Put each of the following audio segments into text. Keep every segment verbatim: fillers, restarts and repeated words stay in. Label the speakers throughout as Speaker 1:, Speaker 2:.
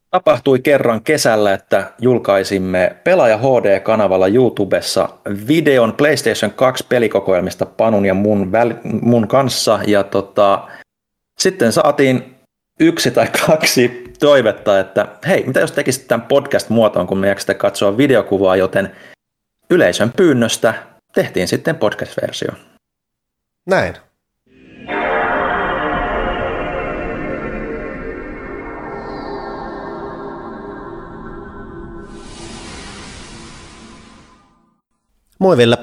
Speaker 1: Tapahtui kerran kesällä, että julkaisimme Pelaaja H D-kanavalla YouTubessa videon PlayStation kaksi pelikokoelmista Panun ja mun, väl, mun kanssa. Ja tota, sitten saatiin yksi tai kaksi toivetta, että hei, mitä jos tekisit tämän podcast-muotoon, kun me jaksatte katsoa videokuvaa, joten yleisön pyynnöstä tehtiin sitten podcast-versio.
Speaker 2: Näin. Moi Ville.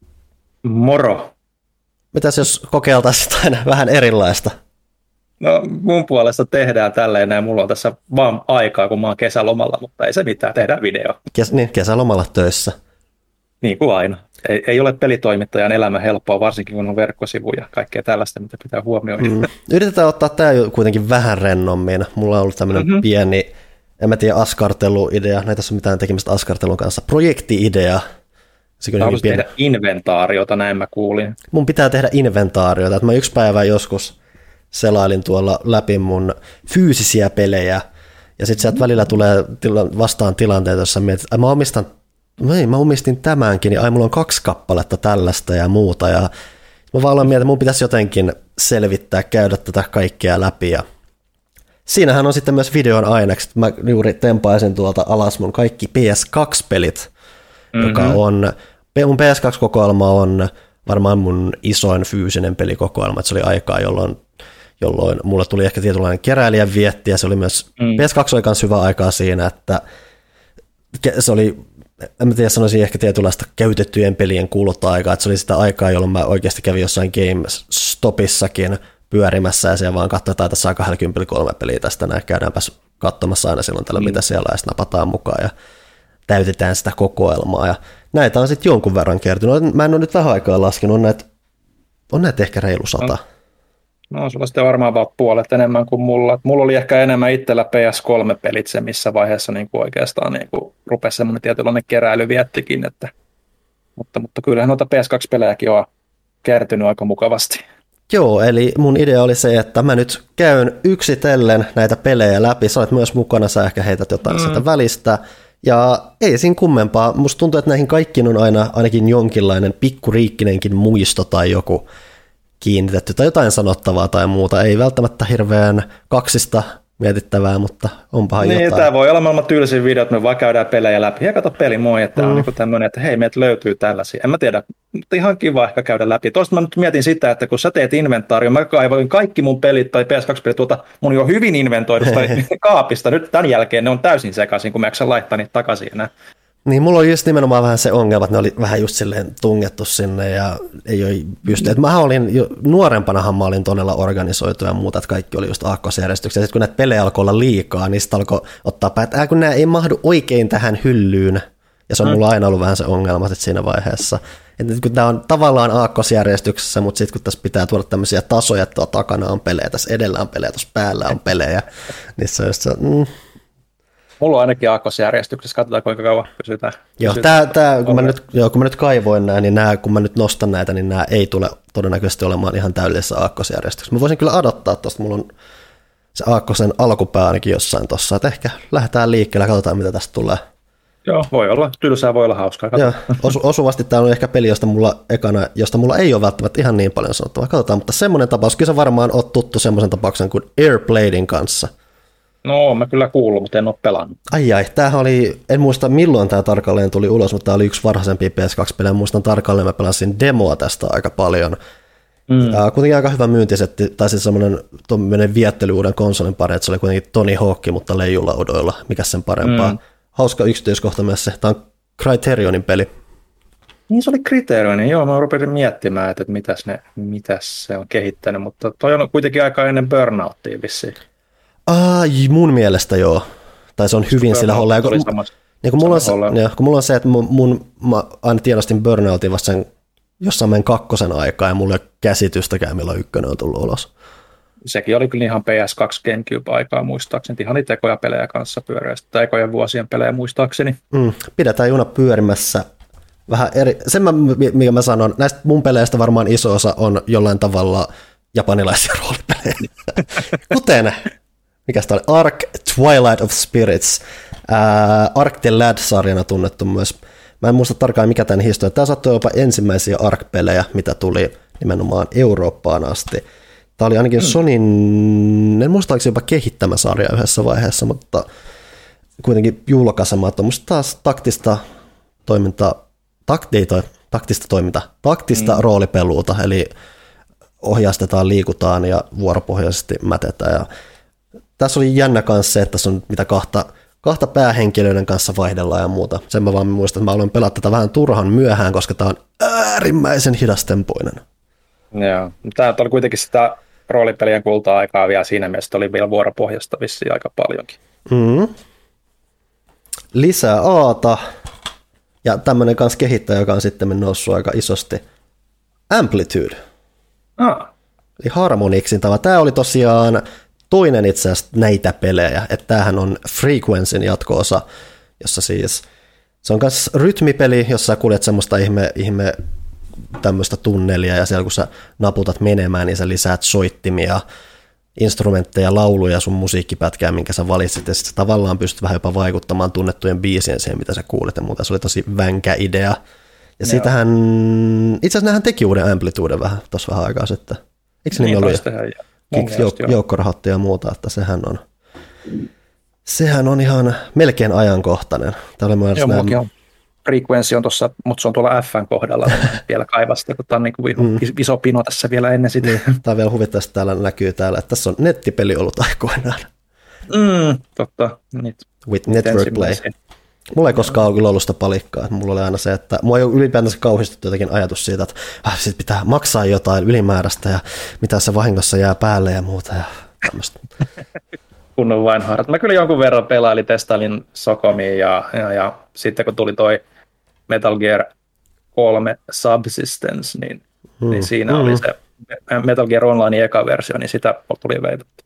Speaker 1: Moro.
Speaker 2: Mitäs jos kokeiltaisiin aina vähän erilaista?
Speaker 1: No mun puolesta tehdään tälleen näin. Mulla on tässä vaan aikaa, kun mä oon kesälomalla, mutta ei se mitään, tehdään video.
Speaker 2: Kes, niin, kesälomalla töissä.
Speaker 1: Niin kuin aina. Ei, ei ole pelitoimittajan elämä helppoa, varsinkin kun on verkkosivuja ja kaikkea tällaista, mitä pitää huomioida. Mm.
Speaker 2: Yritetään ottaa tämä kuitenkin vähän rennommin. Mulla on ollut tämmöinen mm-hmm. pieni, en mä tiedä, askarteluidea. Näitä ei ole mitään tekemistä askartelun kanssa. Projekti-idea.
Speaker 1: Haluaisin tehdä inventaariota, näin mä kuulin.
Speaker 2: Mun pitää tehdä inventaariota. Että mä yksi päivä joskus selailin tuolla läpi mun fyysisiä pelejä, ja sitten sieltä välillä tulee tila- vastaan tilanteita, jossa mietit, että mä omistan, ei, mä omistin tämänkin, ja ai, mulla on kaksi kappaletta tällaista ja muuta, ja mä vaan aloin miettiä, että mun pitäisi jotenkin selvittää, käydä tätä kaikkea läpi, ja siinähän on sitten myös videon ainekset. Mä juuri tempaisin tuolta alas mun kaikki P S kaksi-pelit, mm-hmm. joka on, mun P S kaksi-kokoelma on varmaan mun isoin fyysinen pelikokoelma, että se oli aikaa, jolloin jolloin mulle tuli ehkä tietynlainen keräilijän vietti, ja se oli myös, mm. P S kaksi oli myös hyvä aikaa siinä, että se oli, en tiedä, sanoisin ehkä tietynlaista käytettyjen pelien kulta-aikaa, että se oli sitä aikaa, jolloin mä oikeasti kävin jossain GameStopissakin pyörimässä, ja siellä vaan katsotaan, että saa kaksikymmentäkolme peliä tästä, näin käydäänpäs katsomassa aina silloin tällä, mm. mitä siellä, ja sitten napataan mukaan, ja täytetään sitä kokoelmaa, ja näitä on sitten jonkun verran kertynyt. Mä en ole nyt vähän aikaa laskenut, on näitä, on näitä ehkä reilu sata.
Speaker 1: No sulla sitten varmaan vaan puolet enemmän kuin mulla. Mulla oli ehkä enemmän itsellä P S kolme-pelit se, missä vaiheessa niin kuin oikeastaan niin kuin rupesi semmoinen tietynlainen keräily viettikin. Että, mutta, mutta kyllähän noita P S kaksi-pelejäkin on kertynyt aika mukavasti.
Speaker 2: Joo, eli mun idea oli se, että mä nyt käyn yksitellen näitä pelejä läpi. Sä olet myös mukana, sä ehkä heität jotain mm. sieltä välistä. Ja ei siinä kummempaa. Musta tuntuu, että näihin kaikkiin on aina ainakin jonkinlainen pikkuriikkinenkin muisto tai joku kiinnitetty tai jotain sanottavaa tai muuta. Ei välttämättä hirveän kaksista mietittävää, mutta onpahan
Speaker 1: niin,
Speaker 2: jotain.
Speaker 1: Tämä voi olla maailman tylsin video, että me vaan käydään pelejä läpi. Ja kato peli, moi, että mm. on niin tämmöinen, että hei, meiltä löytyy tällaisia. En mä tiedä, mutta ihan kiva ehkä käydä läpi. Toista mä nyt mietin sitä, että kun sä teet inventaario, mä kaivoin kaikki mun pelit tai P S kaksi-pelit tuolta mun jo hyvin inventoidusta kaapista. Nyt tämän jälkeen ne on täysin sekaisin, kun mä jaksan laittaa niitä takaisin enää.
Speaker 2: Niin, mulla on just nimenomaan vähän se ongelma, että ne oli vähän just silleen tungettu sinne ja ei ole pysty. Että mähän olin, jo, nuorempanahan mä olin todella organisoitu ja muuta, että kaikki oli just aakkosjärjestyksiä. Sitten kun näitä pelejä alkoi olla liikaa, niin sitten alkoi ottaa päin, että kun nämä ei mahdu oikein tähän hyllyyn. Ja se on mulla aina ollut vähän se ongelma sitten siinä vaiheessa. Että kun tämä on tavallaan aakkosjärjestyksessä, mutta sitten kun tässä pitää tuoda tämmöisiä tasoja, että takana on pelejä, tässä edellä on pelejä, tuossa päällä on pelejä, niin se on just se, mm.
Speaker 1: Mulla on ainakin aakkosjärjestyksessä, katsotaan kuinka kauan pysytään.
Speaker 2: Joo, tää, tää, kun, mä nyt, joo kun mä nyt kaivoin nämä, niin nämä, kun mä nyt nostan näitä, niin nämä ei tule todennäköisesti olemaan ihan täydellisessä aakkosjärjestyksessä. Mä voisin kyllä adottaa tuosta, mulla on se aakkosen alkupää ainakin jossain tuossa, että ehkä lähdetään liikkeelle ja katsotaan, mitä tästä tulee.
Speaker 1: Joo, voi olla. Tylsää voi olla hauskaa.
Speaker 2: Joo, osu, osuvasti tämä on ehkä peli, josta mulla ekana, josta mulla ei ole välttämättä ihan niin paljon sanottavaa. Katsotaan, mutta semmoinen tapaus, kyllä sä varmaan oot tuttu semmoisen tapauksen kuin Airbladen kanssa.
Speaker 1: No, mä kyllä kuulun, mutta en ole pelannut.
Speaker 2: Ai ai, tämähän oli, en muista milloin tämä tarkalleen tuli ulos, mutta tämä oli yksi varhaisempia P S kaksi-pelejä. Muistan tarkalleen, mä pelasin demoa tästä aika paljon. Mm. Ja kuitenkin aika hyvä myyntisetti, tai siis semmoinen viettely uuden konsolin pari, että se oli kuitenkin Tony Hawk, mutta leijulaudoilla, mikä sen parempaa. Mm. Hauska yksityiskohta myös se, tämä on Criterionin peli.
Speaker 1: Niin se oli Criterionin, joo, mä rupesin miettimään, että mitäs, ne, mitäs se on kehittänyt, mutta toi on kuitenkin aika ennen Burnouttia vissiin.
Speaker 2: Ai, mun mielestä joo. Tai se on hyvin sillä holla. Ja kun, niin kun, mulla on se, ja, kun mulla on se, että mun, mun, mä aina tiedostin Burnoutin vasta sen jossain meidän kakkosen aikaa, ja mulla ei ole käsitystäkään, milloin ykkönen on tullut ulos.
Speaker 1: Sekin oli kyllä ihan P S kaksi GameCube-aikaa muistaakseni. Ihan niitä ekoja pelejä kanssa pyöriä, tai ekojen vuosien pelejä muistaakseni.
Speaker 2: Mm, pidetään juna pyörimässä. Vähän eri, sen mä, mikä mä sanon, näistä mun peleistä varmaan iso osa on jollain tavalla japanilaisia roolipelejä. Kuten mikäs tää oli? Ark Twilight of Spirits. Ää, Ark the Lad-sarjana tunnettu myös. Mä en muista tarkkaan mikä tämän historia. Tämä saattoi jopa ensimmäisiä Ark-pelejä, mitä tuli nimenomaan Eurooppaan asti. Tämä oli ainakin mm. Sonyn, en muista oliko se jopa kehittämä sarja yhdessä vaiheessa, mutta kuitenkin julkaisema. Tuommoista taas taktista toimintaa, takti, toi, taktista toiminta, taktista mm. roolipeluuta, eli ohjastetaan, liikutaan ja vuoropohjaisesti mätetään. Ja tässä oli jännä kanssa se, että tässä on mitä kahta, kahta päähenkilöiden kanssa vaihdellaan ja muuta. Sen mä vaan muistan, että mä aloin pelata tätä vähän turhan myöhään, koska tämä on äärimmäisen hidastempoinen.
Speaker 1: Joo, tämä oli kuitenkin sitä roolipelien kulta-aikaa vielä siinä mielessä, että oli vielä vuoropohjasta vissiin aika paljonkin.
Speaker 2: Mm. Lisää Aata ja tämmöinen kanssa kehittäjä, joka on sitten noussut aika isosti. Amplitude.
Speaker 1: Ah.
Speaker 2: Eli Harmonixin tava. Tämä oli tosiaan toinen itse asiassa näitä pelejä, että tämähän on Frequencyn jatko-osa, jossa siis se on myös rytmipeli, jossa kuljet semmoista ihme, ihme tämmöistä tunnelia ja siellä kun sä naputat menemään, niin sä lisäät soittimia, instrumentteja, lauluja sun musiikkipätkää, minkä sä valitsit ja sitten tavallaan pystyt vähän jopa vaikuttamaan tunnettujen biisien siihen, mitä sä kuulet ja muuta. Se oli tosi vänkä idea. Ja Joo. siitähän, itse asiassa nähän teki uuden Amplituden vähän tuossa vähän aikaa sitten. Eikö se niin nimi ollut? Kicks, jouk- joukkorahoitti ja muuta, että sehän on, sehän on ihan melkein ajankohtainen. Joo,
Speaker 1: mullakin on. Frequency on tuossa, mutta se on tuolla F:n kohdalla vielä kaivasta, kun tämä on niin kuin mm. iso pino tässä vielä ennen sitä.
Speaker 2: Tämä on vielä huvittavasti, täällä näkyy täällä, että tässä on nettipeli ollut aikoinaan.
Speaker 1: Mm, totta. Nyt.
Speaker 2: With Network Play. Mulla ei koskaan ole kyllä ollut sitä palikkaa. Että mulla oli aina se, että mua ei ole ylipäätänsä kauhistuttu jotenkin ajatus siitä, että äh, sit pitää maksaa jotain ylimääräistä ja mitä se vahingossa jää päälle ja muuta. Ja tämmöistä.
Speaker 1: Kunnon vain haarat. Mä kyllä jonkun verran pelailin, testailin Socomia ja, ja, ja sitten kun tuli toi Metal Gear kolme Subsistence, niin, mm. niin siinä mm. oli se Metal Gear Online eka versio, niin sitä tuli veitetty.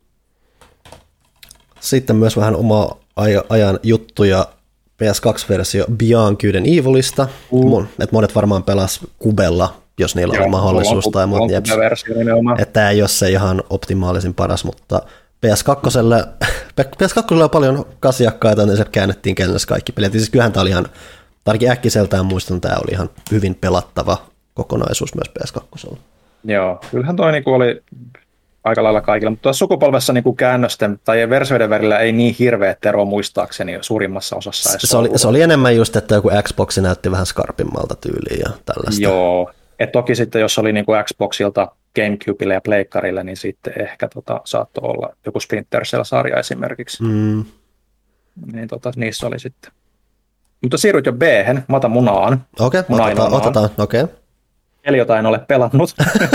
Speaker 2: Sitten myös vähän oma ajan juttuja. P S kaksi-versio Beyond Good and Evilista. Mm. Et monet varmaan pelas Kubella, jos niillä Joo, oli mahdollisuus.
Speaker 1: On,
Speaker 2: tai
Speaker 1: on, on
Speaker 2: että tämä ei ole se ihan optimaalisin paras, mutta P S kaksi, P S kaksi on paljon kasiakkaita, niin se käännettiin kenelles kaikki pelit. Siis kyllähän tämä oli ihan, tarkin äkkiseltään muistan, tämä oli ihan hyvin pelattava kokonaisuus myös P S kaksi.
Speaker 1: Joo, kyllähän toi niinku oli aika lailla kaikilla, mutta tuossa sukupolvessa niinku käännösten tai versioiden välillä ei niin hirveä ero muistaakseni suurimmassa osassa.
Speaker 2: Se oli, se oli enemmän just, että joku Xbox näytti vähän skarpimmalta tyyliin ja tällaista.
Speaker 1: Joo, et toki sitten jos oli niinku Xboxilta GameCubelle ja Pleikkarille, niin sitten ehkä tota, saattoi olla joku Splinter Cell-sarja esimerkiksi. Mm. Niin tota, niissä oli sitten. Mutta siirryt jo B-hen, mä otan munaan.
Speaker 2: Okei, okay, otetaan, otetaan, okei. Okay.
Speaker 1: Eli jota en ole pelannut.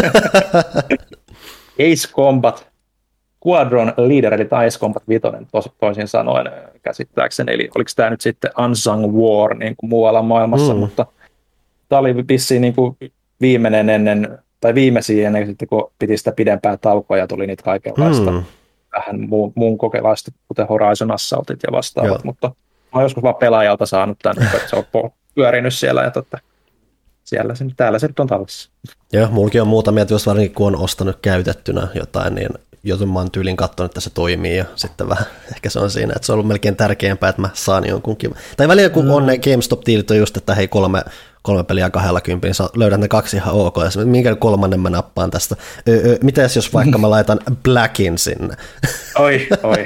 Speaker 1: Ace Combat Squadron Leader, eli Ace Combat viisi, toisin sanoen käsittääkseni. Eli oliko tämä nyt sitten Unsung War niin kuin muualla maailmassa, mm. mutta tämä oli vissiin niin kuin viimeinen ennen, tai viimeisiä ennen sitten, kun piti sitä pidempää taukoa ja tuli niitä kaikenlaista mm. vähän muun, muun kokelaista, kuten Horizon Assaultit ja vastaavat, Joo. mutta mä oon joskus vaan pelaajalta saanut tämän, että se on pyörinyt siellä ja totta. Siellä se, täällä se nyt on tallessa.
Speaker 2: Joo, mullakin on muutamia, että jos varsinkin kun on ostanut käytettynä jotain, niin joten mä oon tyylin katsonut, että se toimii ja sitten vähän, ehkä se on siinä, että se on ollut melkein tärkeämpää, että mä saan jonkunkin. Tai välillä kun mm. on ne GameStop-tiilit on just, että hei kolme, kolme peliä kahdella kympin, niin sä löydät ne kaksi ihan ok, ja minkä kolmannen mä nappaan tästä. Öö, mitäs jos vaikka mä laitan Blackin sinne?
Speaker 1: Oi, oi.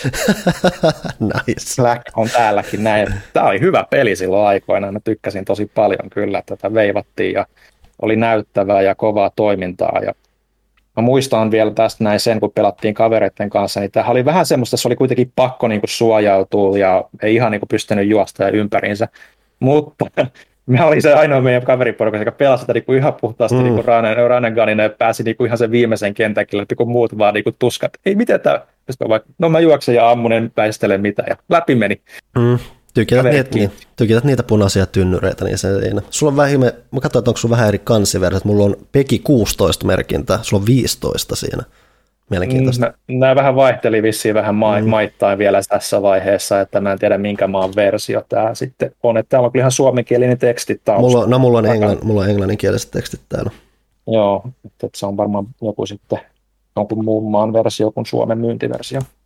Speaker 2: Nice.
Speaker 1: Black on täälläkin näin. Tämä oli hyvä peli silloin aikoinaan, mä tykkäsin tosi paljon kyllä, että tätä veivattiin ja oli näyttävää ja kovaa toimintaa ja mä muistan vielä tästä näin sen, kun pelattiin kavereiden kanssa, niin tämähän oli vähän semmoista, se oli kuitenkin pakko niin kuin suojautua ja ei ihan niin kuin pystynyt juosta ja ympäriinsä, mutta mä olin se ainoa meidän kaveriporukassa, joka pelasi sitä niin ihan puhtaasti mm. niin run and gunina ja pääsi niin kuin ihan sen viimeisen kentänkin, että kun muut vaan niin kuin tuskat, ei miten tämä, no mä juoksen ja ammun, en väistele mitään ja läpi meni. Mm.
Speaker 2: Tykität niitä, niin, tykität niitä punaisia tynnyreitä, niin se ei. Sulla on vähän ihme, mä katsoin, että onko sulla vähän eri kansiversiot, mulla on P E G I kuusitoista merkintä, sulla on viisitoista siinä. Mielenkiintoista.
Speaker 1: Mm, nämä vähän vaihteli vissiin vähän ma- mm. maittain vielä tässä vaiheessa, että mä en tiedä minkä maan versio tämä sitten on, että täällä on kyllä ihan suomenkielinen teksti taustalla.
Speaker 2: Mulla, no mulla on, englann, mulla on englanninkieliset tekstit täällä.
Speaker 1: Joo, että se on varmaan joku sitten jonkun muun maan versio kuin Suomen myyntiversio.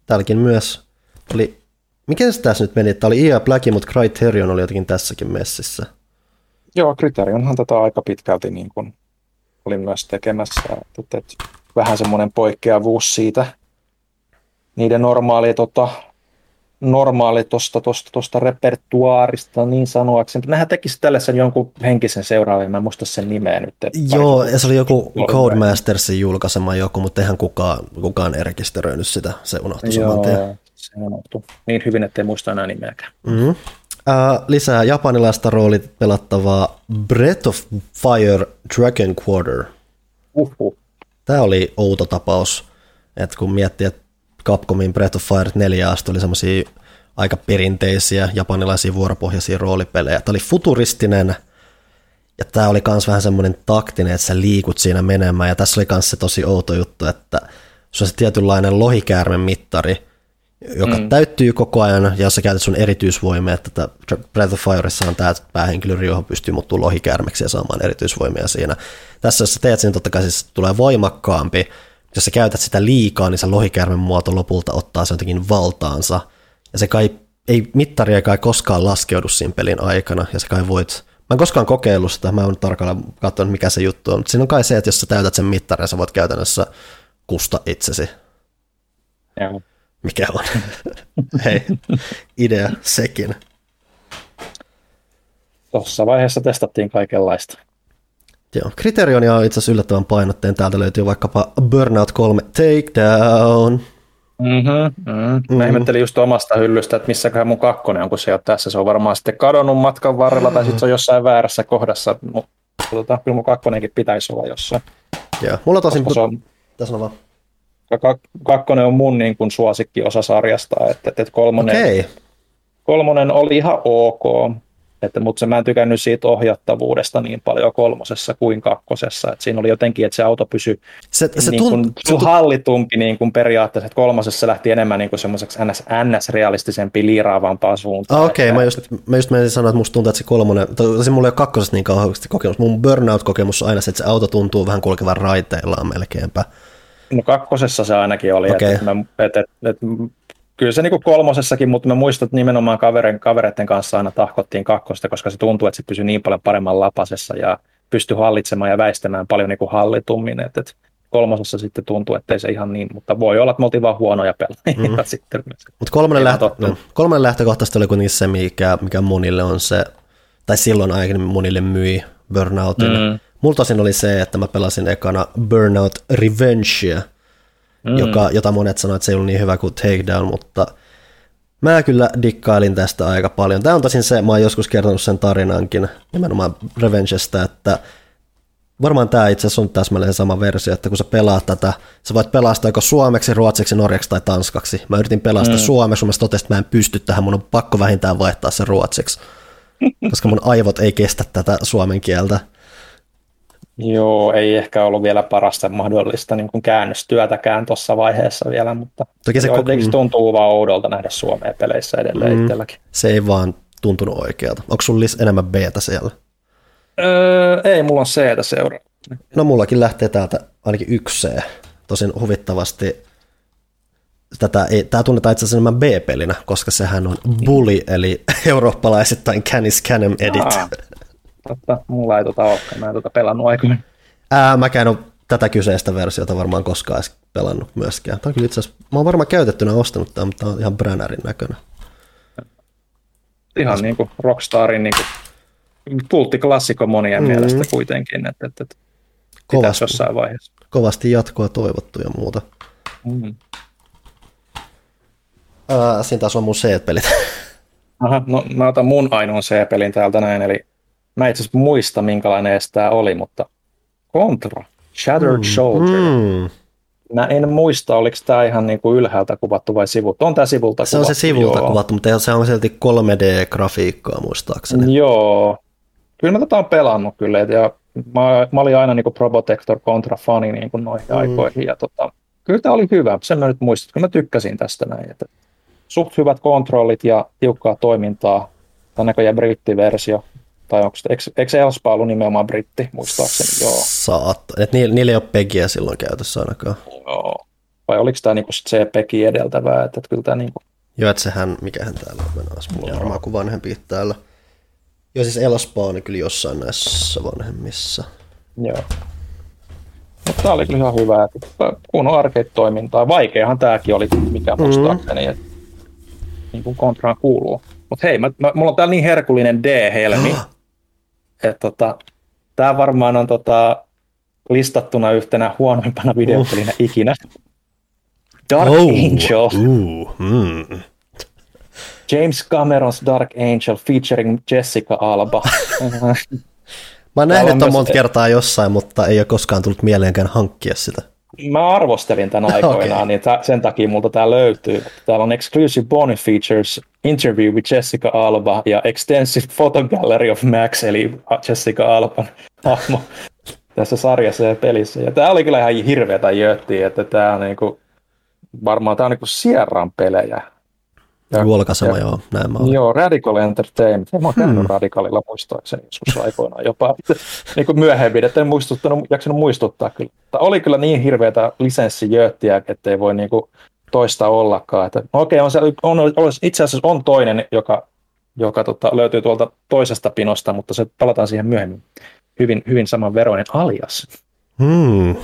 Speaker 2: täälläkin myös oli, miten se tässä nyt meni, tämä oli E A Black, mutta Criterion oli jotenkin tässäkin messissä.
Speaker 1: Joo, Criterionhan tätä aika pitkälti niin kuin oli myös tekemässä, että, että vähän semmoinen poikkeavuus siitä niiden normaali, tota, normaali tuosta tosta, tosta repertuaarista niin sanoakseni. Nehän tekisi tällaisen jonkun henkisen seuraavan, mä en muista sen nimeä nyt.
Speaker 2: Joo, ja se oli joku Codemastersin julkaisema joku, mutta eihän kukaan, kukaan rekisteröinyt sitä, se unohtui saman tien.
Speaker 1: Joo, se unohtui niin hyvin, ettei muista enää nimeäkään.
Speaker 2: Mm-hmm. Uh, lisää japanilaista roolit pelattavaa Breath of Fire Dragon Quarter.
Speaker 1: Uhuh.
Speaker 2: Tämä oli outo tapaus, että kun miettii, että Capcomin Breath of Fire neljä asti oli semmoisia aika perinteisiä japanilaisia vuoropohjaisia roolipelejä. Tämä oli futuristinen ja tämä oli myös vähän semmoinen taktinen, että sä liikut siinä menemään ja tässä oli myös se tosi outo juttu, että se on se tietynlainen lohikäärmen mittari, joka mm. täyttyy koko ajan, ja jos sä käytät sun erityisvoimia, että Breath of Fireissa on tämä, että päähenkilö Ryoho pystyy muuttumaan lohikäärmeksi ja saamaan erityisvoimia siinä. Tässä jos sä teet sen, totta kai siis tulee voimakkaampi. Jos sä käytät sitä liikaa, niin se lohikäärmen muoto lopulta ottaa sen jotenkin valtaansa. Ja se kai, ei, mittari ei kai koskaan laskeudu siinä pelin aikana, ja sä kai voit, mä en koskaan kokeillut sitä, mä oon tarkalleen katsonut mikä se juttu on, mutta siinä on kai se, että jos sä täytät sen mittarin, sä voit käytännössä kusta itsesi.
Speaker 1: Joo.
Speaker 2: Mikä on? Hei, idea sekin.
Speaker 1: Tuossa vaiheessa testattiin kaikenlaista.
Speaker 2: Joo, Criterionia on itse asiassa yllättävän painotteen. Täältä löytyy vaikkapa Burnout kolme Takedown.
Speaker 1: Mm-hmm, mm. Mä ihmettelin just omasta hyllystä, että missäköhän mun kakkonen on, kun se ei ole tässä. Se on varmaan sitten kadonnut matkan varrella tai sitten se on jossain väärässä kohdassa. Mutta tota, kyllä mun kakkonenkin pitäisi olla jossain.
Speaker 2: Joo, mulla tosin...
Speaker 1: On...
Speaker 2: Tässä on vaan.
Speaker 1: Kakkonen on mun niin kuin suosikkiosa sarjasta, että, että kolmonen,
Speaker 2: okay.
Speaker 1: kolmonen oli ihan ok, että, mutta mä en tykännyt siitä ohjattavuudesta niin paljon kolmosessa kuin kakkosessa, että siinä oli jotenkin, että se auto pysyi se, se niin kuin, tunt, tunt, hallitumpi niin kuin periaatteessa, että kolmosessa lähti enemmän niin kuin semmoiseksi N S-realistisempi, liiraavampaa suuntaan.
Speaker 2: Ah, okei, okay. mä just, mä just menisin sanoa, että musta tuntuu, että se kolmonen, tosi mulla ei ole kakkosessa niin kauheasti kokemus, mun Burnout-kokemus on aina se, että se auto tuntuu vähän kulkevan raiteillaan melkeinpä.
Speaker 1: No kakkosessa se ainakin oli,
Speaker 2: okay.
Speaker 1: että, että, että, että kyllä se niin kuin kolmosessakin, mutta mä muistan, että nimenomaan kavereiden, kavereiden kanssa aina tahkottiin kakkosta, koska se tuntuu, että se pysyi niin paljon paremman lapasessa ja pystyi hallitsemaan ja väistämään paljon niin kuin hallitummin, että, että kolmosessa sitten tuntuu, että ei se ihan niin, mutta voi olla, että me oltiin vaan huonoja pelaajia mm-hmm. sitten.
Speaker 2: Mutta kolmonen, lähtö, no, kolmonen lähtökohtaisesti oli kuitenkin se, mikä, mikä monille on se, tai silloin aiemmin monille myi Burnoutin. Mm. Mulla tosin oli se, että mä pelasin ekana Burnout Revengea, mm. joka, jota monet sanoivat, että se ei ollut niin hyvä kuin Takedown, mutta mä kyllä dikkailin tästä aika paljon. Tämä on tosin se, mä oon joskus kertonut sen tarinankin, nimenomaan Revengesta, että varmaan tämä itse asiassa on täsmälleen sama versio, että kun sä pelaat tätä, sä voit pelastaa joko suomeksi, ruotsiksi, norjaksi tai tanskaksi. Mä yritin pelastaa mm. suomeksi, mä totesin, että mä en pysty tähän, mun on pakko vähintään vaihtaa se ruotsiksi, koska mun aivot ei kestä tätä suomen kieltä.
Speaker 1: Joo, ei ehkä ollut vielä parasta mahdollista niin kuin käännöstyötäkään tuossa vaiheessa vielä, mutta
Speaker 2: toki se
Speaker 1: jotenkin tuntuu vaan oudolta nähdä Suomea peleissä edelleen mm, itselläkin.
Speaker 2: Se ei vaan tuntunut oikealta. Onko sulla enemmän B:tä siellä?
Speaker 1: Öö, ei, mulla on C:tä seuraa.
Speaker 2: No mullakin lähtee täältä ainakin yksi C. Tosin huvittavasti tätä ei, tämä tunnetaan itse asiassa enemmän B-pelinä, koska sehän on Bully, eli eurooppalaisittain Canis Canem Edit. Aa.
Speaker 1: Totta, mulla ei tota olekaan, mä en tota pelannut aikoihin.
Speaker 2: Ää, mäkään ole tätä kyseistä versiota varmaan koskaan edes pelannut myöskään. Tämä on kyllä itse asiassa, mä oon varmaan käytettynä ostanut tämän, mutta tämä on ihan Bränärin näköinen.
Speaker 1: Ihan niin kuin Rockstarin niin kuin kulttiklassikko monien mm. mielestä kuitenkin, että, että, että kovasti, jossain vaiheessa.
Speaker 2: Kovasti jatkoa toivottu ja muuta.
Speaker 1: Mm.
Speaker 2: Ää, siinä taas on mun C-pelit. Aha,
Speaker 1: no mä otan mun ainoan C-pelin täältä näin, eli mä itse asiassa muista, minkälainen edes tämä oli, mutta Contra, Shattered mm, Soldier. Mm. Mä en muista, oliko tämä ihan niin kuin ylhäältä kuvattu vai sivulta. On tämä sivulta
Speaker 2: se
Speaker 1: kuvattu.
Speaker 2: Se on se sivulta joo. kuvattu, mutta se on silti kolme D-grafiikkaa muistaakseni.
Speaker 1: Joo. Kyllä mä tätä on pelannut kyllä. Ja mä, mä olin aina niin kuin Probotector Contra-fani niin kuin noihin mm. aikoihin. Ja tota, kyllä tämä oli hyvä, sen mä nyt muistan. Kyllä mä tykkäsin tästä näin. Että suht hyvät kontrollit ja tiukkaa toimintaa. Tämä näköjään brittiversio. Tai onko se, eikö, eikö Elspa ollut nimenomaan britti, muistaakseni? Joo.
Speaker 2: Saatta. Että niillä, niillä ei ole pegiä silloin käytössä ainakaan.
Speaker 1: Joo. vai oliko tämä niinku C P G edeltävää, että kyllä tämä niinku...
Speaker 2: Joo, että sehän, mikähän täällä on menossa, mulla on varmaan kuin vanhempi täällä. Joo, siis Elspaani kyllä jossain näissä vanhemmissa.
Speaker 1: Joo. Mutta tämä oli kyllä ihan hyvä, että kun on arcade-toimintaa, vaikeahan tämäkin oli, mikä muistaakseni, mm-hmm. että niin kuin Contraan kuuluu. Mutta hei, mä, mä, mulla on täällä niin herkullinen D-helmi, että tota, tämä varmaan on tota, listattuna yhtenä huonoimpana videopelinä uh. ikinä. Dark oh. Angel. Uh. Mm. James Cameron's Dark Angel featuring Jessica Alba.
Speaker 2: Mä oon nähnyt ton monta kertaa jossain, mutta ei ole koskaan tullut mieleenkään hankkia sitä.
Speaker 1: Mä arvostelin tämän aikoinaan, okay. Niin sen takia multa tää löytyy. Täällä on Exclusive Bonus Features, Interview with Jessica Alba ja Extensive Photo Gallery of Max, eli Jessica Alban hahmo tässä sarjassa ja pelissä. Ja tää oli kyllä ihan hirveätä jöttiä, että tää on niinku, varmaan tää on niinku Sierran pelejä.
Speaker 2: Julkaisema, joo, näin mä olen.
Speaker 1: Joo, Radical Entertainment. Mä oon käynyt hmm. Radicalilla muistaakseni joskus aikoinaan jopa niin kuin myöhemmin, ettei muistuttanut, jaksanut muistuttaa kyllä. Tämä oli kyllä niin hirveätä lisenssijöttiä, ettei voi niin kuin toista ollakaan. Että, okei, on, on, on, itse asiassa on toinen, joka, joka tota, löytyy tuolta toisesta pinosta, mutta se palataan siihen myöhemmin. Hyvin, hyvin samanveroinen Alias.
Speaker 2: Hmm.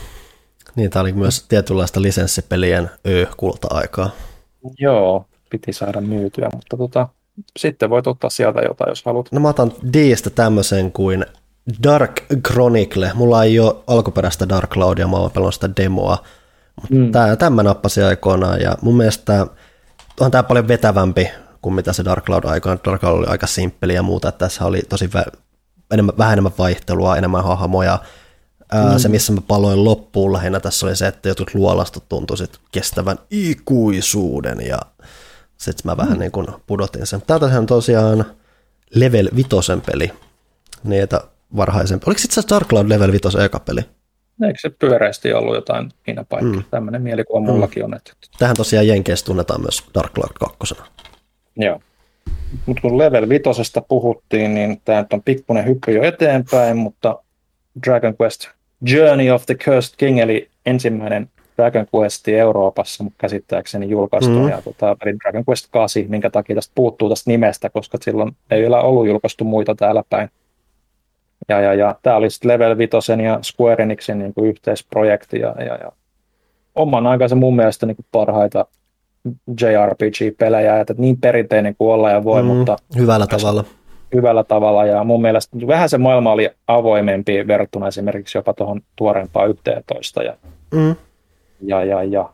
Speaker 2: Niin, tämä oli myös tietynlaista lisenssipelien ö-kulta-aikaa.
Speaker 1: Joo. Piti saada myytyä, mutta tota, sitten voit ottaa sieltä jotain, jos haluat.
Speaker 2: No mä otan D:stä tämmöisen kuin Dark Chronicle. Mulla ei ole alkuperäistä Dark Cloudia, mä oon pelannut sitä demoa. Mm. Tää, tämä nappasi aikoinaan ja mun mielestä on tää paljon vetävämpi kuin mitä se Dark Cloud aikaan. Dark Cloud oli aika simppeli ja muuta, että tässä oli tosi vä- enemmän, vähän enemmän vaihtelua, enemmän hahmoja. Mm. Se, missä mä paloin loppuun lähinnä tässä oli se, että jotkut luolastot tuntuisit kestävän ikuisuuden ja sitten mä vähän mm. niin kuin pudotin sen. Täältä on tosiaan Level vitosen peli, niitä varhaisempi. Oliko itse asiassa Dark Cloud Level vitosen eka peli?
Speaker 1: Eikö se pyöreästi ollut jotain siinä paikassa? Mm. Tämmöinen mielikuva mullakin on. Että...
Speaker 2: Tähän tosiaan Jenkeissä tunnetaan myös Dark Cloud kakkosena.
Speaker 1: Joo. Mutta kun Level vitosesta puhuttiin, niin tämä on pikkuinen hyppy jo eteenpäin, mutta Dragon Quest Journey of the Cursed King, eli ensimmäinen Dragon Quest Euroopassa, mutta käsittääkseni julkaistu, mm. ja tota, eli Dragon Quest kahdeksan, minkä takia tästä puuttuu tästä nimestä, koska silloin ei vielä ollut julkaistu muita täällä päin. Ja, ja, ja tämä oli sitten Level vitosen ja Square Enixin niin kuin yhteisprojekti, ja, ja, ja oman aikansa mun mielestä niin kuin parhaita J R P G-pelejä, että niin perinteinen kuin olla ja voi, mm. mutta
Speaker 2: hyvällä tavalla.
Speaker 1: Hyvällä tavalla, ja mun mielestä vähän se maailma oli avoimempi verrattuna esimerkiksi jopa tuohon tuoreempaan yhteentoista, ja mm. Ja, ja, ja.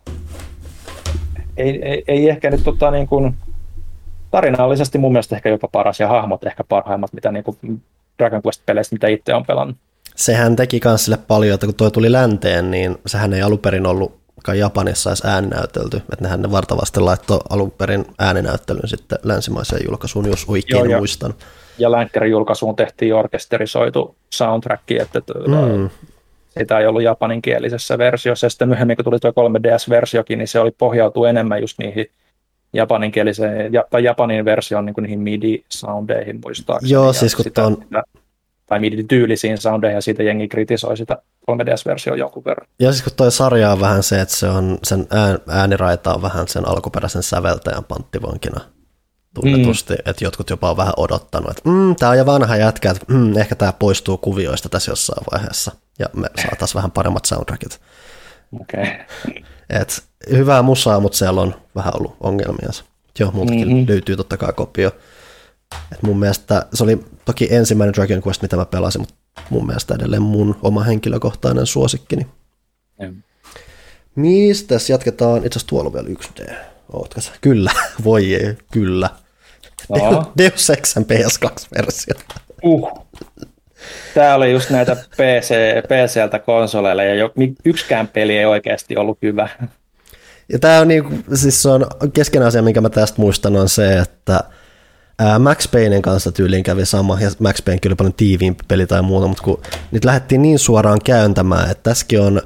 Speaker 1: Ei, ei, ei ehkä nyt tota, niin kuin, tarinallisesti mun mielestä ehkä jopa paras ja hahmot ehkä parhaimmat, mitä niin kuin Dragon Quest-peleistä, mitä itse on pelannut.
Speaker 2: Sehän teki myös sille paljon, että kun toi tuli länteen, niin sehän ei alunperin ollut kai Japanissa edes ääninäytelty, että nehän ne vartavasti laittoi alunperin ääninäyttelyn sitten länsimaiseen julkaisuun, jos oikein Joo, muistan. Ja,
Speaker 1: ja länkkärin julkaisuun tehtiin orkesterisoitu soundtrack, että mm. sitä ei ollut japaninkielisessä versiossa, ja sitten myöhemmin, kun tuli tuo kolme D S-versiokin, niin se oli pohjautuu enemmän just niihin japaninkieliseen, tai Japanin versioon niin niihin M I D I-soundeihin muistaakseni.
Speaker 2: Joo, siis kun
Speaker 1: sitä,
Speaker 2: ton...
Speaker 1: sitä, tai M I D I-tyylisiin soundeihin, ja siitä jengi kritisoi sitä kolme D S-versioon jonkun verran.
Speaker 2: Ja siis kun toi sarja on vähän se, että se on, sen ääniraita on vähän sen alkuperäisen säveltäjän panttivankina tunnetusti, mm. että jotkut jopa on vähän odottanut, että mm, tämä on jo vanha jätkä, että mm, ehkä tämä poistuu kuvioista tässä jossain vaiheessa, ja me saataisiin vähän paremmat soundtrackit.
Speaker 1: Okay.
Speaker 2: Et hyvää musaa, mutta siellä on vähän ollut ongelmia. Joo, multakin mm-hmm. löytyy totta kai kopio. Et mun mielestä se oli toki ensimmäinen Dragon Quest, mitä mä pelasin, mutta mun mielestä edelleen mun oma henkilökohtainen suosikkini. Mm. Mistäs jatketaan? Itse asiassa tuolla on vielä yksi D. Ootko sä? Kyllä, voi ei, kyllä. No. Deus Exen P S kaksi-versio.
Speaker 1: Uh. Tää oli just näitä P C, P C:ltä konsoleille, ja jo, yksikään peli ei oikeasti ollut hyvä.
Speaker 2: Ja tää on, niinku, siis se on keskeinen asia, minkä mä tästä muistan, on se, että ää, Max Paynen kanssa tyyliin kävi sama, ja Max Payne oli paljon tiiviimpi peli tai muuta, mutta kun niitä lähdettiin niin suoraan kääntämään, että tässäkin on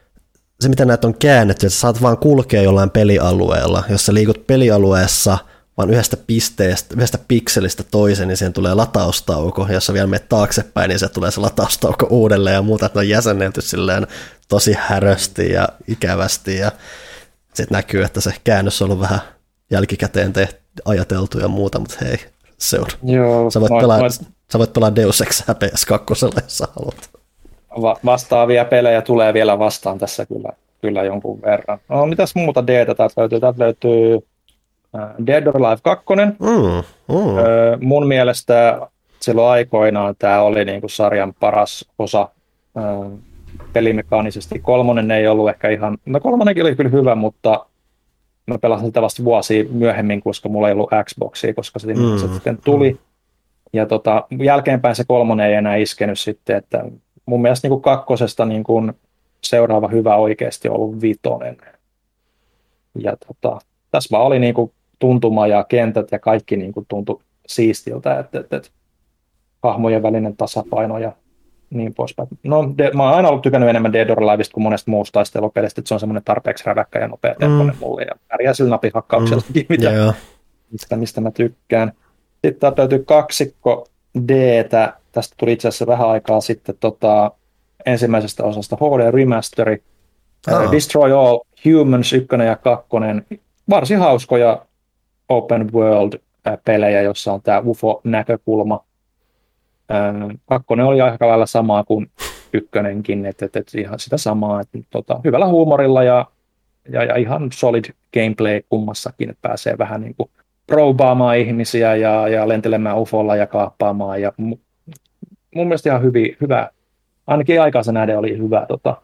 Speaker 2: se, mitä näitä on käännetty, että sä saat vaan kulkea jollain pelialueella, jos sä liikut pelialueessa vaan yhdestä pisteestä, yhdestä pikselistä toiseen, niin siihen tulee lataustauko, ja jos sä vielä menet taaksepäin, niin se tulee se lataustauko uudelleen ja muuta, että ne on jäsennelty silleen tosi härösti ja ikävästi, ja sitten näkyy, että se käännös on ollut vähän jälkikäteen tehty, ajateltu ja muuta, mutta hei, se on.
Speaker 1: Joo,
Speaker 2: sä, voit
Speaker 1: noin,
Speaker 2: pelaa,
Speaker 1: noin.
Speaker 2: sä voit pelaa Deus Ex P S kaksi, jos sä haluat.
Speaker 1: Va- vastaavia pelejä tulee vielä vastaan tässä kyllä, kyllä jonkun verran. No, mitäs muuta D:tä täältä löytyy? Täältä löytyy Dead or Alive kaksi.
Speaker 2: Mm, mm.
Speaker 1: Öö, mun mielestä silloin aikoinaan tämä oli niinku sarjan paras osa öö, pelimekaanisesti. Kolmonen ei ollut ehkä ihan, no kolmonenkin oli kyllä hyvä, mutta mä pelasin sitä vasta vuosia myöhemmin, koska mulla ei ollut Xboxia, koska se, mm, se sitten tuli. Mm. Ja tota, jälkeenpäin se kolmonen ei enää iskenyt sitten, että mun mielestä niinku kakkosesta niinku seuraava hyvä oikeasti on ollut vitonen. Ja tota, tässä vaan oli niinku tuntuma ja kentät ja kaikki niinku tuntui siistiltä, että, että, että hahmojen välinen tasapaino ja niin poispäin. No, de, mä oon aina ollut tykännyt enemmän Dead or Alivesta kuin monesta muusta taistelupelistä, että se on semmoinen tarpeeksi räväkkä ja nopea tempoinen mm. mulle ja pärjää sillä napihakkauksella, mm. mitä, yeah. mistä, mistä mä tykkään. Sitten täältä löytyy kaksikko D:tä, tästä tuli itse asiassa vähän aikaa sitten tota, ensimmäisestä osasta H D Remasteri, oh. Destroy All Humans yksi ja kaksi, varsin hauskoja open world-pelejä, jossa on tämä U F O-näkökulma. Kakkonen oli aika lailla samaa kuin ykkönenkin, että et, et ihan sitä samaa, että tota, hyvällä huumorilla ja, ja, ja ihan solid gameplay kummassakin, että pääsee vähän niin kuin probaamaan ihmisiä ja, ja lentelemään ufolla ja kaappaamaan. Ja mun, mun mielestä ihan hyvin, hyvä, ainakin aikaansa nähden oli hyvä tota,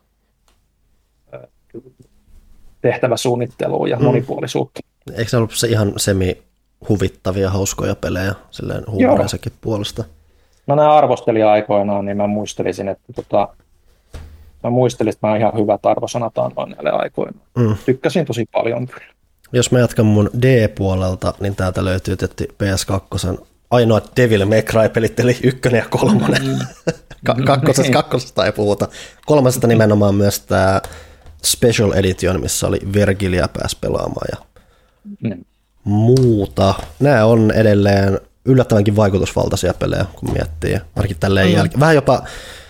Speaker 1: tehtäväsuunnittelua ja mm. monipuolisuutta.
Speaker 2: Eikö se ollut se ihan semi-huvittavia, hauskoja pelejä, silleen huumoreisakin puolesta?
Speaker 1: No nämä arvostelija aikoinaan, niin mä muistelisin, että tota, mä muistelin, että mä ihan hyvät arvosanat annoin näille aikoinaan. Mm. Tykkäsin tosi paljon kyllä. Jos mä
Speaker 2: jatkan mun D-puolelta, niin täältä löytyy tietysti P S kaksi ainoa Devil May Cry-pelit, eli ykkönen ja kolmonen. Mm. kakkosesta, kakkosesta ei puhuta. Kolmasesta nimenomaan myös tämä Special Edition, missä oli Vergilia pääsi pelaamaan ja mm. muuta. Nämä on edelleen yllättävänkin vaikutusvaltaisia pelejä, kun miettii. Varsinkin tälleen mm. jälki- vähän jopa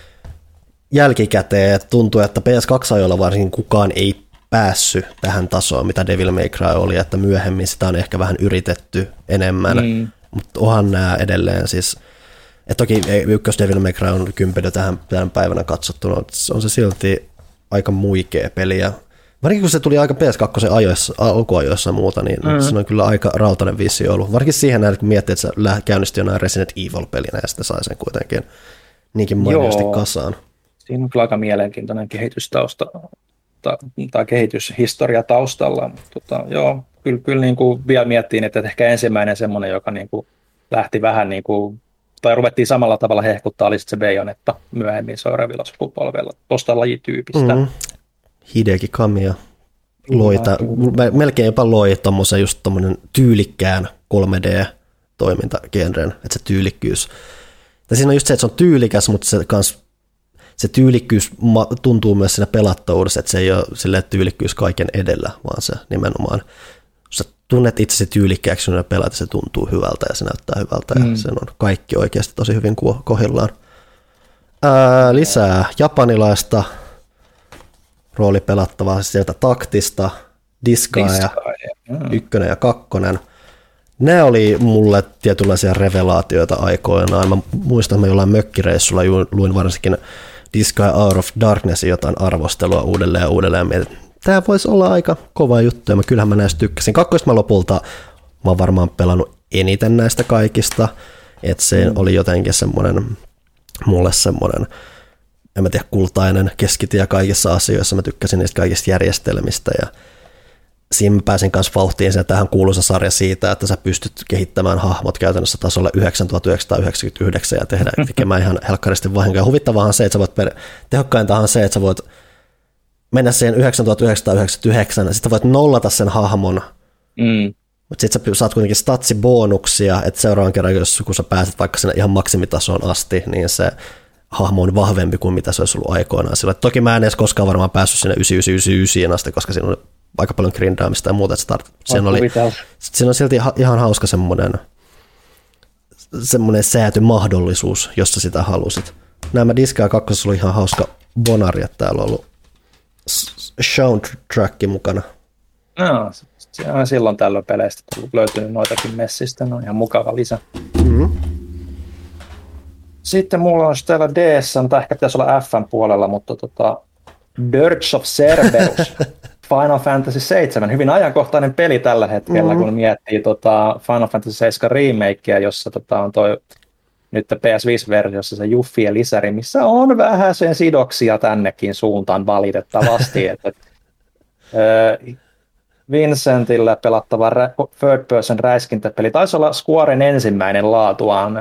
Speaker 2: jälkikäteen tuntuu, että P S kaksi-ajoilla varsinkin kukaan ei päässyt tähän tasoon, mitä Devil May Cry oli, että myöhemmin sitä on ehkä vähän yritetty enemmän, mm. mutta onhan nämä edelleen siis, että toki ykkös Devil May Cry on kymppi tähän, tähän päivänä katsottuna, on se silti aika muikea peli, ja varsinkin kun se tuli aika P S kaksi ajoissa, alkuajoissa ja muuta, niin mm. se on kyllä aika rautainen visio ollut. Varsinkin siihen näin, kun miettii, että se käynnisti jonain Resident Evil-pelinä ja sitten sai sen kuitenkin niinkin mainiosti kasaan.
Speaker 1: Siinä on kyllä aika mielenkiintoinen kehitystausta ta, tai kehityshistoria taustalla. Mutta tota, joo, kyllä, kyllä niin kuin vielä miettiin, että ehkä ensimmäinen semmoinen, joka niin kuin lähti vähän niin kuin, tai ruvettiin samalla tavalla hehkuttaa, oli sitten se Bayonetta myöhemmin seuraavilla sukupolvella tuosta lajityypistä. Mm.
Speaker 2: Hideki Kamiya loi, melkein jopa loi tommosen just tommonen tyylikkään kolme D-toimintagenren, että se tyylikkyys. Ja siinä on just se, että se on tyylikäs, mutta se, kans, se tyylikkyys tuntuu myös siinä pelattavuudessa, että se ei ole silleen tyylikkyys kaiken edellä, vaan se nimenomaan, jos sä tunnet itsesi tyylikkääksi, kun pelaat, se tuntuu hyvältä ja se näyttää hyvältä mm. ja sen on kaikki oikeasti tosi hyvin kohdillaan. Ää, lisää japanilaista roolipelattavaa, sieltä taktista, Disgaea, mm. ykkönen ja kakkonen. Ne oli mulle tietynlaisia revelaatioita aikoinaan. Mä muistan, että mä jollain mökkireissulla luin varsinkin Disgaea Hour of Darknessin jotain arvostelua uudelleen ja uudelleen. Mietin, tää voisi olla aika kova juttu, ja mä, kyllähän mä näistä tykkäsin. Kakkoista mä lopulta, mä oon varmaan pelannut eniten näistä kaikista, että se mm. oli jotenkin semmoinen, mulle semmoinen, en mä tiedä, kultainen keskitie kaikissa asioissa. Mä tykkäsin niistä kaikista järjestelmistä ja siinä mä pääsin kanssa vauhtiin sen tähän kuuluisa sarja siitä, että sä pystyt kehittämään hahmot käytännössä tasolle yhdeksäntuhattayhdeksänsataayhdeksänkymmentäyhdeksän ja tehdä, tekemään ihan helkkaristi vahinkoja. Huvittavahan se, että sä voit, per... tehokkaintahan se, että sä voit mennä siihen yhdeksäntuhattayhdeksänsataayhdeksänkymmentäyhdeksän ja sitten voit nollata sen hahmon, mm. mutta sitten sä saat kuitenkin statsibonuksia, että seuraavan kerran, jos kun sä pääset vaikka sinne ihan maksimitasoon asti, niin se hahmo on vahvempi kuin mitä se olisi ollut aikoinaan. Sillä, toki mä en edes koskaan varmaan päässyt sinne yhdeksänsataayhdeksänkymmentäyhdeksän asti, koska siinä on aika paljon grindaamista ja muuta. Start. Siinä, oli, siinä on silti ihan hauska semmoinen, semmoinen säätymahdollisuus, jossa sitä halusit. Nämä Disgaea kakkosessa oli ihan hauska bonari, että täällä on ollut soundtrack mukana.
Speaker 1: No, se on silloin tällöin peleistä tullut löytynyt noitakin messistä, no ihan mukava lisä. Mm-hmm. Sitten mulla on täällä D S, tai ehkä pitäisi olla F:n puolella, mutta tota, Dirge of Cerberus, Final Fantasy seitsemän, hyvin ajankohtainen peli tällä hetkellä, mm-hmm. kun miettii tota Final Fantasy seitsemän remakea, jossa tota on toi nyt P S viisi-versiossa se Juffien lisäri, missä on vähän sen sidoksia tännekin suuntaan valitettavasti, että äh, Vincentillä pelattava third person räiskintäpeli taisi olla Squaren ensimmäinen laatuaan.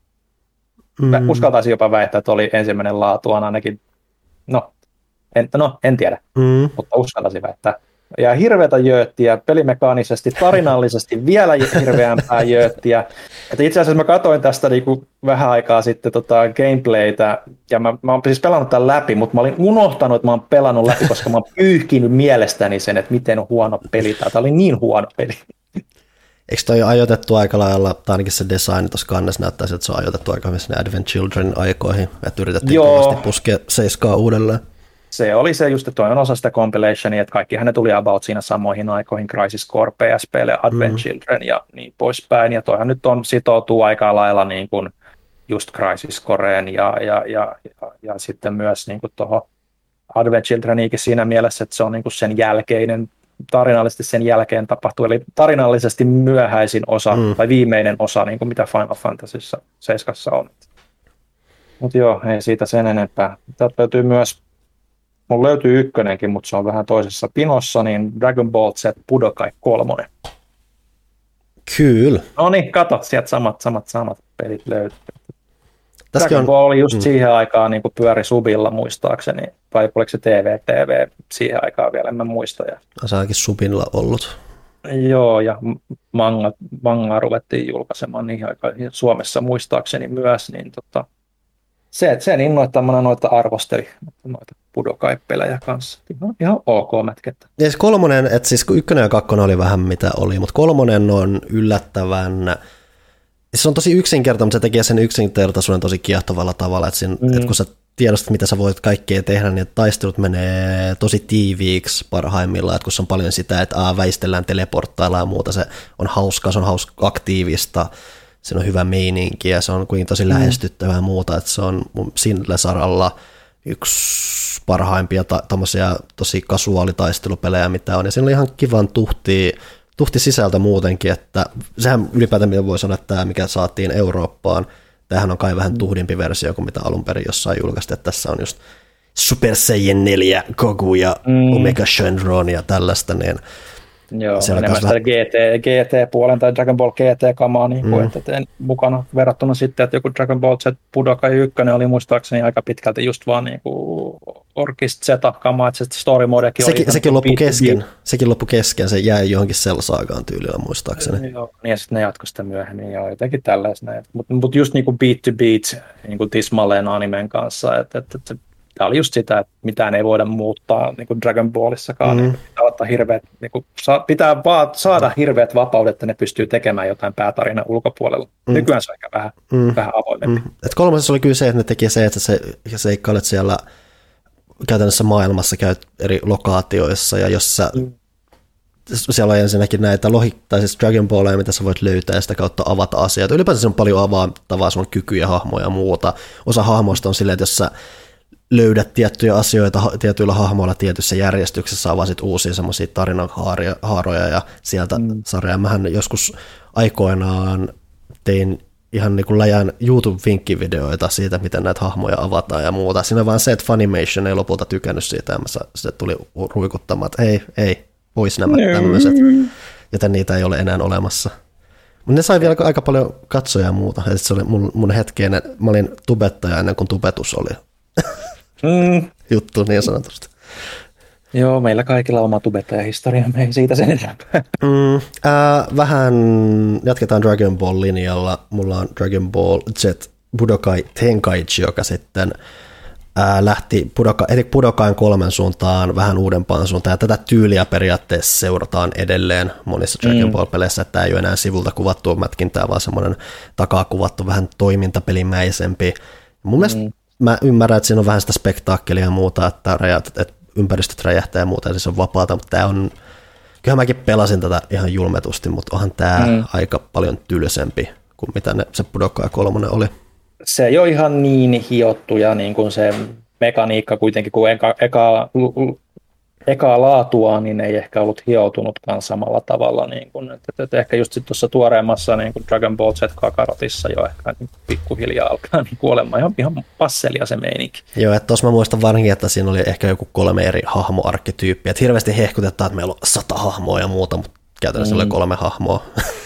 Speaker 1: Mm. Uskaltaisin jopa väittää, että oli ensimmäinen laatuaan ainakin. No, en, no, en tiedä, mm. mutta uskaltaisin väittää. Ja hirveätä jööttiä, pelimekaanisesti, tarinallisesti vielä hirveämpää jööttiä. Että itse asiassa mä katsoin tästä niinku vähän aikaa sitten tota gameplaytä, ja mä, mä oon siis pelannut tämän läpi, mutta mä olin unohtanut, että mä oon pelannut läpi, koska mä oon pyyhkinyt mielestäni sen, että miten on huono peli. Tämä oli niin huono peli.
Speaker 2: Eikö toi ajoitettu aika lailla, tai ainakin se design tuossa kannessa näyttäisi, että se on ajoitettu aika hyvin sinne Advent Children aikoihin, että yritettiin kovasti puskea seiskaa uudelleen. Se
Speaker 1: oli se just, että toinen osa sitä compilationia, että kaikkihan ne tuli about siinä samoihin aikoihin, Crisis Core, P S P:lle, Advent mm. Children ja niin poispäin. Ja toihan nyt on sitoutuu aika lailla niin kuin just Crisis Coreen ja, ja, ja, ja, ja sitten myös niin kuin tuohon Advent Childreniikin siinä mielessä, että se on niin kuin sen jälkeinen, tarinallisesti sen jälkeen tapahtuu, eli tarinallisesti myöhäisin osa mm. tai viimeinen osa, niin kuin mitä Final Fantasyssa seiskassa on. Mutta joo, ei siitä sen enempää. Täältä löytyy myös, mulla löytyy ykkönenkin, mutta se on vähän toisessa pinossa, niin Dragon Ball Z Budokai kolmonen.
Speaker 2: Kyllä.
Speaker 1: No niin, kato, sieltä samat, samat, samat pelit löytyy. Dragon on... Ball oli just mm. siihen aikaan niin kuin pyöri subilla muistaakseni, vai oliko se T V T V siihen aikaan vielä, en mä muista. Ja...
Speaker 2: Se ainakin subilla ollut.
Speaker 1: Joo, ja manga, mangaa ruvettiin julkaisemaan niihin aikaan Suomessa muistaakseni myös, niin tota, se, sen innoittamana noita arvosteli, noita Budokai-pelejä kanssa. Ihan, ihan ok mätkettä.
Speaker 2: Ja siis kolmonen, että siis ykkönen ja kakkonen oli vähän mitä oli, mutta kolmonen on yllättävän... Se on tosi yksinkertainen, mutta se tekee sen yksinkertaisuuden tosi kiehtovalla tavalla, että, siinä, mm. että kun sä tiedostat, mitä sä voit kaikkea tehdä, niin taistelut menee tosi tiiviiksi parhaimmillaan, että kun se on paljon sitä, että a, väistellään, teleporttaillaan ja muuta, se on hauskaa, se on hauska aktiivista, se on hyvä meininki ja se on kuitenkin tosi mm. lähestyttävää ja muuta, että se on sillä saralla yksi parhaimpia ta- tosi kasuaalitaistelupelejä, mitä on, ja siinä oli ihan kivan tuhtia, tuhti sisältä muutenkin, että sehän ylipäätään mitä voi sanoa, että tämä, mikä saatiin Eurooppaan, tämähän on kai vähän tuhdimpi versio kuin mitä alun perin jossain julkaistiin, että tässä on just Super Saiyan neljä, Goku ja mm. Omega Shenron ja tällaista, niin
Speaker 1: joo, enemmän sitä G T, G T-puolen tai Dragon Ball G T-kamaa niin kuin, mm. että mukana verrattuna sitten, että joku Dragon Ball Z Budokai ykkönen oli muistaakseni aika pitkälti just vaan niin kuin Orkist Z-kamaa, että se story modekin
Speaker 2: sekin,
Speaker 1: oli...
Speaker 2: Sekin loppu kesken, sekin loppu kesken, se jäi johonkin Cell-saagaan tyylillä muistaakseni.
Speaker 1: Joo, niin ja sitten ne jatkoi sitä myöhemmin ja jotenkin tällaisena, mutta mut just niin kuin beat to beat niin kuin tismalleen animen kanssa, että, että, että tämä oli just sitä, että mitään ei voida muuttaa niin kuin Dragon Ballissakaan. Mm. Niin pitää, ottaa hirveät, niin kuin, pitää vaan saada hirveät vapaudet, että ne pystyy tekemään jotain päätarinan ulkopuolella. Mm. Nykyään se on aika vähän, mm. vähän avoimempi. Mm.
Speaker 2: Et kolmosessa oli kyllä se, että ne teki se, että se, seikkailet siellä käytännössä maailmassa, käyt eri lokaatioissa, ja jos sä, mm. siellä on ensinnäkin näitä lohi, tai siis Dragon Balleja, mitä sä voit löytää ja sitä kautta avata asioita. Ylipäätään se on paljon avattavaa, sun kykyjä, hahmoja ja muuta. Osa hahmoista on silleen, että jos sä löydät tiettyjä asioita tietyillä hahmoilla tietyssä järjestyksessä, avasit uusia semmoisia tarinahaaroja ja sieltä mm. sarjaa. Mähän joskus aikoinaan tein ihan niin kuin läjän YouTube-vinkkivideoita siitä, miten näitä hahmoja avataan ja muuta. Siinä on vaan se, että Funimation ei lopulta tykännyt siitä, ja se tuli ruikuttamaan, että ei, ei, pois nämä tämmöiset, joten niitä ei ole enää olemassa. Mutta ne sai vielä aika paljon katsoja ja muuta. Ja se oli mun, mun hetkeen, mä olin tubettaja ennen kuin tubetus oli mm. juttu niin sanotusti.
Speaker 1: Joo, meillä kaikilla on oma tubettajahistoria, me ei siitä sen enempää.
Speaker 2: Mm, äh, vähän jatketaan Dragon Ball-linjalla. Mulla on Dragon Ball Z Budokai Tenkaichi, joka sitten ää, lähti pudoka, eli Budokai kolmen suuntaan vähän uudempaan suuntaan, ja tätä tyyliä periaatteessa seurataan edelleen monissa Dragon Ball-peleissä, että tämä ei ole enää sivulta kuvattu mätkintää, vaan semmoinen takaa kuvattu vähän toimintapelimäisempi. Mun mielestä mm. mä ymmärrän, että siinä on vähän sitä spektaakkelia ja muuta, että, räjät, että ympäristöt räjähtää ja muuta, ja siis on vapaata, mutta tämä on, kyllähän mäkin pelasin tätä ihan julmetusti, mutta onhan tämä mm. aika paljon tylsempi kuin mitä ne, se Budokai kolmonen oli. Se
Speaker 1: ei ole ihan niin hiottu ja niin kuin se mekaniikka kuitenkin, kun eka, eka, ekaa laatua, niin ei ehkä ollut hioutunutkaan samalla tavalla. Niin kuin, että, että ehkä just tuossa tuoreemmassa niin kuin Dragon Ball Z Kakarotissa jo ehkä niin pikkuhiljaa alkaa niin kuolemaan. Ihan, ihan passelia se meininki.
Speaker 2: Joo, että tuossa mä muistan varsinkin, että siinä oli ehkä joku kolme eri hahmoarkkityyppiä. Että hirveästi hehkutetaan, että meillä on sata hahmoa ja muuta, mutta käytännössä mm. oli kolme hahmoa.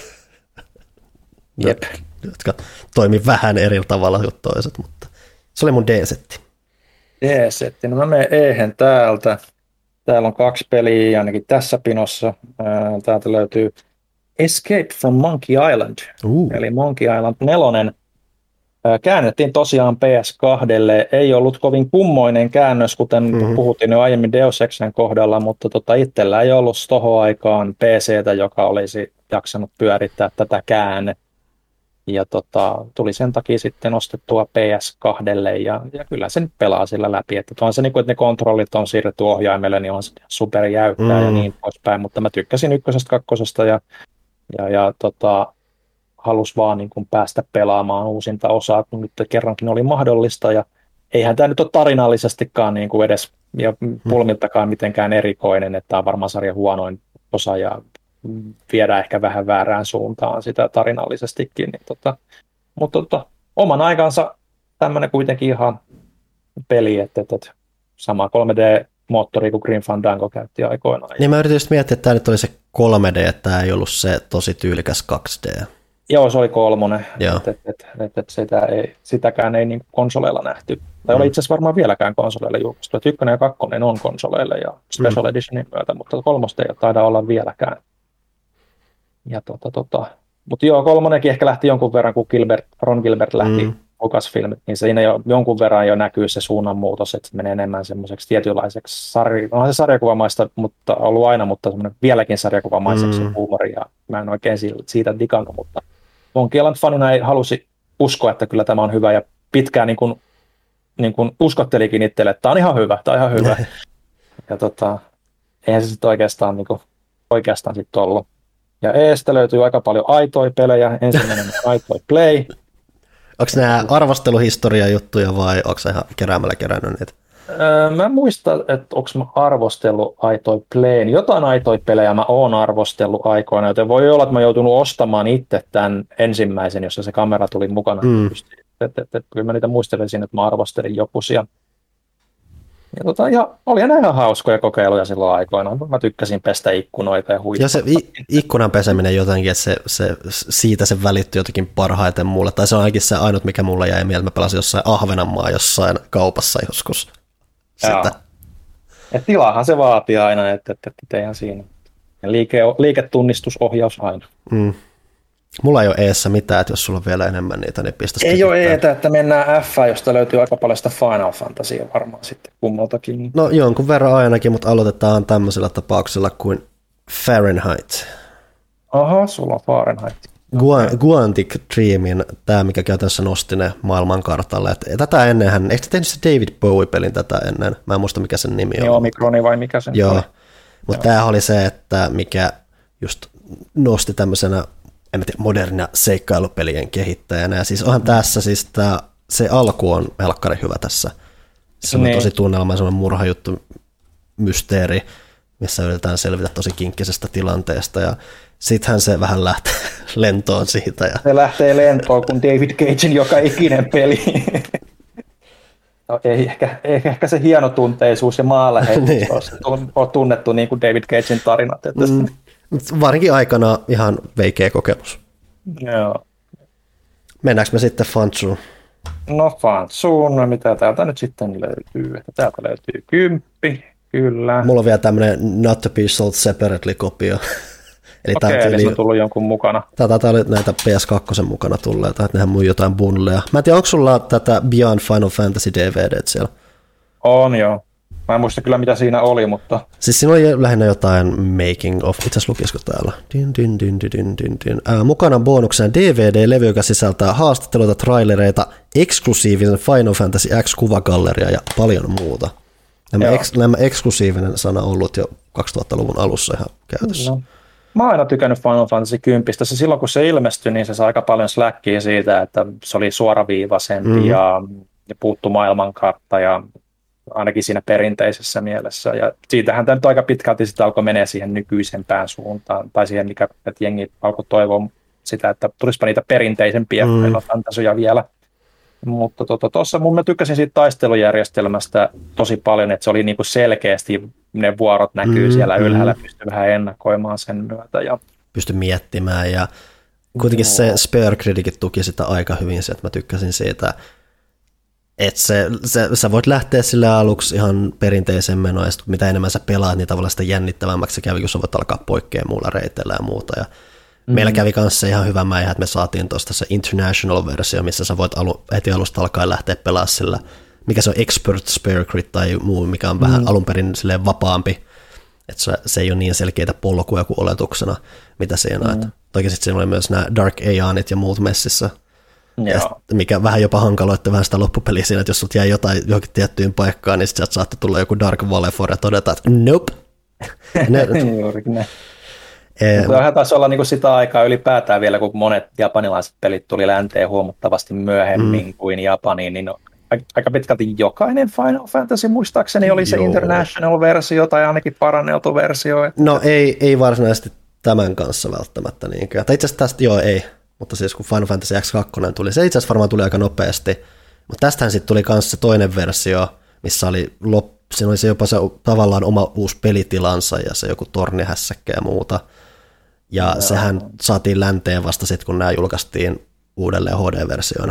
Speaker 1: Jep.
Speaker 2: Jotka toimi vähän eri tavalla kuin toiset, mutta se oli mun D-setti.
Speaker 1: D-setti, no mä menen Ehen täältä. Täällä on kaksi peliä ainakin tässä pinossa. Täältä löytyy Escape from Monkey Island, uh. eli Monkey Island nelonen. Käännettiin tosiaan P S kahdelle. Ei ollut kovin kummoinen käännös, kuten mm-hmm. puhuttiin jo aiemmin Deus Exen kohdalla, mutta tota, itsellä ei ollut tohon aikaan P C:tä, joka olisi jaksanut pyörittää tätä käännettä. Ja tota, tuli sen takia sitten ostettua P S kahdelle ja, ja kyllä se nyt pelaa sillä läpi. Että on se niin kuin, että ne kontrollit on siirretty ohjaimelle, niin on se superjäykkää mm. ja niin poispäin. Mutta mä tykkäsin ykkösestä, kakkosesta ja, ja, ja tota, halus vaan niin kuin päästä pelaamaan uusinta osaa, kun nyt kerrankin oli mahdollista. Ja eihän tämä nyt ole tarinallisestikaan niin kuin edes ja pulmiltakaan mitenkään erikoinen, että tämä on varmaan sarjan huonoin osa ja viedään ehkä vähän väärään suuntaan sitä tarinallisestikin. Niin tota, mutta tota, oman aikansa tämmöinen kuitenkin ihan peli, että, että, että sama kolme D-moottori kuin Grim Fandango käytti aikoinaan.
Speaker 2: Niin mä yritin just miettiä, että tämä nyt oli se kolme D, että tämä ei ollut se tosi tyylikäs kaksi D.
Speaker 1: Joo, se oli kolmonen. Että, että, että, että sitä ei, sitäkään ei niin konsoleilla nähty. Tai mm. oli itse asiassa varmaan vieläkään konsoleilla julkaistu. Että ykkönen ja kakkonen on konsoleilla ja Special mm. Editionin myötä, mutta kolmosta ei taida olla vieläkään. Ja tota, tota. Mutta joo, kolmonenkin ehkä lähti jonkun verran, kun Gilbert, Ron Gilbert lähti mm. Lucasfilm, niin siinä jo, jonkun verran jo näkyy se suunnanmuutos, että se menee enemmän semmoiseksi tietynlaiseksi, sarj- onhan se sarjakuvamaista, mutta ollut aina, mutta semmoinen vieläkin sarjakuvamaiseksi mm. huumori, ja mä en oikein siitä digannut, mutta Monkey Island fanina ei halusi uskoa, että kyllä tämä on hyvä, ja pitkään niin kuin, niin kuin uskottelikin itselle, että tämä on ihan hyvä, tämä on ihan hyvä. Ja tota, eihän se sitten oikeastaan, niin kuin, oikeastaan sitten ollut. Ja Eestä löytyy aika paljon aitoja pelejä. Ensimmäinen on Aitoi Play.
Speaker 2: Onko nämä arvosteluhistoria-juttuja vai onko se ihan keräämällä kerännyt niitä?
Speaker 1: Öö, mä en muista, että onko mä arvostellut Aitoi Playn. Jotain Aitoi pelejä mä oon arvostellut aikoina, joten voi olla, että mä joutunut ostamaan itse tämän ensimmäisen, jossa se kamera tuli mukana. Mm. Et, et, et, et, kyllä mä niitä muistelisin, että mä arvostelin jokusia. Ja tota, ja oli enää ihan hauskoja kokeiluja silloin aikoinaan. Mä tykkäsin pestä ikkunoita ja huipata.
Speaker 2: Ja se ikkunan peseminen jotenkin, että se, se, siitä se välittyi jotenkin parhaiten mulle. Tai se on ainakin se ainut, mikä mulle jäi mieleen. Mä pelasin jossain Ahvenanmaa jossain kaupassa joskus sitä.
Speaker 1: Et tilaahan se vaatii aina, että et, et, et eihän siinä. Ja liike, liiketunnistusohjaus aina.
Speaker 2: Mm. Mulla ei ole eessä mitään, että jos sulla on vielä enemmän niitä, niin pistäisi
Speaker 1: Ei ole eetä, että mennään F, josta löytyy aika paljon sitä Final Fantasia varmaan sitten kummaltakin.
Speaker 2: No jonkun verran ainakin, mutta aloitetaan tämmöisellä tapauksella kuin Fahrenheit.
Speaker 1: Aha, sulla on Fahrenheit.
Speaker 2: Gu- Quantic Dreamin, tämä mikä käytännössä nosti ne maailmankartalle. Et tätä ennenhän, eikö te tehnyt se David Bowie-pelin tätä ennen? Mä en muista mikä sen nimi on.
Speaker 1: Joo, Mikroni vai mikä sen
Speaker 2: Joo, mutta tämä oli se, että mikä just nosti tämmöisenä en tiedä, modernia seikkailupelien kehittäjänä. Ja siis onhan tässä, siis tää, se alku on helkkari hyvä tässä. Se on niin. Tosi tunnelma, semmoinen murhajuttu, mysteeri, missä yritetään selvitä tosi kinkkisestä tilanteesta. Ja sittenhän se vähän lähtee lentoon siitä. Ja...
Speaker 1: Se lähtee lentoon, kun David Cagein joka ikinen peli. No, ei ehkä, ei ehkä se hienotunteisuus ja maanläheisuus niin. ole tunnettu niin kuin David Cagein tarinat. Että mm.
Speaker 2: Varsinkin aikana ihan veikeä kokemus.
Speaker 1: Joo.
Speaker 2: Mennäänkö me sitten Fantsuun?
Speaker 1: No Fantsuun, no mitä täältä nyt sitten löytyy? Että täältä löytyy kymppi, kyllä.
Speaker 2: Mulla on vielä tämmöinen Not to be sold separately-kopio.
Speaker 1: Eli okei, eli se on tullut jonkun mukana.
Speaker 2: Tätä oli näitä P S kaksi mukana tulleita, että nehän muu jotain bundleja. Mä en tiedä, onko sulla tätä Beyond Final Fantasy D V D:t siellä?
Speaker 1: On joo. Mä en muista kyllä mitä siinä oli, mutta...
Speaker 2: Siis siinä oli lähinnä jotain making of, itse asiassa lukisiko täällä? Din, din, din, din, din, din. Ää, mukana bonuksena D V D-levy, joka sisältää haastatteluita, trailereita, eksklusiivisen Final Fantasy X-kuvagalleria ja paljon muuta. Nämä, eks, nämä eksklusiivinen sana on ollut jo kaksituhattaluvun alussa ihan käytössä. No.
Speaker 1: Mä oon aina tykännyt Final Fantasy kymmenen. Se silloin kun se ilmestyi, niin se sai aika paljon slackia siitä, että se oli suoraviivaisempi mm. ja, ja puuttu maailmankartta ja ainakin siinä perinteisessä mielessä. Ja siitähän tämä nyt aika pitkälti sitä alkoi menee siihen nykyisempään suuntaan, tai siihen, mikä että jengi alkoi toivoa sitä, että tulisipa niitä perinteisempiä mm. Final Fantasyja vielä. Mutta tuossa tota, mun mä tykkäsin siitä taistelujärjestelmästä tosi paljon, että se oli niinku selkeästi, ne vuorot näkyy mm, siellä ylhäällä, mm. pystyi vähän ennakoimaan sen myötä. Ja...
Speaker 2: Pystyi miettimään ja kuitenkin no. se Spare Criticit tuki sitä aika hyvin, että mä tykkäsin siitä, että se, se, sä voit lähteä sille aluksi ihan perinteisen menoon, ja mitä enemmän sä pelaat, niin tavallaan sitä jännittävämmäksi se kävi, kun sä voit alkaa poikkea muulla reiteillä ja muuta. Ja mm. meillä kävi kanssa ihan hyvä mäihä, että me saatiin tuosta se International-versio, missä sä voit alu, heti alusta alkaen lähteä pelaamaan sillä, mikä se on Expert Spare Crit tai muu, mikä on mm. vähän alun perin silleen vapaampi, että se, se ei ole niin selkeitä polkuja kuin oletuksena, mitä siinä on. Mm. Toki sitten siinä oli myös nämä Dark Aeonit ja muut messissä. Ja mikä vähän jopa hankaloitti vähän sitä loppupeliä siinä, että jos sut jäi jotain johonkin tiettyyn paikkaan, niin sitten saattoi tulla joku Dark Valefor ja todeta, että nope.
Speaker 1: Juurikin näin. Mutta taisi olla niin kuin sitä aikaa ylipäätään vielä, kun monet japanilaiset pelit tuli länteen huomattavasti myöhemmin mm. kuin Japaniin, niin aika pitkälti jokainen Final Fantasy muistaakseni oli se Joo. International-versio tai ainakin paranneltu versio. Että...
Speaker 2: No ei, ei varsinaisesti tämän kanssa välttämättä niinkään. Tai itse asiassa tästä joo ei. Mutta siis kun Final Fantasy X kaksi tuli, se itse asiassa varmaan tuli aika nopeasti, mutta tästähän sitten tuli myös se toinen versio, missä oli, lop, siinä oli se jopa se tavallaan oma uusi pelitilansa ja se joku tornihässäkkä ja muuta. Ja Joo. sehän saatiin länteen vasta sitten, kun nämä julkaistiin uudelleen H D-versioina.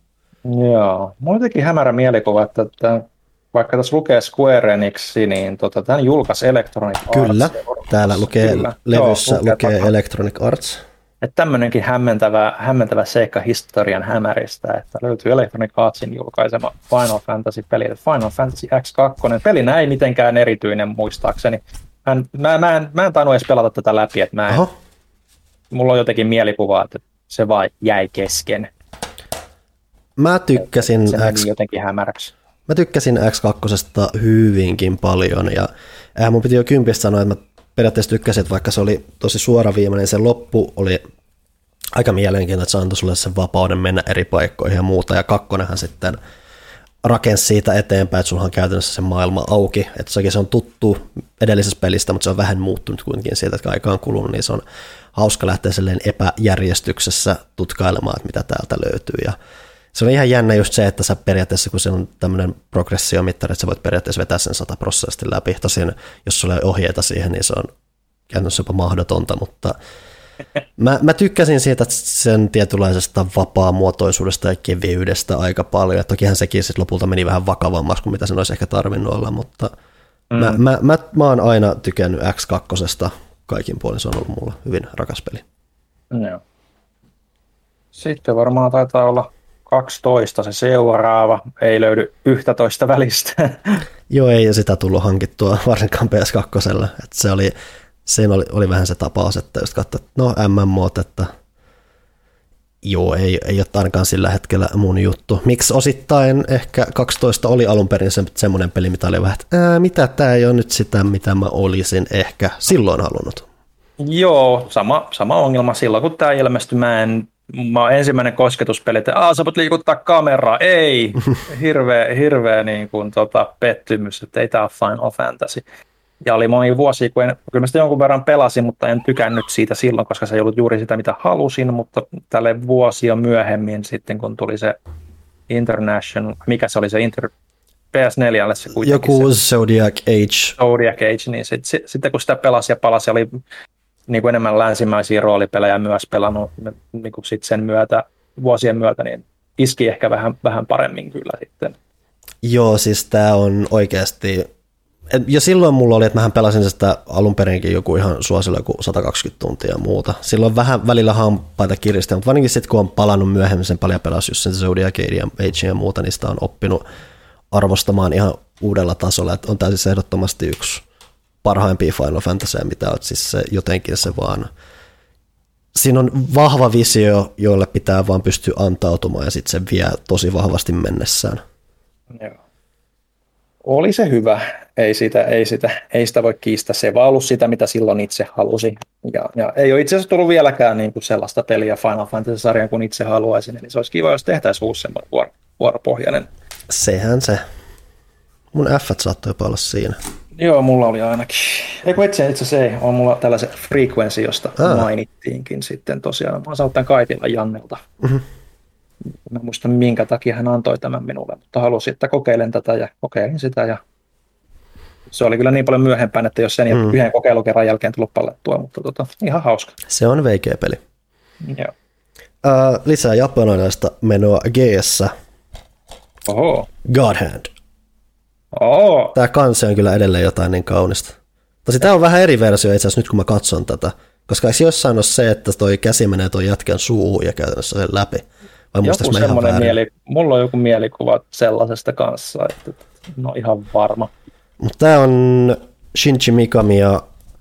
Speaker 1: Joo, mulla on jotenkin hämärä mielikuva, että tämän, vaikka tässä lukee Square Enix, niin tota, tämän julkaisi Electronic Arts.
Speaker 2: Kyllä, täällä lukee, Kyllä. levyssä Joo, lukee, lukee Electronic Arts.
Speaker 1: Että tämmöinenkin hämmentävä, hämmentävä seikka historian hämäristä, että löytyy Electronic Artsin julkaisema Final Fantasy-peli, Final Fantasy X kaksi. Pelinä ei mitenkään erityinen muistaakseni. Mä en, mä, mä en, mä en tainnut edes pelata tätä läpi, että mä en, mulla on jotenkin mielikuva, että se vaan jäi kesken.
Speaker 2: Mä tykkäsin,
Speaker 1: X... jotenkin hämäräksi.
Speaker 2: Mä tykkäsin X kaksi hyvinkin paljon ja äh, mun piti jo kympistä sanoa, että mä periaatteessa tykkäsin, että vaikka se oli tosi suoraviimainen, se loppu oli aika mielenkiintoinen, että se antoi sulle sen vapauden mennä eri paikkoihin ja muuta, ja kakkonenhan sitten rakensi siitä eteenpäin, että sulla on käytännössä se maailma auki, että sekin se on tuttu edellisestä pelistä, mutta se on vähän muuttunut kuitenkin siitä, että aika on kulunut, niin se on hauska lähteä silleen epäjärjestyksessä tutkailemaan, että mitä täältä löytyy, ja se on ihan jännä just se, että sä periaatteessa, kun se on tämmöinen progressiomittari, että sä voit periaatteessa vetää sen sata prosenttisesti läpi. Tosin, jos sulla ei ole ohjeita siihen, niin se on käytännössä jopa mahdotonta, mutta mä, mä tykkäsin siitä sen tietynlaisesta vapaamuotoisuudesta ja kevyydestä aika paljon. Ja tokihan sekin sitten lopulta meni vähän vakavammaksi kuin mitä sen olisi ehkä tarvinnut olla, mutta mm. mä, mä, mä, mä oon aina tykännyt X kaksi kaikin puolin, se on ollut mulla hyvin rakas peli.
Speaker 1: Joo. Sitten varmaan taitaa olla kaksitoista se seuraava, ei löydy yksitoista välistä.
Speaker 2: Joo, ei sitä tullut hankittua varsinkaan P S kaksi. Että se oli, siinä oli, oli vähän se tapaus, että just katsoin, että no M M O, että joo, ei, ei ole ainakaan sillä hetkellä mun juttu. Miksi osittain ehkä kaksitoista oli alun perin se, semmoinen peli, mitä oli vähän, että ää, mitä, tämä ei ole nyt sitä, mitä mä olisin ehkä silloin halunnut.
Speaker 1: Joo, sama, sama ongelma silloin, kun tämä ilmestyi, mä en Mä oon ensimmäinen kosketuspeli, että Aa, sä voit liikuttaa kameraa. Ei, hirveä, hirveä niin kuin, tota, pettymys, että ei tää ole Final Fantasy. Ja oli moni vuosia, kun en, kyllä mä sitä jonkun verran pelasin, mutta en tykännyt siitä silloin, koska se ei ollut juuri sitä, mitä halusin, mutta tälle vuosia myöhemmin sitten, kun tuli se International, mikä se oli se Inter, P S neljälle se kuitenkin.
Speaker 2: Joku
Speaker 1: se,
Speaker 2: Zodiac Age.
Speaker 1: Zodiac Age, niin sit, sit, sitten kun sitä pelasi ja palasi, oli niin kuin enemmän länsimaisia roolipelejä myös pelannut niin kuin sit sen myötä, vuosien myötä, niin iski ehkä vähän, vähän paremmin kyllä sitten.
Speaker 2: Joo, siis tämä on oikeasti, jo silloin mulla oli, että mähän pelasin sitä alun perinkin joku ihan suosilla joku sata kaksikymmentä tuntia ja muuta. Silloin vähän välillä hampaita kiristä, mutta varsinkin sitten kun on palannut myöhemmin sen paljon pelas just sen Zodiac Age ja muuta, niin sitä on oppinut, arvostamaan ihan uudella tasolla, että on täysin ehdottomasti yksi parhaimpia Final Fantasyja, mitä on siis se, jotenkin se vaan, siinä on vahva visio, jolle pitää vaan pystyä antautumaan ja sitten se vie tosi vahvasti mennessään.
Speaker 1: Joo. Oli se hyvä, ei sitä, ei, sitä, ei sitä voi kiistää, se ei vaan ollut sitä, mitä silloin itse halusi. Ja, ja ei ole itse asiassa tullut vieläkään niin kuin sellaista peliä Final Fantasy-sarjan kuin itse haluaisin, eli se olisi kiva, jos tehtäisiin uusi semmoinen vuor- vuoropohjainen.
Speaker 2: Sehän se. Mun F saattoi jopa olla siinä.
Speaker 1: Joo, mulla oli ainakin. Eikö itse asiassa ei, on mulla tällaisen Frequency, josta Aa. mainittiinkin sitten tosiaan. Mä oon saanut tämän Kaitila Jannelta. Mm-hmm. Mä muistan, minkä takia hän antoi tämän minulle, mutta halusin, että kokeilen tätä ja kokeilin sitä. Ja se oli kyllä niin paljon myöhempään, että jos sen mm. yhden kokeilukerran jälkeen tullut pallettua, mutta tota, ihan hauska.
Speaker 2: Se on veikeä peli.
Speaker 1: Joo.
Speaker 2: Uh, lisää japanilaista menoa G S.
Speaker 1: Oho.
Speaker 2: God Hand.
Speaker 1: Oho.
Speaker 2: Tämä kansi on kyllä edelleen jotain niin kaunista. Tosi tämä on vähän eri versio itse asiassa nyt, kun mä katson tätä. Koska eikö jossain ole se, että toi käsi menee tuon jätkän suuhun ja käytännössä sen läpi? Vai
Speaker 1: joku semmoinen mieli, mulla on joku mielikuva sellaisesta kanssa, että no ihan varma.
Speaker 2: Mutta tämä on Shinji Mikami ja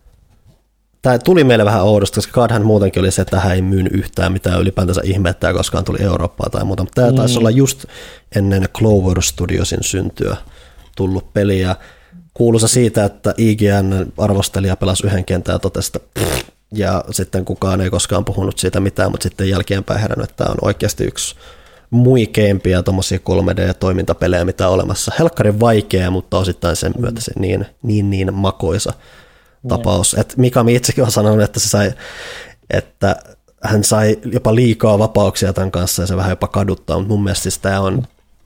Speaker 2: tämä tuli meille vähän oudosta, koska God Hand muutenkin oli se, että tähän ei myynyt yhtään mitään ylipäätänsä ihmettä, koskaan tuli Eurooppaa tai muuta. Mutta tämä mm. taisi olla just ennen Clover Studiosin syntyä tullut peli ja kuuluisa siitä, että I G N-arvostelija pelasi yhden kentän ja totesi, että pff, ja sitten kukaan ei koskaan puhunut siitä mitään, mutta sitten jälkeenpäin herännyt, että tämä on oikeasti yksi muikeimpia tuommoisia kolme D-toimintapelejä, mitä on olemassa. Helkkarin vaikea, mutta osittain sen myötä se niin, niin, niin makoisa mm. tapaus. Et Mikami itsekin on sanonut, että, se sai, että hän sai jopa liikaa vapauksia tämän kanssa ja se vähän jopa kaduttaa, mutta mun mielestä siis tämä on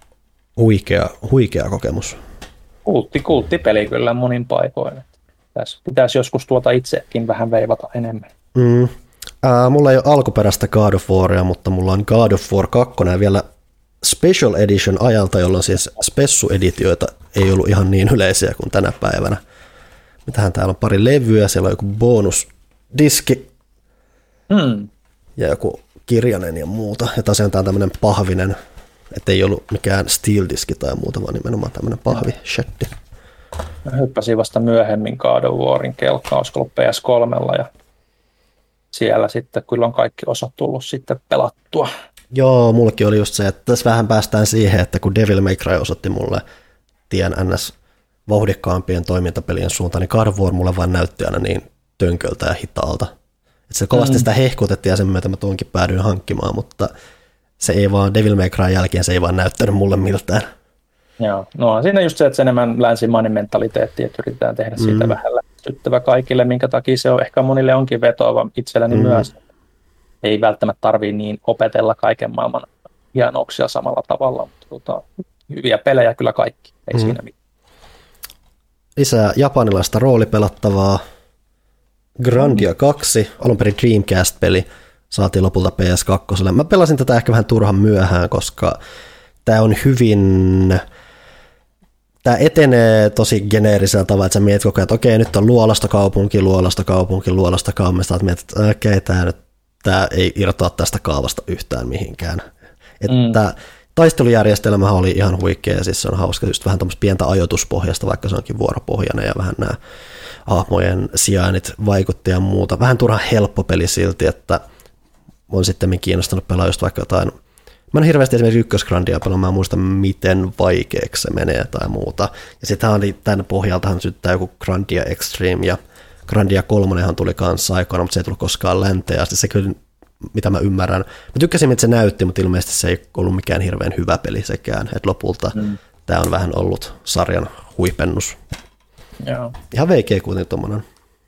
Speaker 2: huikea, huikea kokemus.
Speaker 1: Kultti, kulttipeli kyllä monin paikoin. Tässä pitäisi joskus tuota itsekin vähän veivata enemmän.
Speaker 2: Mm. Äh, mulla ei ole alkuperäistä God of Waria, mutta mulla on God of War kaksi ja vielä Special Edition ajalta, jolloin siis spessu-editioita ei ollut ihan niin yleisiä kuin tänä päivänä. Mitähän täällä on? Pari levyä, siellä on joku bonusdiski mm. ja joku kirjanen ja muuta. Ja tosiaan tää on tämmönen pahvinen, ettei ollut mikään steel-diski tai muuta, vaan nimenomaan tämmönen pahvi-shetti.
Speaker 1: Mä hyppäsin vasta myöhemmin God of Warin kelkkaan, olisiko ollut P S kolme ja siellä sitten kyllä on kaikki osat tullut sitten pelattua.
Speaker 2: Joo, mullakin oli just se, että tässä vähän päästään siihen, että kun Devil May Cry osoitti mulle tien ns. Vauhdikkaampien toimintapelien suuntaan, niin God of War mulle vaan näytti aina niin tönköltä ja hitaalta. Että se kovasti mm. sitä hehkutettiin ja sen myötä mä tuonkin päädyin hankkimaan, mutta se ei vaan Devil May Cry jälkeen se ei vaan näyttänyt mulle miltään.
Speaker 1: Joo, no siinä just se, että se enemmän länsimainen mentaliteetti, että yritetään tehdä siitä mm. vähän lähestyttävä kaikille, minkä takia se on ehkä monille onkin vetoava itselläni mm. myös. Ei välttämättä tarvitse niin opetella kaiken maailman hienouksia samalla tavalla, mutta tota, hyviä pelejä kyllä kaikki, ei mm. siinä mitään.
Speaker 2: Lisää japanilaista roolipelattavaa. Grandia kaksi, alun perin Dreamcast-peli, saatiin lopulta P S kaksi. Mä pelasin tätä ehkä vähän turhan myöhään, koska tämä on hyvin, tämä etenee tosi geneerisellä tavalla, että sä mietit koko ajan, että okei, nyt on luolasta kaupunki, luolasta kaupunki, luolasta kaupunki, että mietit, että okei, tämä, nyt, tämä ei irtoa tästä kaavasta yhtään mihinkään. Että mm. taistelujärjestelmähän oli ihan huikea ja siis se on hauska, just vähän tämmöistä pientä ajoituspohjasta, vaikka se onkin vuoropohjainen ja vähän nämä hahmojen sijainnit vaikutti ja muuta. Vähän turhan helppo peli silti, että on sitten kiinnostunut pelaa just vaikka jotain. Mä en hirveästi esimerkiksi ykkösgrandia pelaa, mä en muista miten vaikeaksi se menee tai muuta. Ja sittenhän tämän pohjaltahan syttää joku Grandia Extreme ja Grandia kolmonenhan tuli kanssa aikoina, mutta se ei tullut koskaan länteen. Ja se kyllä, mitä mä ymmärrän. Mä tykkäsin, mitä se näytti, mutta ilmeisesti se ei ollut mikään hirveän hyvä peli sekään. Että lopulta mm. tämä on vähän ollut sarjan huipennus.
Speaker 1: Joo.
Speaker 2: Ihan veikeä kuitenkin tuommoinen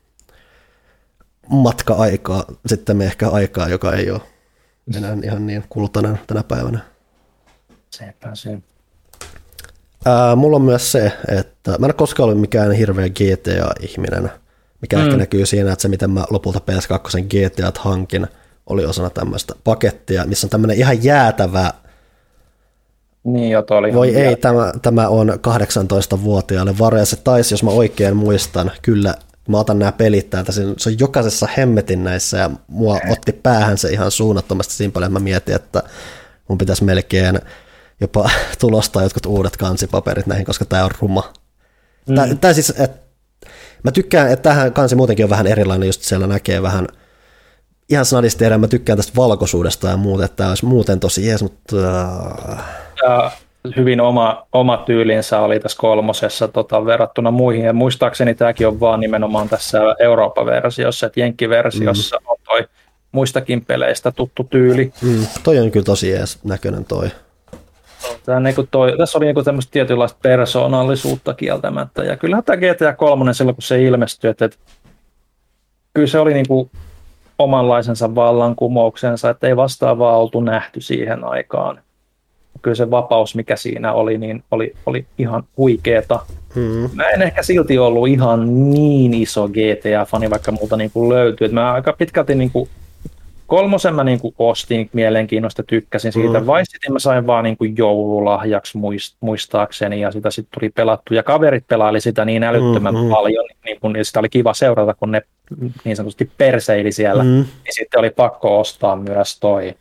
Speaker 2: matka-aikaa, sitten me ehkä aikaa, joka ei ole enää ihan niin kultainen tänä päivänä.
Speaker 1: Sepä se.
Speaker 2: Ää, mulla on myös se, että mä en ole koskaan ollut mikään hirveä G T A-ihminen, mikä mm. ehkä näkyy siinä, että se miten mä lopulta P S kaksi G T A:t hankin, oli osana tämmöistä pakettia, missä on tämmöinen ihan jäätävä.
Speaker 1: Niin jo, oli
Speaker 2: voi ei, tämä, tämä on kahdeksantoistavuotiaalle varoja. Se taisi, jos mä oikein muistan, kyllä, mä otan nämä pelit täältä, se on jokaisessa hemmetin näissä, ja mua otti päähän se ihan suunnattomasti siinä paljon, että mä mietin, että mun pitäisi melkein jopa tulostaa jotkut uudet kansipaperit näihin, koska tämä on ruma. Mm. Tää, tää siis, et, mä tykkään, että tähän kansi muutenkin on vähän erilainen, just siellä näkee vähän ihan snadisti erään, mä tykkään tästä valkoisuudesta ja muuta, että tämä olisi muuten tosi jees, mutta...
Speaker 1: Ja hyvin oma, oma tyylinsä oli tässä kolmosessa tota, verrattuna muihin, ja muistaakseni tämäkin on vaan nimenomaan tässä Eurooppa-versiossa, että Jenkki-versiossa mm. on toi muistakin peleistä tuttu tyyli.
Speaker 2: Mm. Toi on kyllä tosi jees näköinen toi.
Speaker 1: Tämä, niin toi, tässä oli niin tämmöistä tietynlaista persoonallisuutta kieltämättä, ja kyllähän tämä G T A kolme silloin, kun se ilmestyi, että, että kyllä se oli niin kuin omanlaisensa vallankumouksensa, että ei vastaavaa oltu nähty siihen aikaan. Kyllä se vapaus, mikä siinä oli, niin oli, oli ihan huikeeta. Hmm. Mä en ehkä silti ollut ihan niin iso G T A-fani, vaikka multa niin kuin löytyy. Että mä aika pitkälti niin kuin, kolmosen mä niin kuin ostin mielenkiinnosta, tykkäsin siitä. Hmm. Vice City mä sain vaan niin kuin joululahjaksi muistaakseni, ja sitä sitten tuli pelattu. Ja kaverit pelaili sitä niin älyttömän hmm. paljon, niin kun, ja sitä oli kiva seurata, kun ne niin sanotusti perseili siellä. Hmm. Niin sitten oli pakko ostaa myös toi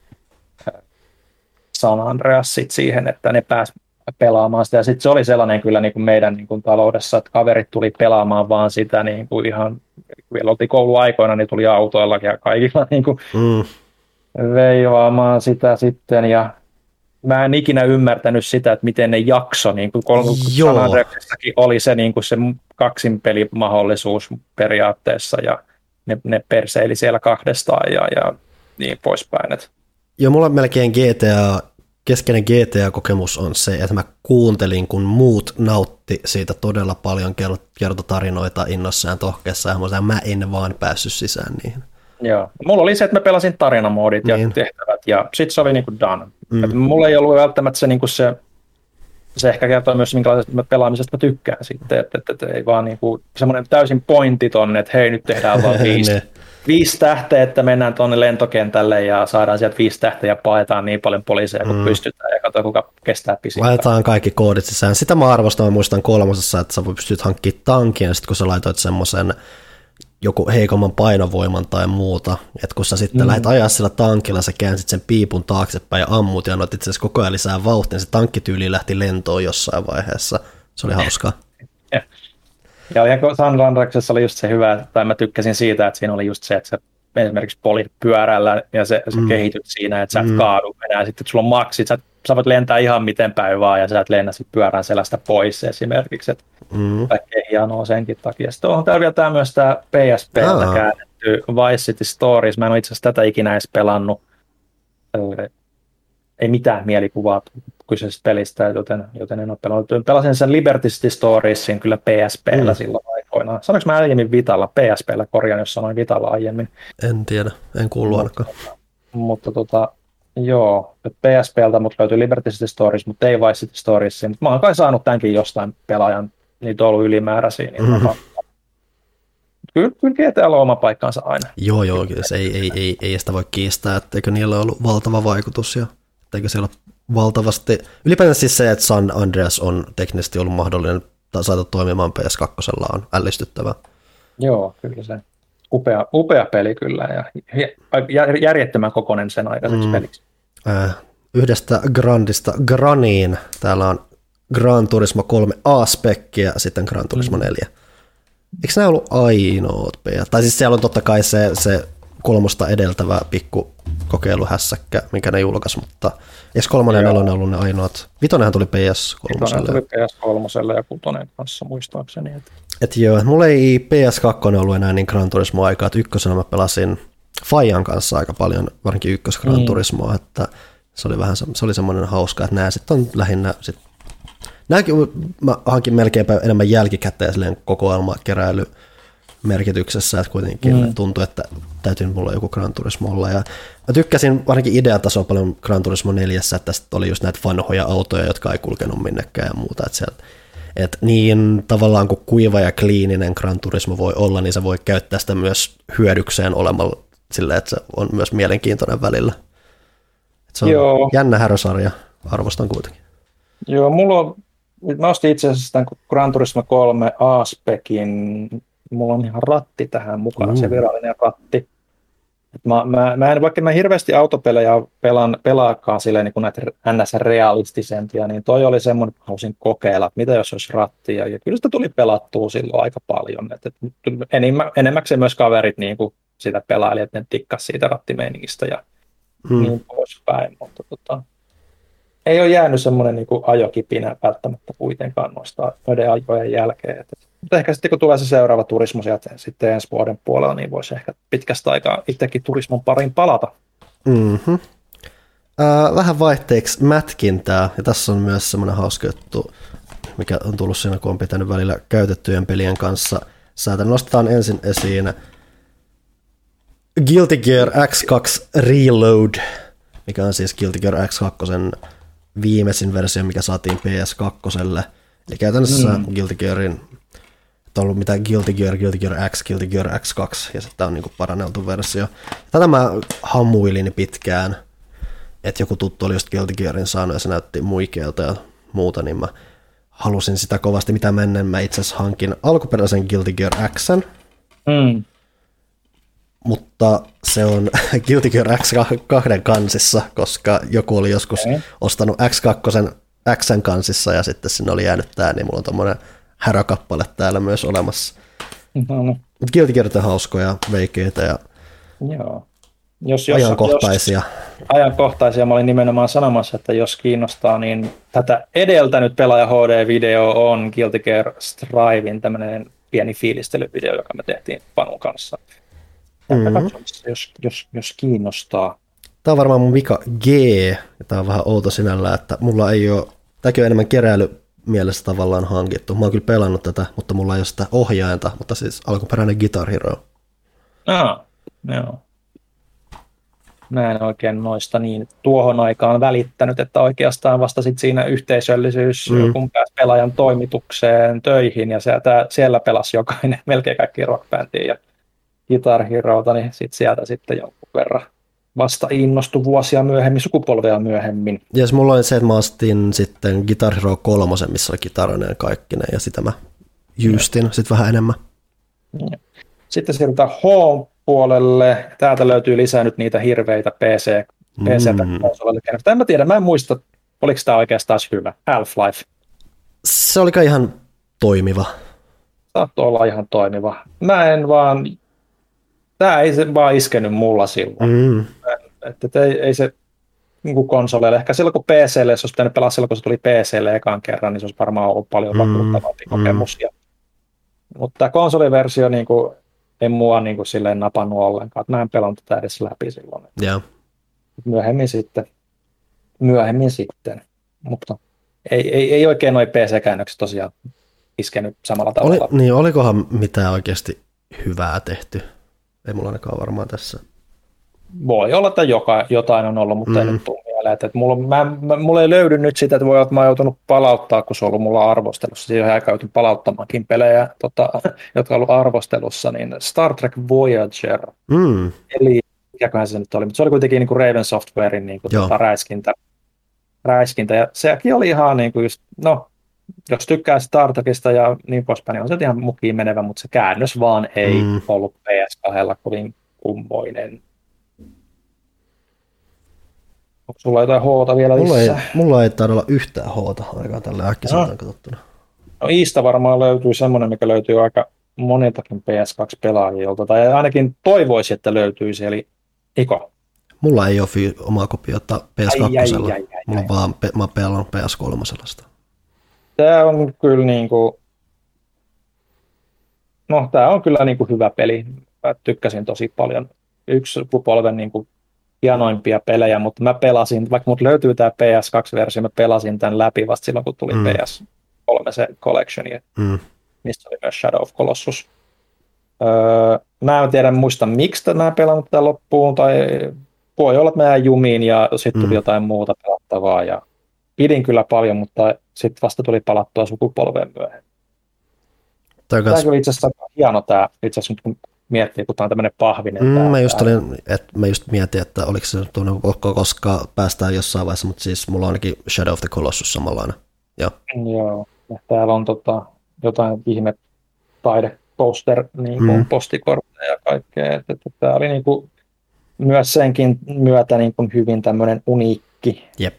Speaker 1: San Andreas sit siihen, että ne pääsi pelaamaan sitä. Ja sitten se oli sellainen kyllä niin kuin meidän niin kuin taloudessa, että kaverit tuli pelaamaan vaan sitä niin kuin ihan, vielä oltiin kouluaikoina, niin tuli autoilla ja kaikilla niin kuin mm. veivaamaan sitä sitten. Ja mä en ikinä ymmärtänyt sitä, että miten ne jakso, niin kuin San Andreasissakin oli se, niin kuin se kaksinpelimahdollisuus periaatteessa, ja ne, ne perseili siellä kahdestaan ja, ja niin poispäin. Että
Speaker 2: joo, mulla melkein G T A, keskeinen G T A-kokemus on se, että mä kuuntelin, kun muut nautti siitä todella paljon, kertoi tarinoita innossaan tohkeessa, ja mä en vaan päässyt sisään niihin. Joo,
Speaker 1: mulla oli se, että mä pelasin tarinamoodit niin. ja tehtävät, ja sit se oli niinku done. Mm. Et mulla ei ollut välttämättä se, niinku se, se ehkä kertoo myös, minkälaisesta pelaamisesta mä tykkään sitten, että et, et, ei vaan niinku semmoinen täysin pointiton, että hei, nyt tehdään vaan viisi. Viisi tähteä, että mennään tuonne lentokentälle ja saadaan sieltä viisi tähteä ja paetaan niin paljon poliiseja, kun mm. pystytään, ja katsotaan, kuka kestää pisimpään.
Speaker 2: Laitetaan kaikki koodit sisään. Sitä mä arvostan, mä muistan kolmosessa, että sä pystyt hankkimaan tankin, ja sitten kun sä laitoit semmoisen joku heikomman painovoiman tai muuta, että kun sä sitten mm. lähdet ajaa sillä tankilla, sä käänsit sen piipun taaksepäin ja ammut, ja annoit itse asiassa koko ajan lisää vauhtia, niin se tankkityyli lähti lentoon jossain vaiheessa. Se oli hauskaa.
Speaker 1: Ja San Andreasessa oli just se hyvä, tai mä tykkäsin siitä, että siinä oli just se, että sä esimerkiksi polit pyörällä ja se, sä mm. kehityt siinä, että sä et mm. kaadu enää, sitten sulla on maksit, sä, sä voit lentää ihan miten päin vaan, ja sä et lennä sit pyörän selästä pois esimerkiksi, että mm. kaikkea hienoa senkin takia. Sitten on täällä vielä tää myös tää P S P:ltä ah. käännetty Vice City Stories, mä en ole itse asiassa tätä ikinä edes pelannut, ei mitään mielikuvaa kyseisestä pelistä, joten, joten en ole pelannut. Pelasin sen Liberty City Storiesin kyllä P S P:llä mm. silloin aikoinaan. Sanoinko mä aiemmin Vitalla? P S P:llä korjaan, jos sanoin Vitalla aiemmin.
Speaker 2: En tiedä, en kuullut ainakaan.
Speaker 1: Mutta, mutta tota, joo, P S P:ltä mut löytyy Liberty City Stories, mutta ei Vice City Storiesin. Mä oon kai saanut tämänkin jostain pelaajan, niitä on ollut ylimääräisiä. Niin mm. Kyllä, kyllä G T A:lla on oma paikkaansa aina.
Speaker 2: Joo, joo, ei, ei, ei, ei sitä voi kiistää, etteikö niillä ollut valtava vaikutus ja etteikö siellä valtavasti. Ylipäätään siis se, että San Andreas on teknisesti ollut mahdollinen saada toimimaan P S kaksi on ällistyttävää.
Speaker 1: Joo, kyllä se. Upea, upea peli kyllä ja järjettömän kokoinen sen aikaiseksi mm. peliksi.
Speaker 2: Äh, yhdestä Grandista Graniin. Täällä on Gran Turismo kolme A-spekki ja sitten Gran Turismo mm. neljä. Eikö nämä ollut ainoat P S? Tai siis siellä on totta kai se, se kolmosta edeltävä pikku kokeiluhässäkkä, minkä ne julkaisi, mutta eikö kolmonen ja nelonen ollut ne ainoat? Vitonenhan tuli P S kolme.
Speaker 1: Vitonen tuli P S kolme ja kutonen kanssa muistaakseni. Että
Speaker 2: et joo, mulla ei P S kaksi ollut enää niin Gran Turismo-aikaa, että ykkösenä mä pelasin Fajan kanssa aika paljon, varsinkin ykkös Gran mm. Turismoa, että se oli vähän se oli semmoinen hauska, että nämä sitten on lähinnä sit, nämäkin mä hankin melkeinpä enemmän jälkikäteen silleen kokoelmakeräily merkityksessä, että kuitenkin mm. tuntui, että täytyy mulla joku Gran Turismo olla. Ja mä tykkäsin ainakin ideatasoa paljon Gran Turismo neljässä, että tästä oli just näitä vanhoja autoja, jotka ei kulkenut minnekään ja muuta. Että sieltä, että niin tavallaan kuin kuiva ja kliininen Gran Turismo voi olla, niin se voi käyttää sitä myös hyödykseen olemalla silleen, että se on myös mielenkiintoinen välillä. Että se on Joo. jännä härösarja, arvostan kuitenkin.
Speaker 1: Joo, mulla on, mä ostin itse asiassa tämän Gran Turismo kolme A-spekin. Mulla on ihan ratti tähän mukaan, mm. se virallinen ratti. Et mä, mä, mä en, vaikka mä hirveästi autopelejä pelaan, pelaakaan silleen niin kuin näitä N S-realistisempia, niin toi oli semmoinen, että halusin kokeilla, että mitä jos olisi rattia. Ja kyllä sitä tuli pelattua silloin aika paljon. Et, et, enemmän, enemmäkseen myös kaverit niin kuin sitä pelaili, että ne tikkas siitä rattimeiningistä ja hmm. niin poispäin. Mutta tota, ei ole jäänyt semmoinen niin kuin ajokipinä välttämättä kuitenkaan noista noiden ajojen jälkeen. Et, mutta ehkä sitten kun tulee se seuraava turismo sieltä sitten ensi vuoden puolella, niin voisi ehkä pitkästä aikaa itsekin turismon pariin palata.
Speaker 2: Mm-hmm. Äh, vähän vaihteeksi mätkintää, ja tässä on myös semmoinen hauska juttu, mikä on tullut siinä, kun on pitänyt välillä käytettyjen pelien kanssa säätä. Nostetaan ensin esiin Guilty Gear X kaksi Reload, mikä on siis Guilty Gear X kaksi viimeisin versio, mikä saatiin P S kaksi. Eli käytännössä mm. Guilty Gearin on ollut mitään Guilty Gear, Guilty Gear X, Guilty Gear X kaksi, ja sitten on niinku paranneltu versio. Tätä mä hammuilin pitkään, että joku tuttu oli just Guilty Gearin saanut, ja se näytti muikealta ja muuta, niin mä halusin sitä kovasti. Mitä menneen mä itse asiassa hankin alkuperäisen Guilty Gear Xn, mm. mutta se on Guilty Gear X kaksi kansissa, koska joku oli joskus okay. ostanut X kaksi Xn kansissa, ja sitten sinne oli jäänyt tää, niin mulla on tommonen härökappale täällä myös olemassa. No, no. Mutta Guilty Gear on hauskoja, veikeitä ja
Speaker 1: Joo. Jos, jos,
Speaker 2: ajankohtaisia.
Speaker 1: Jos, ajankohtaisia. Mä olin nimenomaan sanomassa, että jos kiinnostaa, niin tätä edeltänyt pelaaja H D-video on Guilty Gear Strivein tämmöinen pieni fiilistelyvideo, joka me tehtiin Panun kanssa. Mm-hmm. Jos, jos, jos kiinnostaa.
Speaker 2: Tämä on varmaan mun vika G, ja tämä on vähän outo sinällään, että mulla ei ole, tämäkin on enemmän keräily mielessä tavallaan hankittu. Mä oon kyllä pelannut tätä, mutta mulla ei ole sitä ohjainta, mutta siis alkuperäinen Guitar Hero.
Speaker 1: Ah, joo. Mä en oikein noista niin tuohon aikaan välittänyt, että oikeastaan vasta sit siinä yhteisöllisyys, mm. kun pääsi pelaajan toimitukseen töihin, ja sieltä, siellä pelasi jokainen, melkein kaikki rockbändiä ja Guitar Herota, niin sit sieltä sitten jonkun verran vasta innostui vuosia myöhemmin, sukupolvea myöhemmin.
Speaker 2: Ja yes, mulla oli se, että mä astin sitten Guitar Hero kolmosen, missä oli kitaroinen ja kaikkinen, ja sitä mä jyystin sitten vähän enemmän.
Speaker 1: Ja. Sitten siirrytään H-puolelle. Täältä löytyy lisää nyt niitä hirveitä P C, P C-konsoleille. En mä tiedä, mä en muista, oliko tämä oikeastaan hyvä. Half-Life.
Speaker 2: Se oli kai ihan toimiva.
Speaker 1: Saattoi olla ihan toimiva. Mä en vaan... Tämä ei se vaan iskenyt mulla silloin. Mm. Että, että ei, ei se niin konsoleille. Ehkä silloin kun P C:lle, jos olisi pitänyt pelaa silloin kun se tuli P C:lle ekan kerran, niin se olisi varmaan ollut paljon vakuuttavampi mm. kokemus. Ja, mutta tämä konsoliversio niin kuin, ei mua niin kuin, silleen napannut ollenkaan. Mä en pelannut tätä edes läpi silloin.
Speaker 2: Yeah.
Speaker 1: Myöhemmin sitten. Myöhemmin sitten. Mutta ei, ei, ei oikein noi P C-käännökset tosiaan iskenyt samalla tavalla.
Speaker 2: Oli, niin, olikohan mitään oikeasti hyvää tehty? Ei mulla ainakaan varmaan tässä.
Speaker 1: Voi olla, että joka, jotain on ollut, mutta mm. ei nyt tule mieleen. Että, että mulla, mä, mä, mulla ei löydy nyt sitä, että voi olla, että mä oon joutunut palauttaa, kun se on ollut mulla arvostelussa. Siihen on aika joutunut palauttamaankin pelejä, tota, jotka on ollut arvostelussa. Niin Star Trek Voyager, mm. eli mikäköhän se nyt oli, mutta se oli kuitenkin niin kuin Raven Softwarein niin kuin, tota, räiskintä, räiskintä. Ja sekin oli ihan niin kuin just, no, jos tykkää Star Trekista ja niin poispäin, niin on se ihan mukiin menevä, mutta se käännös vaan ei mm. ollut P S kahdella kovin kummoinen. Onko sulla jotain H:ta vielä
Speaker 2: mulla
Speaker 1: lisää?
Speaker 2: Ei, mulla ei taida olla yhtään H:ta ainakaan tällä äkkiseltään katsottuna.
Speaker 1: No Iistä varmaan löytyy semmoinen, mikä löytyy aika moniltakin P S kaksi pelaajilta, tai ainakin toivoisi, että löytyisi, eli Iko.
Speaker 2: Mulla ei ole fy- omaa kopiota P S kaksi. Ai, ai, ai, ai, ai. Mulla on vaan, mä pelaan P S kolme sellaista.
Speaker 1: Tämä on kyllä niin kuin, no tämä on kyllä niin kuin hyvä peli. Mä tykkäsin tosi paljon. Yksi sukupolven niin kuin hienoimpia pelejä, mutta mä pelasin, vaikka mut löytyy tämä P S kaksi-versio, mä pelasin tämän läpi vasta silloin, kun tuli mm. P S kolme se collection, mm. missä oli myös Shadow of Colossus. Öö, mä en tiedä muista, miksi mä en pelannut tämän loppuun, tai voi olla, että mä jäin jumiin ja sitten tuli mm. jotain muuta pelattavaa, ja pidin kyllä paljon, mutta sitten vasta tuli palattua sukupolveen myöhemmin. Tämä on kyllä itse asiassa hieno tämä, itse asiassa kun miettii, kun tämä on tämmöinen pahvinen.
Speaker 2: Mm,
Speaker 1: tämä,
Speaker 2: mä, just
Speaker 1: tämä.
Speaker 2: olin, et, mä just mietin, että oliko se tuonne, koska päästään jossain vaiheessa, mutta siis mulla on ainakin Shadow of the Colossus samanlainen. Joo,
Speaker 1: Joo. Ja täällä on tota, jotain ihme taideposter, niin kuin mm. postikortteja ja kaikkea. Että, että tämä oli niin kuin myös senkin myötä niin kuin hyvin tämmöinen uniikki
Speaker 2: Jep.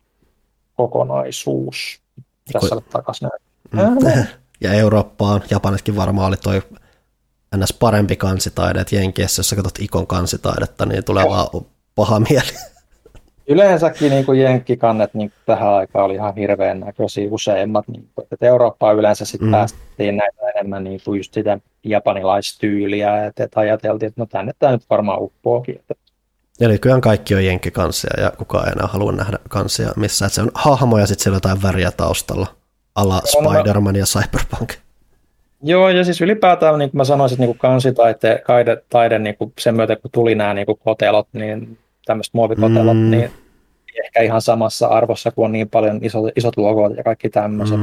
Speaker 1: kokonaisuus. Tässä olet takaisin.
Speaker 2: Mm. Ja Eurooppaan, Japanitkin varmaan oli toi ns. Parempi kansitaide, että Jenkeissä, jos sä katsot Ikon kansitaidetta, niin tulee vaan paha mieli.
Speaker 1: Yleensäkin niin kuin jenkkikannet niin tähän aikaan oli ihan hirveän näköisiä useimmat. Niin kuin, että Eurooppaan yleensä sitten mm. päästiin näitä enemmän niin kuin just sitä japanilaistyyliä, että, että ajateltiin, että no tänne tämä nyt varmaan uppoakin. Että.
Speaker 2: Ja nykyään kaikki on jenkkikansia ja kukaan ei enää halua nähdä kansia missään. Että se on hahmo ja sitten siellä on jotain väriä taustalla, ala Spider-Man ja Cyberpunk.
Speaker 1: Joo, ja siis ylipäätään niin kuin mä sanoisin, että niin kansitaide taide, niin kuin sen myötä, kun tuli nämä niin kuin kotelot, niin tämmöiset muovikotelot, mm. niin ehkä ihan samassa arvossa, kun on niin paljon isot, isot logot ja kaikki tämmöiset.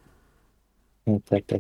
Speaker 1: Mm.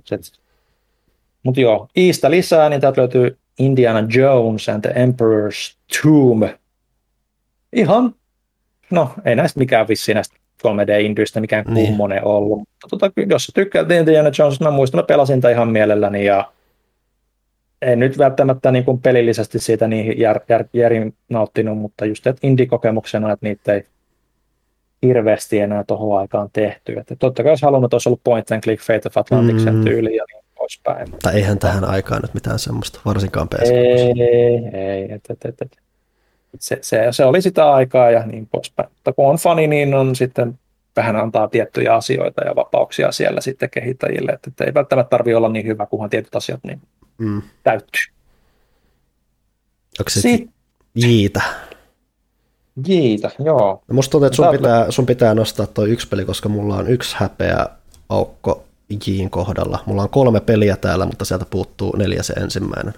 Speaker 1: Mutta joo, Iistä lisää, niin täältä löytyy Indiana Jones and the Emperor's Tomb. Ihan, no ei näistä mikään vissiin näistä kolme D-indyistä mikään niin. kummonen ollut. Mutta tota, jos sä tykkäät Indiana Jones, mä muistan, mä pelasin sitä ihan mielelläni ja en nyt välttämättä niin kuin pelillisesti siitä niin jär, jär, järin nauttinut, mutta just että indie-kokemuksena, että niitä ei hirveästi enää tuohon aikaan tehty. Että totta kai olisi halunnut, että olisi ollut Point and Click, Fate of Atlanticsen mm. tyyli ja niin poispäin.
Speaker 2: Tai eihän tähän aikaan nyt mitään semmoista, varsinkaan P S kaksi.
Speaker 1: Ei, ei. Et, et, et, et. Se, se, se oli sitä aikaa ja niin poispäin. Mutta kun on fani, niin on sitten vähän antaa tiettyjä asioita ja vapauksia siellä sitten kehittäjille. Että, että ei välttämättä tarvitse olla niin hyvä, kunhan tietyt asiat niin mm. täyttyy.
Speaker 2: Onko se Sit... Jiitä?
Speaker 1: Jiitä, joo.
Speaker 2: No musta tuntuu, että sun pitää, sun pitää nostaa toi yksi peli, koska mulla on yksi häpeä aukko Jiin kohdalla. Mulla on kolme peliä täällä, mutta sieltä puuttuu neljä se ensimmäinen.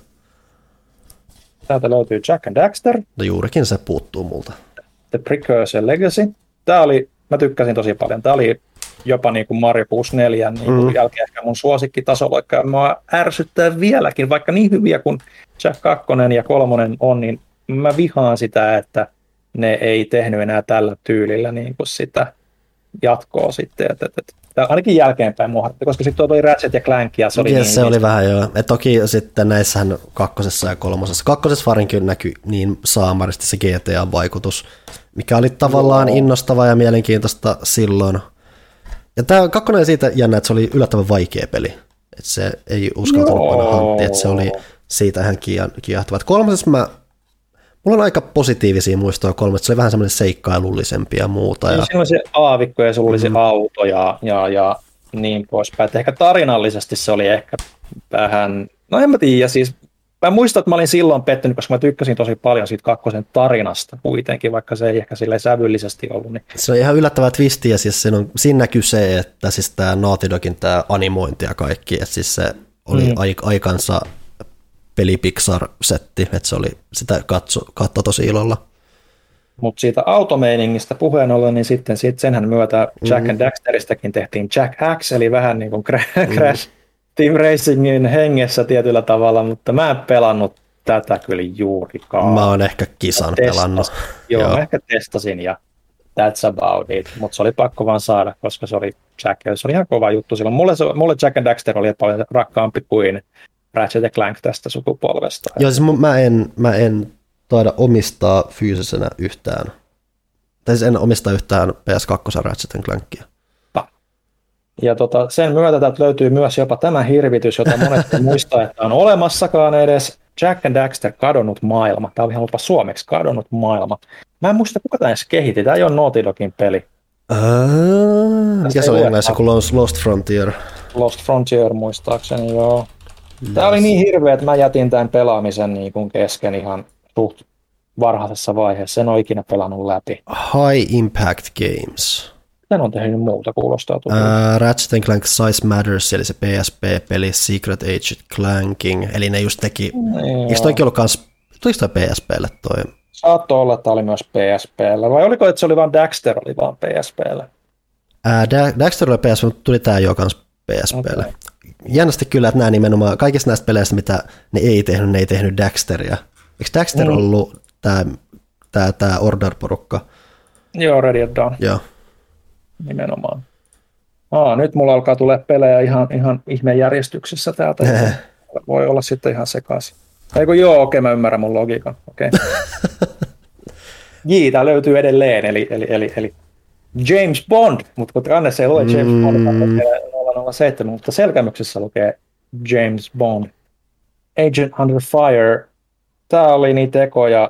Speaker 1: Täältä löytyy Jack and Daxter.
Speaker 2: No juurikin se puuttuu multa.
Speaker 1: The Precursor Legacy. Tää oli, mä tykkäsin tosi paljon. Tää oli jopa niin kuin Mario kuusikymmentäneljä niin kuin mm. jälkeen ehkä mun suosikkitasolla. Ja mä ärsyttää vieläkin, vaikka niin hyviä kuin Jack kaksi ja kolme on, niin mä vihaan sitä, että ne ei tehnyt enää tällä tyylillä niin kuin sitä jatkoa sitten. Et, et, et. Ainakin jälkeenpäin muohatti, koska sitten tuo oli Ratchet ja Clank ja se oli
Speaker 2: yes,
Speaker 1: niin...
Speaker 2: se oli vähän joo. Et toki sitten näissähän kakkosessa ja kolmosessa. Kakkosessa varinkin näkyi niin saamaristi se G T A-vaikutus, mikä oli tavallaan joo. innostava ja mielenkiintoista silloin. Ja tämä kakkonen oli siitä jännä, että se oli yllättävän vaikea peli. Että se ei uskaltanut panna hanttia, että se oli siitä ihan kiehtova. Kolmosessa mä Mulla on aika positiivisia muistoja kolmesta, se oli vähän semmoinen seikkailullisempi ja muuta. Ja...
Speaker 1: Siinä oli se aavikko ja sulla oli se mm. auto ja, ja, ja niin poispäin. Että ehkä tarinallisesti se oli ehkä vähän, no en mä tiedä, siis mä muistan, että mä olin silloin pettynyt, koska mä tykkäsin tosi paljon siitä kakkosen tarinasta kuitenkin, vaikka se ei ehkä silleen sävyllisesti ollut. Niin... Se
Speaker 2: on ihan yllättävää twisti ja siis siinä, on, siinä näkyy se, että siis tämä Naughty Dogin tämä animointi ja kaikki, että siis se oli mm. aikansa peli Pixar-setti, että se oli sitä katso, katso tosi ilolla.
Speaker 1: Mutta siitä automeiningistä puheen ollen, niin sitten sit senhän myötä Jack mm. and Daxteristäkin tehtiin Jack X, eli vähän niin kuin Crash mm. Team Racingin hengessä tietyllä tavalla, mutta mä en pelannut tätä kyllä juurikaan.
Speaker 2: Mä oon ehkä kisan
Speaker 1: testasin,
Speaker 2: pelannut.
Speaker 1: Joo, joo, mä ehkä testasin ja that's about it, mutta se oli pakko vaan saada, koska se oli Jack, se oli ihan kova juttu silloin. Mulle, mulle Jack and Daxter oli paljon rakkaampi kuin Ratchet ja Clank tästä sukupolvesta.
Speaker 2: Joo, siis mä en, mä en taida omistaa fyysisenä yhtään. Tai siis en omista yhtään P S kaksi Ratchet and Clankia.
Speaker 1: Ja tota, sen myötä täältä löytyy myös jopa tämä hirvitys, jota monet muistaa, että on olemassakaan edes. Jack and Daxter kadonnut maailma. Tämä oli ihan lupa suomeksi, kadonnut maailma. Mä en muista, kuka tämä edes kehitti. Tämä ei ole Naughty Dogin peli.
Speaker 2: Ää, mikä se oli englannissa, kun Lost Frontier?
Speaker 1: Lost Frontier muistaakseni, joo. Tämä oli niin hirveä, että mä jätin tämän pelaamisen niin kuin kesken ihan suht varhaisessa vaiheessa. En ole ikinä pelannut läpi.
Speaker 2: High Impact Games.
Speaker 1: En ole tehnyt muuta, kuulostaa tullut.
Speaker 2: Uh, Ratchet and Clank Size Matters, eli se P S P-peli Secret Agent Clanking, eli ne just teki, no. Eikö toikin ollut kans, tuliko toi P S P:lle toi?
Speaker 1: Saattoi olla, että oli myös P S P:lle, vai oliko, että se oli vaan Daxter, oli vaan P S P:lle?
Speaker 2: Uh, da- Daxter oli P S P, mutta tuli tää jo kans P S P:lle. Okay. Jännästi kyllä, että nämä nimenomaan, kaikista näistä peleistä, mitä ne ei tehnyt, ne ei tehnyt Daxteria. Eikö Daxter mm. ollut tää, tää, tää Order-porukka?
Speaker 1: Joo, Ready at Dawn.
Speaker 2: Joo.
Speaker 1: Nimenomaan. Aa, nyt mulla alkaa tulla pelejä ihan, ihan ihmeen järjestyksessä täältä. Voi olla sitten ihan sekaisin. Eiku joo, okei, okay, mä ymmärrän mun logiikan. Okay. Jiitä löytyy edelleen, eli, eli, eli, eli James Bond, mutta kun kannessa ei lue James Bond, mm. nolla nolla seitsemän, mutta selkämyksessä lukee James Bond. Agent Under Fire. Tämä oli niitä ekoja.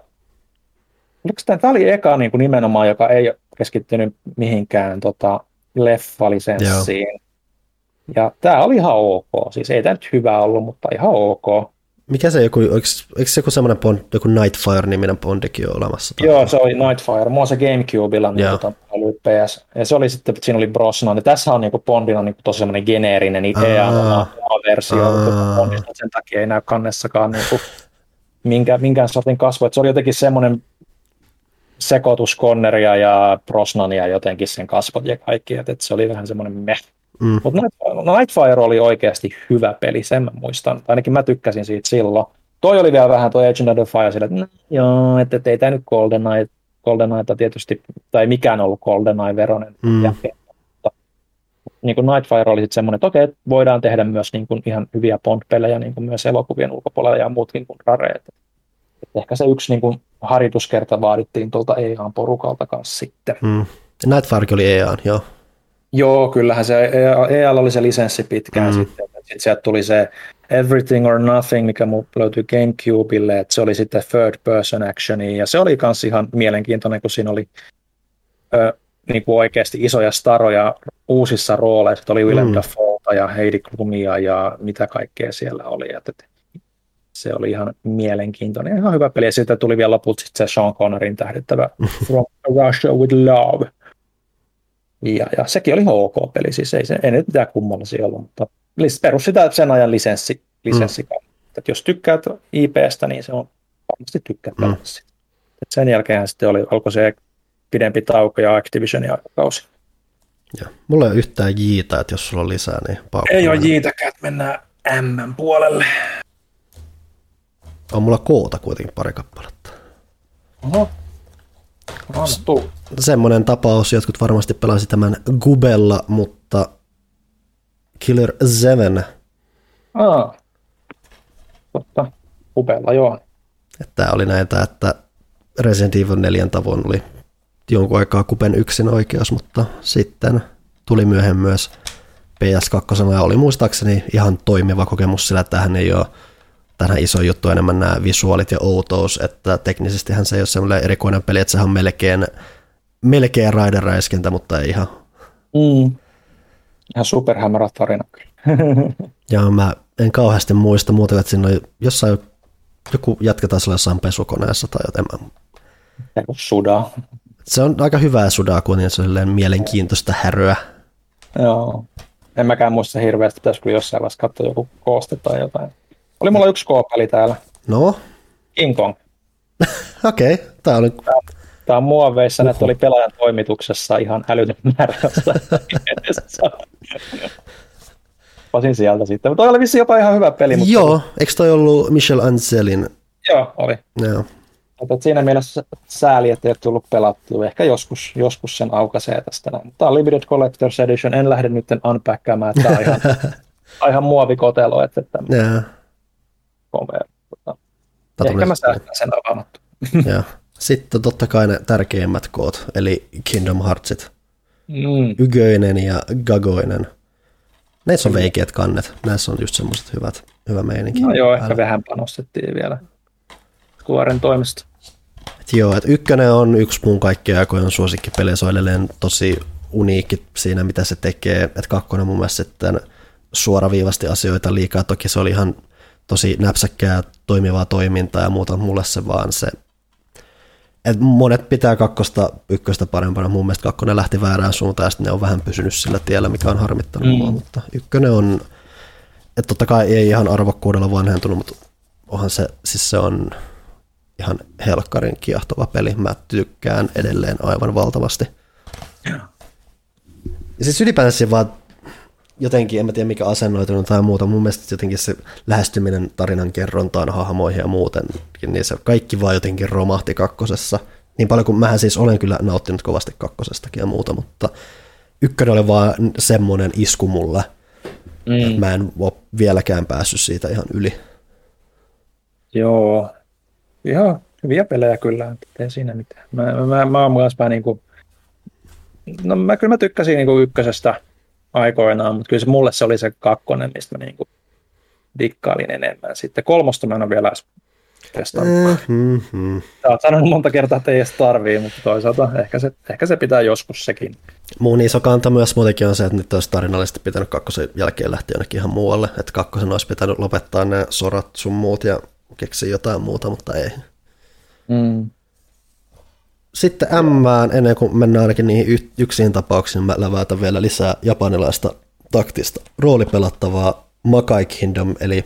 Speaker 1: Tämä oli eka niin kuin nimenomaan, joka ei keskittynyt mihinkään tota, leffalisenssiin. Joo. Ja tämä oli ihan ok. Siis ei tämä nyt hyvä ollut, mutta ihan ok.
Speaker 2: Mikä se joku, eikö, eikö se joku semmoinen Bond, joku Nightfire-niminen Bondikin ole olemassa? Tai?
Speaker 1: Joo, se oli Nightfire. Mulla on se Gamecubella, niin tota, oli P S. Ja se oli sitten, siinä oli Brosnan. Ja tässä on niin kuin Bondina niin kuin tosi semmoinen geneerinen E A-versio. Bondista sen takia ei näy kannessakaan niin kuin minkään, minkään sortin kasvo. Se oli jotenkin semmoinen sekoitus Conneria ja Brosnania jotenkin sen kasvot ja kaikki. Että se oli vähän semmoinen meh. Mm. Mutta Nightfire oli oikeasti hyvä peli, sen mä muistan. Ainakin mä tykkäsin siitä silloin. Toi oli vielä vähän toi Agent of the Fire sillä, että no, joo, että et ei tämä nyt GoldenEye, GoldenEyeta tietysti, tai mikään ollut GoldenEye-veronen. Mm. Jälkeen. Mutta niin kuin Nightfire oli sitten semmoinen, että okei, okay, voidaan tehdä myös niin kuin ihan hyviä Bond-pelejä niin kuin myös elokuvien ulkopuolella ja muutkin kuin Rare. Et ehkä se yksi niin kuin harjoituskerta vaadittiin tuolta E A-porukalta kanssa sitten.
Speaker 2: Mm. Nightfire oli E A, joo.
Speaker 1: Joo, kyllähän se E A oli se lisenssi pitkään mm. sitten. Sitten sieltä tuli se Everything or Nothing, mikä löytyi Gamecubelle, että se oli sitten third person actioni, ja se oli myös ihan mielenkiintoinen, kun siinä oli ö, niin kuin oikeasti isoja staroja uusissa rooleissa, oli Willem mm. Dafoe ja Heidi Klumia ja mitä kaikkea siellä oli. Että se oli ihan mielenkiintoinen, ihan hyvä peli, ja sitten tuli vielä lopulta se Sean Connerin tähdittävä From Russia with Love. Ja, ja sekin oli ok peli, siis ei, se, ei nyt mitään kummallisia ollut, mutta perus sitä sen ajan lisenssi, lisenssi mm. että jos tykkäät I P:stä, niin se on varmasti tykkäät mm. Sen jälkeen sitten oli, alkoi se pidempi tauko ja Activisionin aikakausi.
Speaker 2: Ja, mulla ei ole yhtään jiitä, että jos sulla on lisää, niin paukkaa.
Speaker 1: Ei ole jiitäkään, että mennään M puolelle.
Speaker 2: On mulla koota kuitenkin pari kappaletta.
Speaker 1: Oho. Antu.
Speaker 2: Semmoinen tapaus, jotkut varmasti pelasi tämän Gubella, mutta Killer seven.
Speaker 1: Aa, totta. Gubella, joo.
Speaker 2: Tämä oli näitä, että Resident Evil neljä tavoin oli jonkun aikaa Guben yksin oikeus, mutta sitten tuli myöhemmin myös P S kaksi ja oli muistaakseni ihan toimiva kokemus, sillä tähän ei ole tähän iso juttu enemmän nämä visuaalit ja outous, että teknisestihän se ei ole semmoinen erikoinen peli, että sehän on melkein, melkein raideräiskintä, mutta ei ihan.
Speaker 1: Mm. Ihan superhämärä tarina kyllä.
Speaker 2: Ja mä en kauheasti muista muuta, että siinä oli jossain joku jätkä taisi olla jossain pesukoneessa tai jotain.
Speaker 1: Joku suda.
Speaker 2: Se on aika hyvää sudaa, kun se on mielenkiintoista häröä. Joo.
Speaker 1: En mäkään muista hirveästi, pitäisikö jossain vaiheessa katsoa joku kooste tai jotain. Oli mulla yksi K-peli täällä.
Speaker 2: No?
Speaker 1: King Kong.
Speaker 2: Okei, okay, tää oli.
Speaker 1: Tämä on muoveissa, että oli pelaajan toimituksessa ihan älytön määrä. Pasin sieltä sitten, mutta toi oli vissiin jopa ihan hyvä peli. Mutta
Speaker 2: joo, eikö toi ollut Michel Ancelin?
Speaker 1: Joo, oli.
Speaker 2: Joo.
Speaker 1: Mutta siinä mielessä sääli, että ei ole tullut pelattua. Ehkä joskus, joskus sen aukaisee tästä näin. Tämä on Limited Collector's Edition, en lähde nyt unpackkaamaan, että tämä on ihan, ihan muovikotelo. Että
Speaker 2: joo.
Speaker 1: Komea. Ehkä mä säästän sen avaamattu.
Speaker 2: Joo. Sitten totta kai ne tärkeimmät koot, eli Kingdom Heartsit.
Speaker 1: Mm.
Speaker 2: Yköinen ja Gagoinen. Näissä on veikeät kannet. Näissä on just semmoiset hyvät, hyvä meininki.
Speaker 1: No joo, ehkä vähän panostettiin vielä Squaren toimesta.
Speaker 2: Et joo, että ykkönen on yksi mun kaikkien aikojen suosikkipeli. Se on edelleen tosi uniikki siinä, mitä se tekee. Että kakkonen mun mielestä sitten suoraviivasti asioita liikaa. Toki se oli ihan tosi näpsäkkää toimivaa toimintaa ja muuta. Mulle se vaan se. Et monet pitää kakkosta ykköstä parempana. Mun mielestä kakkonen lähti väärään suuntaan ja sitten ne on vähän pysynyt sillä tiellä, mikä on harmittanut mm. mua. Mutta ykkönen on, että totta kai ei ihan arvokkuudella vanhentunut, mutta onhan se, siis se on ihan helkkarin kiehtova peli. Mä tykkään edelleen aivan valtavasti. Ja, ja siis ylipäänsä vaan jotenkin, en mä tiedä mikä asennoitunut tai muuta, mun mielestä jotenkin se lähestyminen tarinan kerrontaan, hahmoihin ja muutenkin, niin se kaikki vaan jotenkin romahti kakkosessa. Niin paljon kuin mähän siis olen kyllä nauttinut kovasti kakkosestakin ja muuta, mutta ykkönen oli vaan semmoinen isku mulle, mm. että mä en ole vieläkään päässyt siitä ihan yli.
Speaker 1: Joo, ihan hyviä pelejä kyllä, ei siinä mitään. Mä, mä, mä oon myös vähän niin kuin, no mä kyllä mä tykkäsin niin kuin ykkösestä aikoinaan, mutta kyllä se mulle se oli se kakkonen, mistä mä niin kuin dikkailin enemmän. Sitten kolmosta mä en ole vielä edes testannut.
Speaker 2: Mm-hmm.
Speaker 1: Sä oot sanonut monta kertaa, että ei edes tarvii, mutta toisaalta ehkä se, ehkä se pitää joskus sekin.
Speaker 2: Mun iso kanta myös muutenkin on se, että nyt olisi tarinallisesti pitänyt kakkosen jälkeen lähteä jonnekin ihan muualle. Että kakkosen olisi pitänyt lopettaa ne sorat sun muut ja keksiä jotain muuta, mutta ei.
Speaker 1: Mm.
Speaker 2: Sitten M, ennen kuin mennään ainakin niihin yksiin tapauksiin, mä läväytän vielä lisää japanilaista taktista roolipelattavaa Makai Kingdom, eli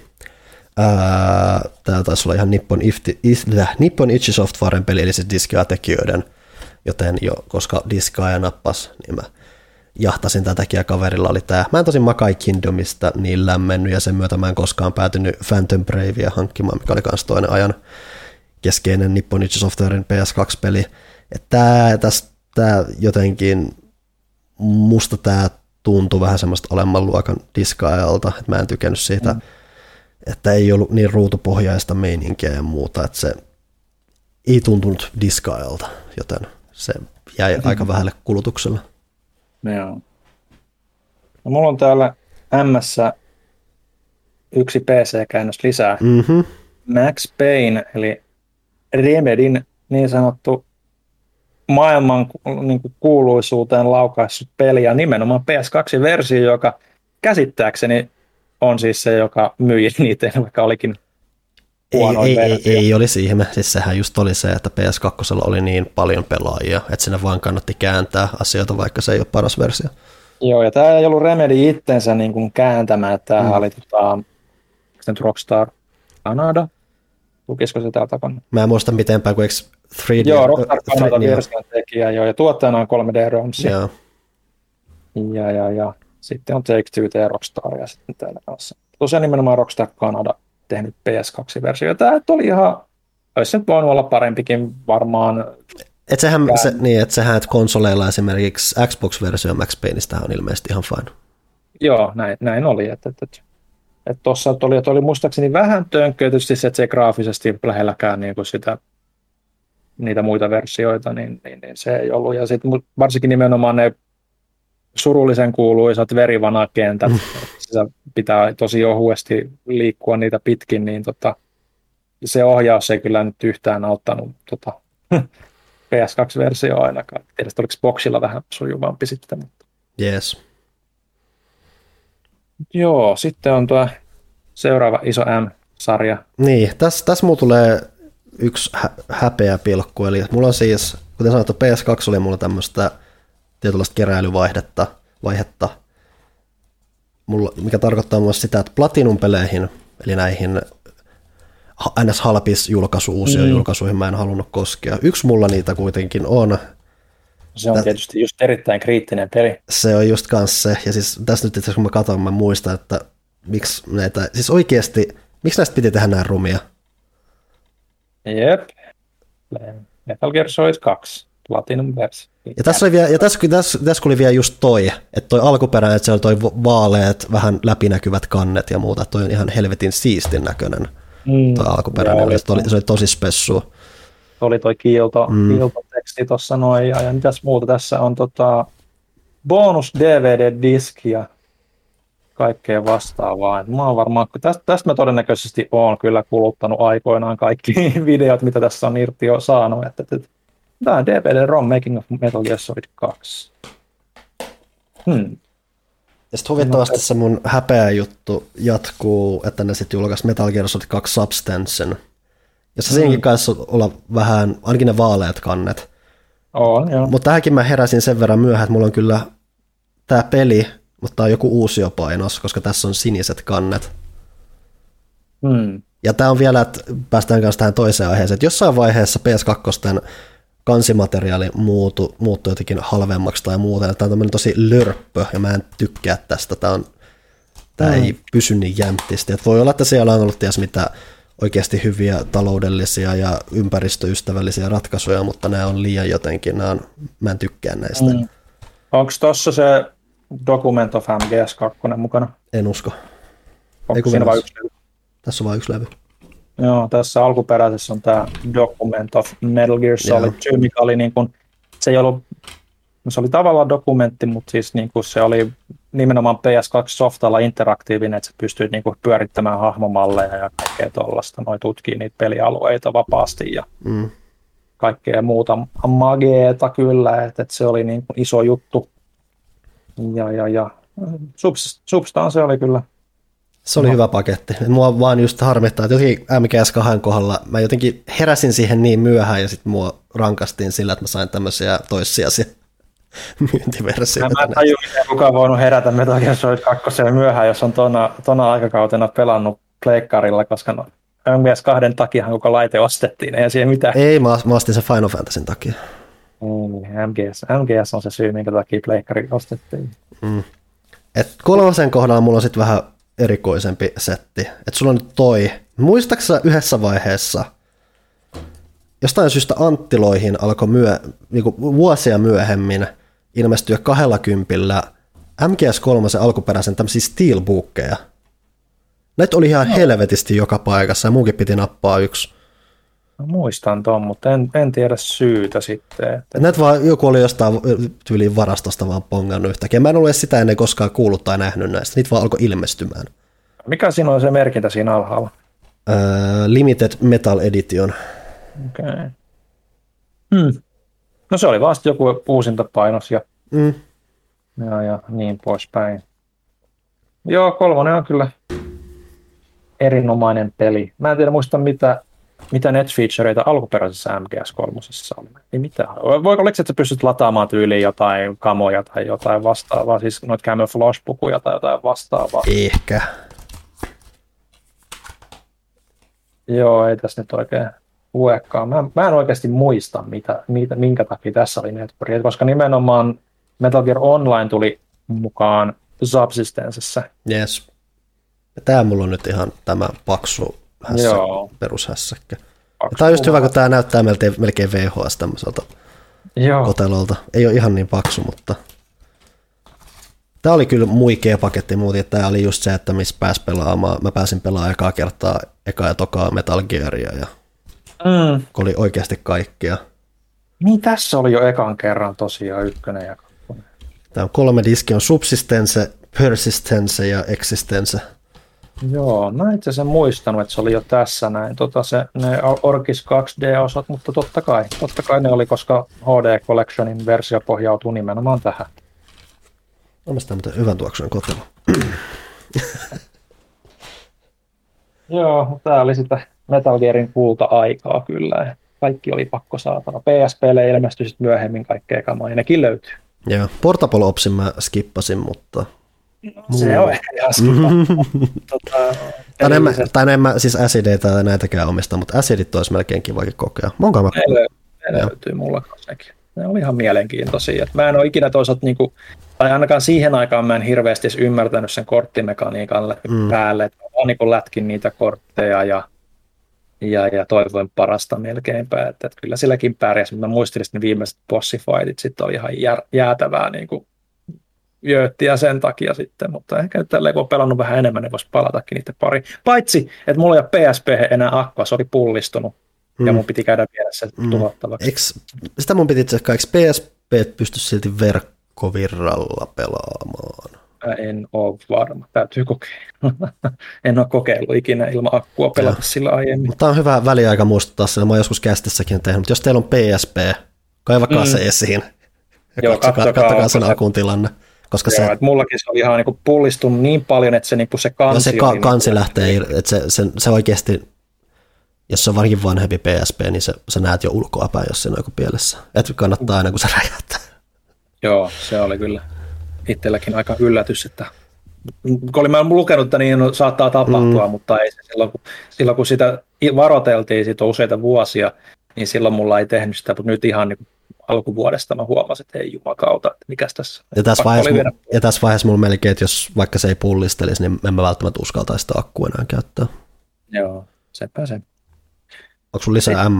Speaker 2: tämä taisi olla ihan Nippon, Ifti, Nippon Ichi Softwaren peli, eli siis Disgaea-tekijöiden, joten jo, koska Disgaea nappasi, niin mä jahtasin tätäkin ja kaverilla oli tämä. Mä en tosin Makai Kingdomista niin lämmennyt ja sen myötä mä en koskaan päätynyt Phantom Bravea hankkimaan, mikä oli myös toinen ajan keskeinen Nippon Ichi Softwaren P S kaksi -peli. Tämä, tämä jotenkin, musta tämä tuntui vähän semmoista alemman luokan Disgaealta, että mä en tykännyt siitä, mm. että ei ollut niin ruutupohjaista meininkiä ja muuta, että se ei tuntunut Disgaealta, joten se jäi mm. aika vähälle kulutuksella.
Speaker 1: Joo. No, mulla on täällä M:ssä yksi P C-käännös lisää.
Speaker 2: Mm-hmm.
Speaker 1: Max Payne, eli Remedyn niin sanottu maailman niin kuin kuuluisuuteen laukaissut peli, ja nimenomaan P S kaksi -versio, joka käsittääkseni on siis se, joka myi niitä, vaikka olikin huonoin
Speaker 2: ei, ei,
Speaker 1: versio.
Speaker 2: ei, ei olisi ihme. Siis sehän just oli se, että P S kaksi oli niin paljon pelaajia, että siinä vaan kannatti kääntää asioita, vaikka se ei ole paras versio.
Speaker 1: Joo, ja tämä ei ollut Remedy itsensä niin kuin kääntämään, että tämähän mm. oli tota, Rockstar Canada. Lukisiko se täällä takana?
Speaker 2: Mä en muista miteenpäin kuin kolme D.
Speaker 1: Joo, Rockstar Canada version tekijä, joo, ja tuottajana on kolme D Realms.
Speaker 2: Joo.
Speaker 1: Ja, ja, ja sitten on Take-Two ja Rockstar ja sitten täällä kanssa. Tosiaan nimenomaan Rockstar Canada tehnyt P S kaksi -versio. Tämä oli ihan, olisi nyt voinut olla parempikin varmaan.
Speaker 2: Et sehän, se, niin, et sehän, että konsoleilla esimerkiksi Xbox-versio Max Payneistä on ilmeisesti ihan fine.
Speaker 1: Joo, näin, näin oli. Että, että, että, että tuossa oli, että oli muistaakseni vähän tönkköä, tietysti se, että se ei graafisesti lähelläkään niin kuin sitä, niitä muita versioita, niin, niin, niin se ei ollut. Ja sitten varsinkin nimenomaan ne surullisen kuuluisat verivanakentät, se pitää tosi ohuesti liikkua niitä pitkin, niin tota, se ohjaus ei kyllä nyt yhtään auttanut tota, P S kaksi -versio ainakaan. Tiedä, oliko Boxilla vähän sujuvampi sitten. Mutta.
Speaker 2: Yes.
Speaker 1: Joo, sitten on tuo seuraava iso M-sarja.
Speaker 2: Niin, tässä täs mulla tulee yksi hä- häpeä pilkku, eli mulla on siis, kuten sanottu, P S kaksi oli mulla tämmöistä tietynlaista keräilyvaihdetta, vaihetta, mulla, mikä tarkoittaa myös sitä, että Platinum-peleihin, eli näihin N S-halpis-julkaisu, uusia mm. julkaisuihin mä en halunnut koskea. Yksi mulla niitä kuitenkin on.
Speaker 1: Se on Tä, tietysti just erittäin kriittinen peli.
Speaker 2: Se on just kans se, ja siis tässä nyt itse kun mä katson, mä muistan, että miksi näitä, siis oikeasti, miksi näistä piti tehdä näin rumia?
Speaker 1: Jep. Metal Gear Solid kaksi. Platinum-versio.
Speaker 2: Ja tässä, oli vielä, ja tässä, tässä, tässä oli vielä just toi, että toi alkuperäinen, että se oli toi vaaleat, vähän läpinäkyvät kannet ja muuta, toi on ihan helvetin siistin näköinen. Mm, toi alkuperäinen, oli, se, oli, se oli tosi spessua.
Speaker 1: Oli toi kiilto, mm. kiiltoteksti tuossa noin, ja, ja mitäs muuta tässä on tota, bonus D V D-disk ja kaikkea vastaavaa. Mä oon varmaan, tästä, tästä mä todennäköisesti oon kyllä kuluttanut aikoinaan kaikki videot, mitä tässä on irti jo saanut, että, että tämä on D V D-ROM Making of Metal Gear Solid kaksi. Hmm.
Speaker 2: Ja sitten huvittavasti se mun häpeä juttu jatkuu, että ne sitten julkaisi Metal Gear Solid kaksi Substancen. Jossa mm. siinäkin kanssa olla vähän, ainakin ne vaaleat kannet.
Speaker 1: On, joo.
Speaker 2: Mutta tähänkin mä heräsin sen verran myöhään, että mulla on kyllä tämä peli, mutta tämä on joku uusiopainos, koska tässä on siniset kannet.
Speaker 1: Hmm.
Speaker 2: Ja tämä on vielä, että päästään kanssa tähän toiseen aiheeseen, että jossain vaiheessa P S kaksi kansimateriaali muutu, muuttui jotenkin halvemmaksi tai muuten. Tämä on tämmöinen tosi lörppö, ja mä en tykkää tästä. Tämä, on, tämä mm. ei pysy niin jämptisti. Että voi olla, että siellä on ollut ties mitä oikeasti hyviä taloudellisia ja ympäristöystävällisiä ratkaisuja, mutta nämä on liian jotenkin, nämä on, mä en tykkää näistä. Mm.
Speaker 1: Onko tuossa se Document of M G S kaksi mukana?
Speaker 2: En usko.
Speaker 1: Onko siinä vain yksi levy?
Speaker 2: Tässä on vain yksi levy.
Speaker 1: Joo, tässä alkuperäisessä on tämä Document of Metal Gear Solid two, mikä oli niin kuin, se ei ollut, se oli tavallaan dokumentti, mutta siis niin kuin se oli nimenomaan P S kaksi softalla interaktiivinen, että sä pystyit niin kuin pyörittämään hahmomalleja ja kaikkea tuollaista, noin tutkii niitä pelialueita vapaasti ja mm. kaikkea muuta mageeta kyllä, että, että se oli niin kuin iso juttu. Ja, ja, ja Substance oli kyllä.
Speaker 2: Se oli no. hyvä paketti. Mua vaan just harmittaa, että jotenkin M G S kaksi kohdalla mä jotenkin heräsin siihen niin myöhään ja sitten mua rankastiin sillä, että mä sain tämmöisiä toissijaisia myyntiversioita.
Speaker 1: Mä tajun, miten kukaan voinut herätä Metal Gear Solid kaksi myöhään, jos on tona, tona aikakautena pelannut pleikkarilla, koska no, M G S kaksi takiahan koko laite ostettiin, ei siihen mitään.
Speaker 2: Ei, mä, mä ostin sen Final Fantasyn takia.
Speaker 1: Mm, M G S, M G S on se syy, minkä takia pleikkari ostettiin.
Speaker 2: Mm. Et kolmosen kohdalla mulla on sitten vähän erikoisempi setti. Et sulla on nyt toi. Muistaaksä yhdessä vaiheessa, jostain syystä Anttiloihin alkoi myö, niinku vuosia myöhemmin ilmestyä kahdella kympillä M G S kolme alkuperäisen tämmöisiä steelbookkeja. Näitä oli ihan no. helvetisti joka paikassa ja munkin piti nappaa yksi.
Speaker 1: Mä muistan ton, mutta en, en tiedä syytä sitten. Että...
Speaker 2: Näitä vaan joku oli jostain tyyliin varastosta vaan pongannut yhtäkkiä. Mä en ole sitä ennen koskaan kuullut tai nähnyt näistä. Niitä vaan alkoi ilmestymään.
Speaker 1: Mikä siinä on se merkintä siinä alhaalla?
Speaker 2: Uh, Limited Metal Edition.
Speaker 1: Okei. Okay. Hmm. No se oli vasta joku uusintapainos ja, mm. ja, ja niin poispäin. Joo, kolmonen on kyllä erinomainen peli. Mä en tiedä muista mitä, mitä net-featureita alkuperäisessä M G S kolme oli. Ei mitään. Voiko oliko, että sä pystyt lataamaan tyyliin jotain kamoja tai jotain vastaavaa, siis noita camouflage-pukuja tai jotain vastaavaa?
Speaker 2: Ehkä.
Speaker 1: Joo, ei tässä nyt oikein luekaan. Mä, mä en oikeasti muista, mitä, mitä, minkä takia tässä oli netpuri, koska nimenomaan Metal Gear Online tuli mukaan Subsistencessa.
Speaker 2: Yes. Tämä mulla on nyt ihan tämä paksu hässä, perushässäkkä. Tämä on just hyvä, kun tämä näyttää melkein, melkein V H S tämmöiseltä Joo. kotelolta. Ei ole ihan niin paksu, mutta tämä oli kyllä muikea paketti muuten, että tämä oli just se, että missä pääsi pelaamaan. Mä pääsin pelaamaan ekaa kertaa, eka ja tokaa Metal Gearia ja mm. oli oikeasti kaikkea.
Speaker 1: Niin tässä oli jo ekan kerran tosiaan ykkönen ja kakkonen.
Speaker 2: Tämä on kolme diski, on Subsistence, Persistence ja Existence.
Speaker 1: Joo, mä itse asiassa muistanut, että se oli jo tässä näin, tota se, ne Orkis kaksi D-osat, mutta totta kai, totta kai ne oli, koska H D Collectionin versio pohjautuu nimenomaan tähän.
Speaker 2: On sitä muuten hyvän tuoksunen kotelo.
Speaker 1: Joo, mutta tää oli sitä Metal Gearin kulta-aikaa kyllä. Kaikki oli pakko saatana. P S P:lle ilmestyi sitten myöhemmin kaikkea kamaa, ja nekin löytyy.
Speaker 2: Joo, Portable Opsin mä skippasin, mutta...
Speaker 1: No, se on ehkä ihan skippa. tota,
Speaker 2: tai, en mä, tai en mä siis Acideita tai näitäkään omista, mutta Acidit olisi melkein kivakin kokea. Monko mä...
Speaker 1: Ne, löy- ne löytyy mulla kanssa nekin. Ne oli ihan mielenkiintoisia. Et mä en ole ikinä toisaalta, niinku, tai ainakaan siihen aikaan mä en hirveästi ymmärtänyt sen korttimekaniikan mm. päälle. Et mä vaan niinku lätkin niitä kortteja ja, ja, ja toivoin parasta melkeinpä. Et, et kyllä silläkin pärjäs, mutta mä muistelin, että ne viimeiset bossifightit sitten oli ihan jär, jäätävää niinku, jööttiä sen takia sitten, mutta ehkä nyt tälleen kun on pelannut vähän enemmän, niin voisi palatakin niiden pari. Paitsi, että mulla ei ole P S P enää akkua, se oli pullistunut mm. ja mun piti käydä vielä se mm. tuhottavaksi.
Speaker 2: Eks, sitä mun piti itse asiassa, P S P pysty silti verkkovirralla pelaamaan?
Speaker 1: Mä en ole varma, täytyy kokeilla. En ole kokeillut ikinä ilman akkua pelata sillä aiemmin.
Speaker 2: Mutta on hyvä väliaika muistuttaa sillä, mä oon joskus kästissäkin tehnyt, mutta jos teillä on P S P, kaivakaa mm. se esiin.
Speaker 1: Joo, katsokaa,
Speaker 2: katsokaa sen akun tilanne. Koska
Speaker 1: joo,
Speaker 2: se,
Speaker 1: että mullakin se oli ihan niin pullistunut niin paljon, että se, niin se kansi...
Speaker 2: se ka- kansi lähtee, että se, se, se oikeasti, jos se on varsinkin vanhempi P S P, niin se, sä näet jo ulkoapäin, jos se on joku pielessä. Että kannattaa aina, kun se räjähtää.
Speaker 1: Joo, se oli kyllä itselläkin aika yllätys, että kun olin mä lukenut, että niin saattaa tapahtua, mm. mutta ei se silloin, kun, silloin, kun sitä varoteltiin siitä useita vuosia, niin silloin mulla ei tehnyt sitä, mutta nyt ihan niin alkuvuodesta mä huomasin, että ei jumakauta, että mikäs tässä.
Speaker 2: Ja tässä, vaiheessa, ja tässä vaiheessa mulla melkein, että jos vaikka se ei pullistelisi, niin en mä välttämättä uskaltaisi sitä akkua enää käyttää.
Speaker 1: Joo, sepä se.
Speaker 2: Onko sulla lisää
Speaker 1: ei,
Speaker 2: M?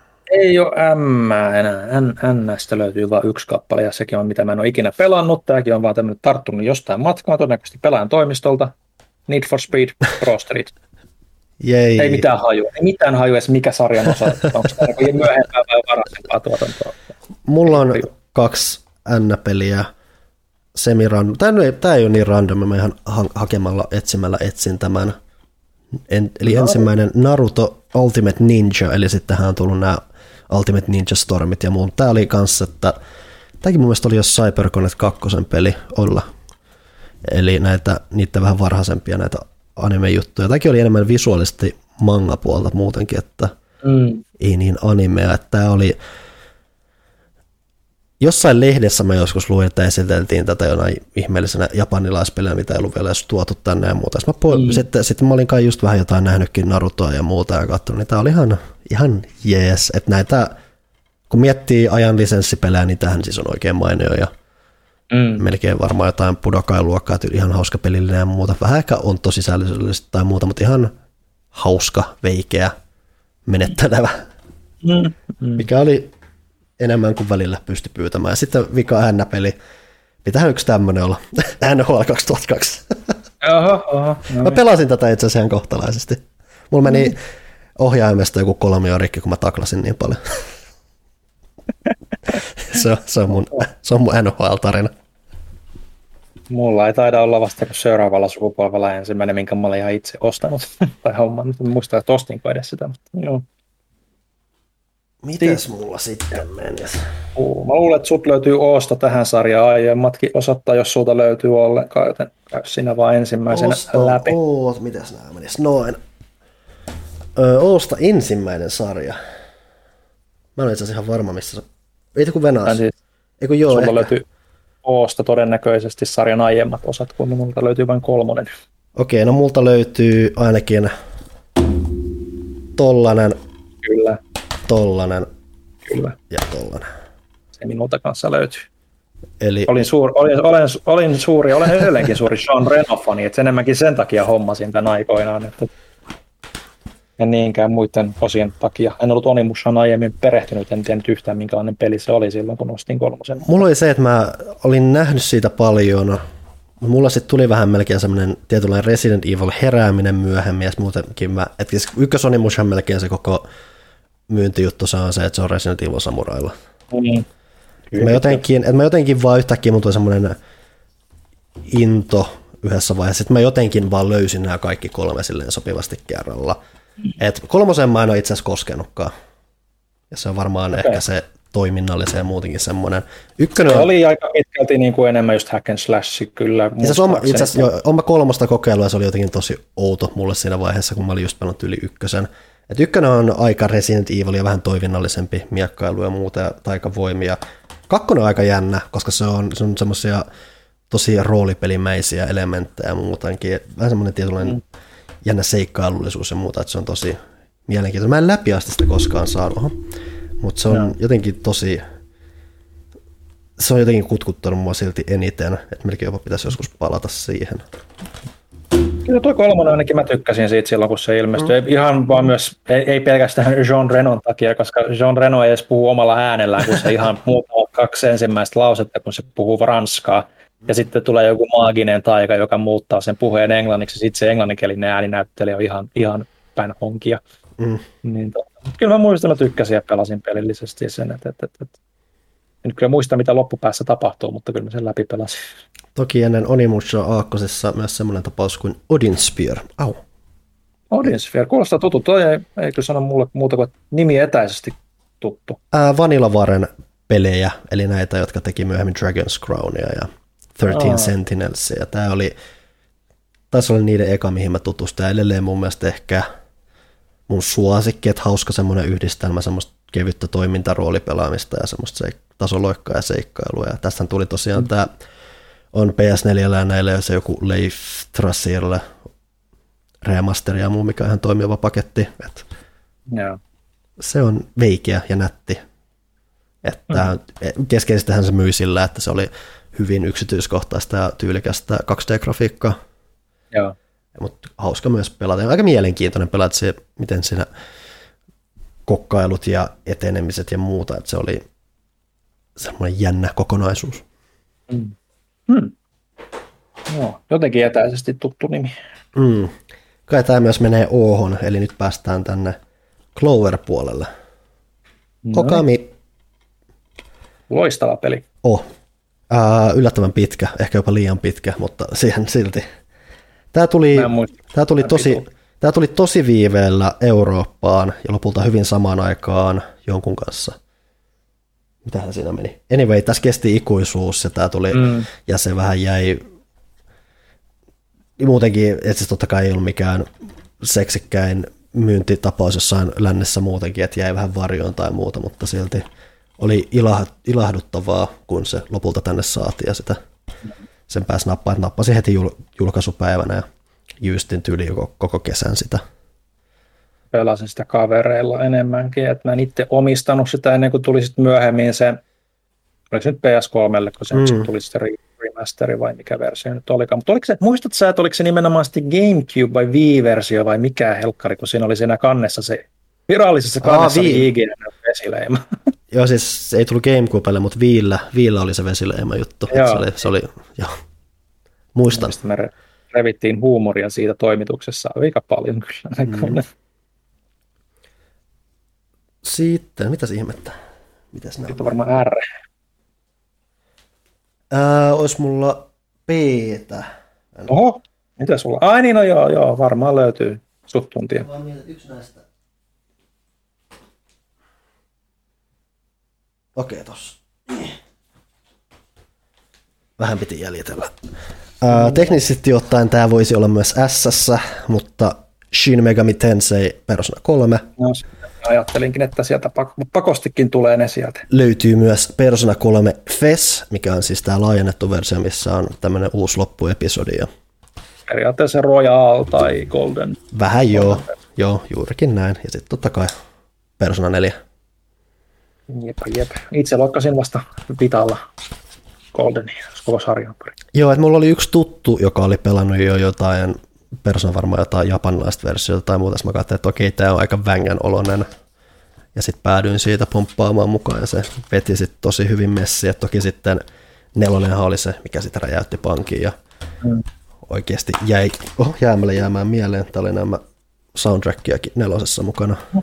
Speaker 1: Ei ole M enää. N, N:stä löytyy vain yksi kappale, ja sekin on mitä mä en ole ikinä pelannut. Tämäkin on vaan tämmöinen tarttunut jostain matkaa, todennäköisesti pelaajan toimistolta. Need for Speed Pro Street.
Speaker 2: Jei.
Speaker 1: Ei mitään hajua, ei mitään hajua edes mikä sarjan osa, onko se myöhempää vai varaisempaa tuotantoa.
Speaker 2: Mulla on kaksi N-peliä. Semi-random. Tämä ei, tämä ei ole niin random, mä ihan ha- hakemalla etsimällä etsin tämän. En, eli no. Ensimmäinen Naruto Ultimate Ninja, eli sittenhän on tullut nämä Ultimate Ninja Stormit ja muun. Tämä oli kanssa, että tämäkin mun mielestä oli jos CyberConnect kakkosen peli olla. Eli näitä, niitä vähän varhaisempia näitä anime-juttuja. Tämäkin oli enemmän visuaalisesti manga-puolta muutenkin, että mm. ei niin animea. Että tämä oli jossain lehdessä mä joskus luin, että esiteltiin tätä jonain ihmeellisenä japanilaispelejä, mitä ei ollut vielä edes tuotu tänne ja muuta. Mä po- mm. sitten, sitten mä olin kai just vähän jotain nähnytkin Narutoa ja muuta ja katsonut, niin tää oli ihan, ihan jees. Että näitä, kun miettii ajan lisenssipelejä, niin tähän siis on oikein mainio ja mm. melkein varmaan jotain Budokai-luokkaa, ihan hauska pelillinen ja muuta. Vähän ehkä on tosi sisällöllisesti tai muuta, mutta ihan hauska, veikeä, menettelevä, mm. Mm. mikä oli enemmän kuin välillä pysty pyytämään. Ja sitten vika N-peli. Pitäähän yksi tämmöinen olla. N H L kaksituhattakaksi.
Speaker 1: Oho, oho, no
Speaker 2: mä pelasin tätä itse asiassa ihan kohtalaisesti. Mulla meni mm. ohjaimesta joku kolmio rikki, kun mä taklasin niin paljon. se, on, se, on mun, se on mun N H L-tarina.
Speaker 1: Mulla ei taida olla vasta kuin seuraavalla sukupolvella ensimmäinen, minkä mä olin ihan itse ostanut. tai homman. En muista, että ostinko edes sitä, mutta joo.
Speaker 2: Mites mulla sitten menisi?
Speaker 1: Mä luulen, että sut löytyy Oosta tähän sarjaan aiemmatkin osoittaa, jos sulta löytyy ollenkaan, joten käy sinä vaan ensimmäisenä Oosta, läpi.
Speaker 2: Oot, mitäs nämä menis? Noin. Öö, Oosta ensimmäinen sarja. Mä olen itse asiassa ihan varma, missä se... Ei kun Venas.
Speaker 1: Siis,
Speaker 2: Eiku joo,
Speaker 1: sulla
Speaker 2: ehkä.
Speaker 1: löytyy Oosta todennäköisesti sarjan aiemmat osat, kun multa löytyy vain kolmonen.
Speaker 2: Okei, no multa löytyy ainakin tollanen.
Speaker 1: Kyllä.
Speaker 2: Tollanen.
Speaker 1: Kyllä.
Speaker 2: Ja tollanen.
Speaker 1: Se minulta kanssa löytyy.
Speaker 2: Eli...
Speaker 1: Olin, suur, olin, olen, olin suuri, olen edelleenkin suuri Jean Reno-fani, että enemmänkin sen takia hommasin tämän aikoinaan. Että en niinkään muiden osien takia. En ollut Onimushan aiemmin perehtynyt, en tiennyt yhtään minkälainen peli se oli silloin, kun ostin kolmosen.
Speaker 2: Mulla oli se, että mä olin nähnyt siitä paljon. Mulla sitten tuli vähän melkein semmoinen tietynlainen Resident Evil herääminen myöhemmin, ja muutenkin mä, että ykkös Onimushan melkein se koko myyntijuttu se on se, että se on Resident Evil samurailla. Mm. Mä jotenkin, että mä jotenkin vaan yhtäkkiä mun tuli semmoinen into yhdessä vaiheessa, että mä jotenkin vaan löysin nämä kaikki kolme silleen sopivasti kerralla. Mm. Et kolmosen mä en ole itse asiassa koskenutkaan. Ja se on varmaan okay. ehkä se toiminnallisen ja muutenkin semmoinen. Ykkönen
Speaker 1: se oli aika pitkälti niin kuin enemmän just hack and slash kyllä.
Speaker 2: Itse asiassa joo, olen mä kolmosta kokeillut ja se oli jotenkin tosi outo mulle siinä vaiheessa, kun mä olin just pelannut yli ykkösen. Et ykkönen on aika Resident Evil ja vähän toiminnallisempi miekkailu ja muuta ja taikavoimia. Kakkonen on aika jännä, koska se on, se on semmoisia tosi roolipelimäisiä elementtejä ja muutenkin. Vähän semmoinen tietynlainen mm. jännä seikkailullisuus ja muuta, että se on tosi mielenkiintoinen. Mä en läpi asti sitä koskaan saanut, mutta se on no. jotenkin tosi, se on jotenkin kutkuttanut mua silti eniten, että melkein jopa pitäisi joskus palata siihen.
Speaker 1: Kyllä tuo kolmonen ainakin mä tykkäsin siitä silloin, kun se ilmestyi. Mm. Ihan vaan myös, ei, ei pelkästään Jean Renon takia, koska Jean Reno ei edes puhu omalla äänellään, kun se ihan muuttaa kaksi ensimmäistä lausetta, kun se puhuu ranskaa. Ja sitten tulee joku maaginen taika, joka muuttaa sen puheen englanniksi. Sitten se englanninkielinen ääninäyttelijä on ihan, ihan päin honkia. Mm. Niin to, kyllä mä muistan, että tykkäsin ja pelasin pelillisesti sen. Et, et, et, et. En kyllä muista, mitä loppupäässä tapahtuu, mutta kyllä mä sen läpi pelasin.
Speaker 2: Toki ennen Onimusha aakkosessa myös semmoinen tapaus kuin Odin Sphere. Au.
Speaker 1: Odin Sphere, kuulostaa tuttu. Toi ei, ei kyllä sano mulle muuta kuin nimi etäisesti tuttu.
Speaker 2: Ää, Vanillavaren pelejä, eli näitä, jotka teki myöhemmin Dragon's Crownia ja thirteen Aa. Sentinelsia. Ja tämä oli, taisi olla niiden eka, mihin mä tutustuin. Edelleen mun mielestä ehkä mun suosikki, että hauska semmoinen yhdistelmä, semmoista kevyttä toimintaroolipelaamista ja semmoista seik- tasoloikkaa ja seikkailua. Ja tästä tuli tosiaan mm. tämä on P S neljällä ja näillä se joku Leif Trassierille remasteri ja muu, mikä on ihan toimiva paketti. Et
Speaker 1: yeah.
Speaker 2: Se on veikeä ja nätti. Että mm. Keskeistähän se myi sillä, että se oli hyvin yksityiskohtaista ja tyylikästä kaksi D-grafiikkaa.
Speaker 1: Yeah.
Speaker 2: Mutta hauska myös pelata. Aika mielenkiintoinen pelata se, miten siinä kokkailut ja etenemiset ja muuta. Että se oli semmoinen jännä kokonaisuus.
Speaker 1: Mm. Hmm. No, jotenkin etäisesti tuttu nimi.
Speaker 2: Mm. kai tämä myös menee Ohon, eli nyt päästään tänne Clover-puolelle. No. Okami.
Speaker 1: Loistava peli.
Speaker 2: Oh. Uh, yllättävän pitkä, ehkä jopa liian pitkä, mutta siihen silti. Tämä tuli, tämä tuli, tosi, tämä tuli tosi viiveellä Eurooppaan ja lopulta hyvin samaan aikaan jonkun kanssa. Mitähän siinä meni? Anyway, tässä kesti ikuisuus ja tämä tuli, mm. ja se vähän jäi, muutenkin, että siis totta kai ei ollut mikään seksikkäin myyntitapaus jossain lännessä muutenkin, että jäi vähän varjoon tai muuta, mutta silti oli ilahduttavaa, kun se lopulta tänne saatiin ja sitä sen pääsi nappaa, että nappasi heti jul- julkaisupäivänä ja jyystin tyyli koko, koko kesän sitä.
Speaker 1: Pelasin sitä kavereilla enemmänkin, että mä en itse omistanut sitä ennen kuin tuli sitten myöhemmin se, oliko se nyt P S kolmelle, kun se mm. tuli sitten remasteri vai mikä versio nyt olikaan, mutta oliko se, muistatko sä, että oliko se nimenomaan sitten GameCube vai Wii-versio vai mikä helkkari, kun siinä oli siinä kannessa se, virallisessa kannessa Aa, oli I G N-vesileima.
Speaker 2: Joo, siis se ei tullut GameCubelle, mutta Viillä, Viillä oli se vesileima juttu. Se oli, se oli, joo. Muistan.
Speaker 1: Mistä me revittiin huumoria siitä toimituksessa aika paljon kyllä. Mm.
Speaker 2: Sitten, mitäs ihmettä? Mitäs nämä?
Speaker 1: Sitten varmaan R.
Speaker 2: Ää, ois mulla P-tä.
Speaker 1: Oho, mitä sulla? Ai niin, no joo, joo, varmaan löytyy suht tuntia.
Speaker 2: Vaan mietit yksi näistä. Okei, tossa. Vähän piti jäljitellä. Ää, teknisesti ottaen tämä voisi olla myös S, mutta Shin Megami Tensei Persona kolme.
Speaker 1: No, ajattelinkin, että sieltä pakostikin tulee ne sieltä.
Speaker 2: Löytyy myös Persona kolme F E S, mikä on siis tämä laajennettu versio, missä on tämmöinen uusi loppuepisodi.
Speaker 1: Periaatteessa Royal tai Golden.
Speaker 2: Vähän joo, joo, juurikin näin. Ja sitten totta kai Persona neljä.
Speaker 1: Jep, jep. Itse loikkasin vasta Vitalla Goldenia, koko sarjan.
Speaker 2: Joo, että mulla oli yksi tuttu, joka oli pelannut jo jotain, Persona varmaan jotain japanilaista versiota tai muuta. Mä katsoin, että okei, tää on aika vängän oloinen. Ja sitten päädyin siitä pomppaamaan mukaan ja se veti sitten tosi hyvin messiä. Toki sitten nelonenhan oli se, mikä sitten räjäytti pankin ja mm. oikeasti jäi oh, jäämällä jäämään mieleen. Tää oli nämä soundtrackiakin nelosessa mukana. Mm.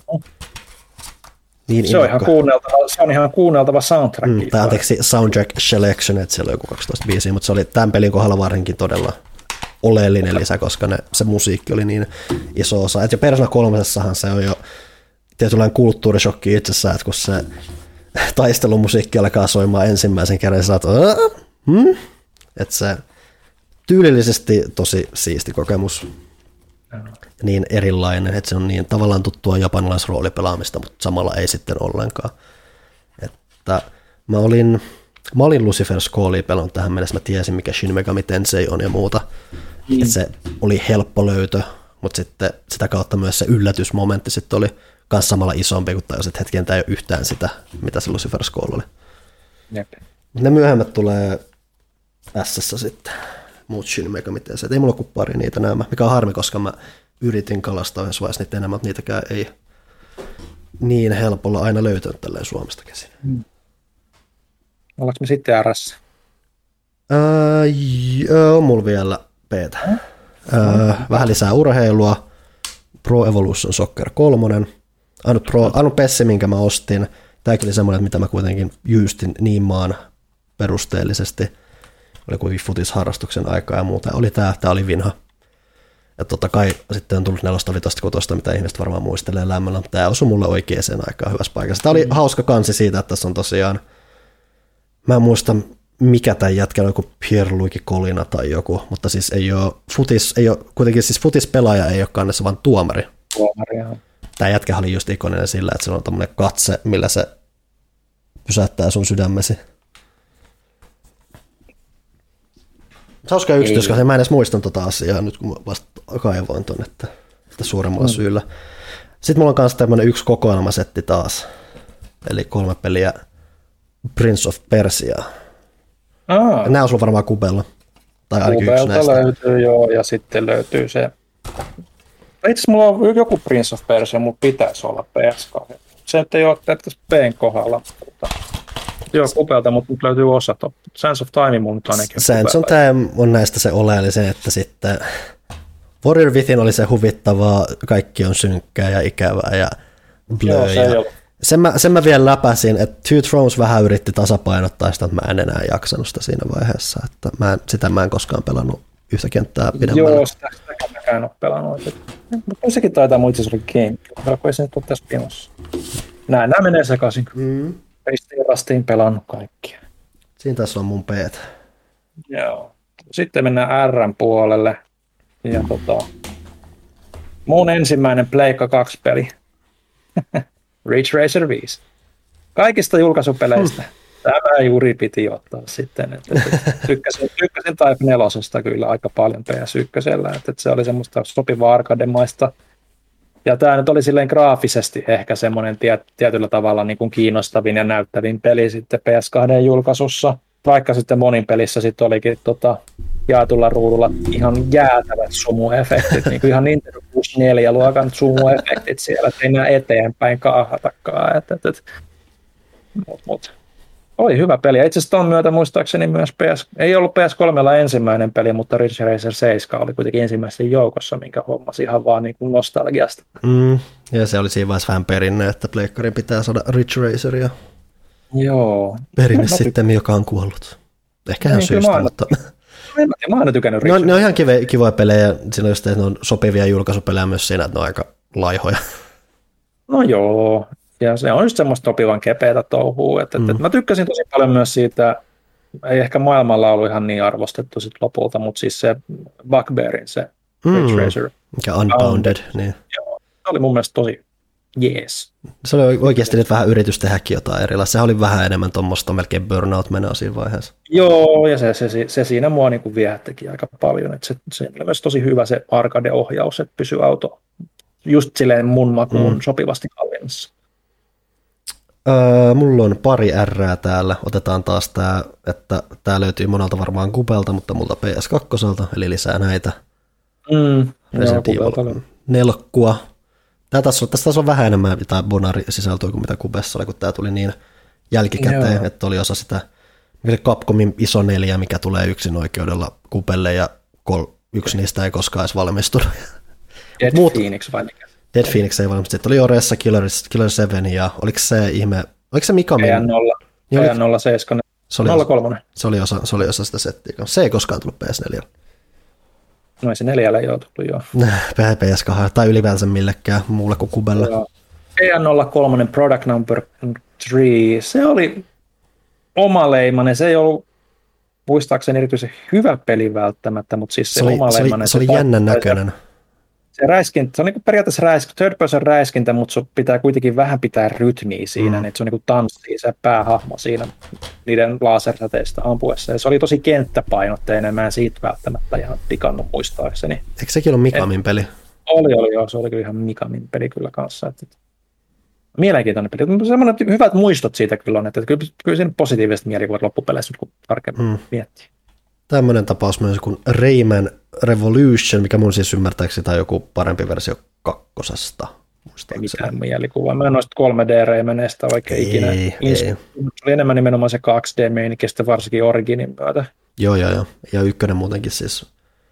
Speaker 2: Niin
Speaker 1: se, on ihan kuunneltava, se on ihan kuunneltava soundtrack. Mm,
Speaker 2: tämä anteeksi Soundtrack Selection, että siellä on joku kaksitoista biisiä, mutta se oli tämän pelin kohdalla varsinkin todella oleellinen lisä, koska ne, se musiikki oli niin iso osa. Et jo Persona kolmosessahan se on jo tietynlainen kulttuurishokki itsessään, että kun se taistelumusiikki alkaa soimaan ensimmäisen kerran, sä oot, hmm? Että se tyylillisesti tosi siisti kokemus. Niin erilainen, että se on niin tavallaan tuttua japanilaisroolipelaamista, mutta samalla ei sitten ollenkaan. Että mä olin, mä olin Lucifer's Callia pelannut tähän mennessä, mä tiesin mikä Shin Megami Tensei on ja muuta. Mm. Että se oli helppo löytö, mutta sitten sitä kautta myös se yllätysmomentti sitten oli myös samalla isompi, kun tajusin, että hetken tämä ei ole yhtään sitä, mitä se Lucifer's Call oli.
Speaker 1: Jep.
Speaker 2: Ne myöhemmät tulee S:ssä sitten. Muut Shin Megami Tensei. Ei mulla kuin pari niitä nämä, mikä on harmi, koska mä yritin kalastaa yhdessä vaiheessa niitä enemmän, mutta niitäkään ei niin helpolla aina löytänyt tälleen Suomesta käsin.
Speaker 1: Hmm. Ollaanko me sitten R:ssä?
Speaker 2: Öö, joo, on mulla vielä P:tä. Hmm? Öö, vähän lisää urheilua. Pro Evolution Soccer kolme. Ainut, Pro, ainut Pessi, minkä mä ostin. Tämäkin oli semmoinen, mitä mä kuitenkin jyystin niin maan perusteellisesti. Oli kuitenkin futisharrastuksen aikaa ja muuta. Oli tää, tää oli vinha. Ja totta kai sitten on tullut nelosta, vitosta, kotosta, mitä ihmiset varmaan muistelee lämmöllä. Tämä osui mulle oikeaan aikaan hyvässä paikassa. Tämä oli mm. hauska kansi siitä, että tässä on tosiaan, mä en muista mikä tämä jätkä on, joku Pierluigi Colina tai joku, mutta siis ei ole futis, ei ole, kuitenkin siis futispelaaja ei ole kannessa, vaan tuomari.
Speaker 1: Tuomari, joo.
Speaker 2: Tämä jätkä oli just ikoninen sillä, että sillä on tämmöinen katse, millä se pysäyttää sun sydämesi. Hauska yksityiskohta, mä en edes muistan tota asiaa nyt, kun mä vasta kaivoin tuonne, että, että suuremmalla mm. syyllä. Sitten mulla on myös tämmöinen yksi kokoelmasetti taas, eli kolme peliä Prince of Persia.
Speaker 1: Aa.
Speaker 2: Nämä on sulla varmaan Kubella, tai ainakin
Speaker 1: Kubelta
Speaker 2: yksi näistä.
Speaker 1: Löytyy joo, ja sitten löytyy se, itse asiassa mulla on joku Prince of Persia, mutta pitäisi olla P S kaksi. Se ei ole tässä P:n kohdalla. Joo, Kubelta, mutta nyt löytyy osa. Sands of Time mun nyt ainakin.
Speaker 2: Sands of Time on näistä se oleellisen, että sitten Warrior Within oli se huvittavaa, kaikki on synkkää ja ikävää ja blöö. Joo, se ja sen, mä, sen mä vielä läpäsin, että Two Thrones vähän yritti tasapainottaa sitä, että mä en enää jaksanut sitä siinä vaiheessa. Että mä en, sitä mä en koskaan pelannut yhtä kenttää pidemmällä.
Speaker 3: Joo, sitä, sitäkään mäkään ole pelannut. Mutta sekin taitaa muuten se oli GameCube, kun ei se nyt ole tässä pinossa. Näin, nämä menee sekaisin. Mm. Ristiin rastiin pelannut kaikkia.
Speaker 2: Siinä tässä on mun peet.
Speaker 3: Joo. Sitten mennään R:n puolelle. Ja tota, mun ensimmäinen Pleikka kaksi peli. Ridge Racer viisi. Kaikista julkaisupeleistä. Hmm. Tämä juuri piti ottaa sitten. Että, että tykkäsin, tykkäsin Type neljä kyllä aika paljon P S yksi, että, että se oli semmoista sopivaa arcade-maista. Ja tämä nyt oli silleen graafisesti ehkä semmoinen tiet, tietyllä tavalla niin kuin kiinnostavin ja näyttävin peli sitten P S kaksi julkaisussa. Vaikka sitten monin pelissä sitten olikin tota, jaetulla ruudulla ihan jäätävät sumuefektit, niin kuin ihan Nintendo kuusikymmentäneljä luokan sumuefektit siellä, että ei enää eteenpäin kaahatakaan. Et, et, et. Mut, mut. Oli hyvä peli. Itse asiassa tuon myötä muistaakseni myös P S, ei ollut P S kolme ensimmäinen peli, mutta Ridge Racer seitsemän oli kuitenkin ensimmäisen joukossa, minkä hommasi ihan vaan niin kuin nostalgiasta.
Speaker 2: Mm, ja se oli siinä vaiheessa vähän perinne, että pleikkarin pitää saada Ridge Raceria.
Speaker 3: Joo.
Speaker 2: Perinne no, sitten, ty- joka on kuollut. Ehkä ihan syystä, mä mutta...
Speaker 3: En, mä oon aina tykännyt
Speaker 2: Ridge Raceria. Ne on ihan kivoja, kivoja pelejä. Siinä on just, että ne on sopivia julkaisupelejä myös siinä, että ne on aika laihoja.
Speaker 3: No joo. Ja se on just semmoista sopivan kepeätä touhua. Että, mm. että mä tykkäsin tosi paljon myös siitä, ei ehkä maailmalla ollut ihan niin arvostettu sit lopulta, mutta siis se Bugbearin se mm. Ridge Racer.
Speaker 2: Mikä Unbounded. Niin.
Speaker 3: Joo, se oli mun mielestä tosi jees.
Speaker 2: Se oli oikeasti nyt vähän yritys tehdäkin jotain erilaista. Se oli vähän enemmän tuommoista melkein burnout-menoa siinä vaiheessa.
Speaker 3: Joo, ja se, se, se siinä mua niin viehättikin aika paljon. Että se, se oli myös tosi hyvä se arcade-ohjaus, että pysyi auto just silleen mun makuun mm. sopivasti hallinnassa.
Speaker 2: Öö, mulla on pari Rää täällä. Otetaan taas tää, että tää löytyy monelta varmaan Kupelta, mutta multa P S kaksi, eli lisää näitä.
Speaker 3: Mm,
Speaker 2: Resident Evil nelkkua. Tää taas on, tässä taas on vähän enemmän jotain Bonari-sisältöä kuin mitä Kupessa oli, kun tää tuli niin jälkikäteen, joo. Että oli osa sitä Capcomin iso neljä, mikä tulee yksin oikeudella Kupelle, ja kol, yksi niistä ei koskaan edes valmistunut.
Speaker 3: Dead Muut, Phoenix vai mikä?
Speaker 2: Dead Phoenix ei valmistunut. Sitten oli Oressa, Killer, Killer seitsemän, ja oliko se ihme, oliko se Mikamin?
Speaker 3: P nolla, P nolla seitsemän, nolla kolme.
Speaker 2: Se oli osa, se oli osa sitä settiä. Se ei koskaan tullut P S neljä.
Speaker 3: No ei se neljällä ei ole tullut, joo.
Speaker 2: P S kaksi, tai ylipäänsä millekään muulle kuin Kubella.
Speaker 3: P nolla kolme Product Number kolme, se oli omaleimainen, se ei ollut muistaakseni erityisen hyvä peli välttämättä, mutta siis se, se omaleimainen.
Speaker 2: Se oli, se oli jännän näköinen.
Speaker 3: Se, räiskintä, se on niin periaatteessa räiskintä, third person räiskintä, mutta se pitää kuitenkin vähän pitää rytmiä siinä, mm. niin että se on niin kuin tanssii se päähahmo siinä niiden lasersäteistä ampuessa. Ja se oli tosi kenttäpainotteinen, mä en siitä välttämättä ihan pikannut muistaakseni.
Speaker 2: Eikö sekin ole Mikamin peli?
Speaker 3: Oli, oli joo, se oli kyllä ihan Mikamin peli kyllä kanssa. Että, mielenkiintoinen peli, mutta semmoinen hyvät muistot siitä kyllä on, että kyllä, kyllä siinä positiiviset mielikuvat loppupeleissä, kun tarkemmin mm. miettii.
Speaker 2: Tämmöinen tapaus myös kuin Rayman Revolution, mikä mun siis ymmärtääkseni tai joku parempi versio kakkosesta.
Speaker 3: Ei mitään mielikuvaa. Mä en noista kolme D-Raymaneista oikein ei, ikinä. Ei. Se oli enemmän nimenomaan se kaksi D-meininki, sitten varsinkin Originin myötä.
Speaker 2: Joo, joo, joo. Ja ykkönen muutenkin siis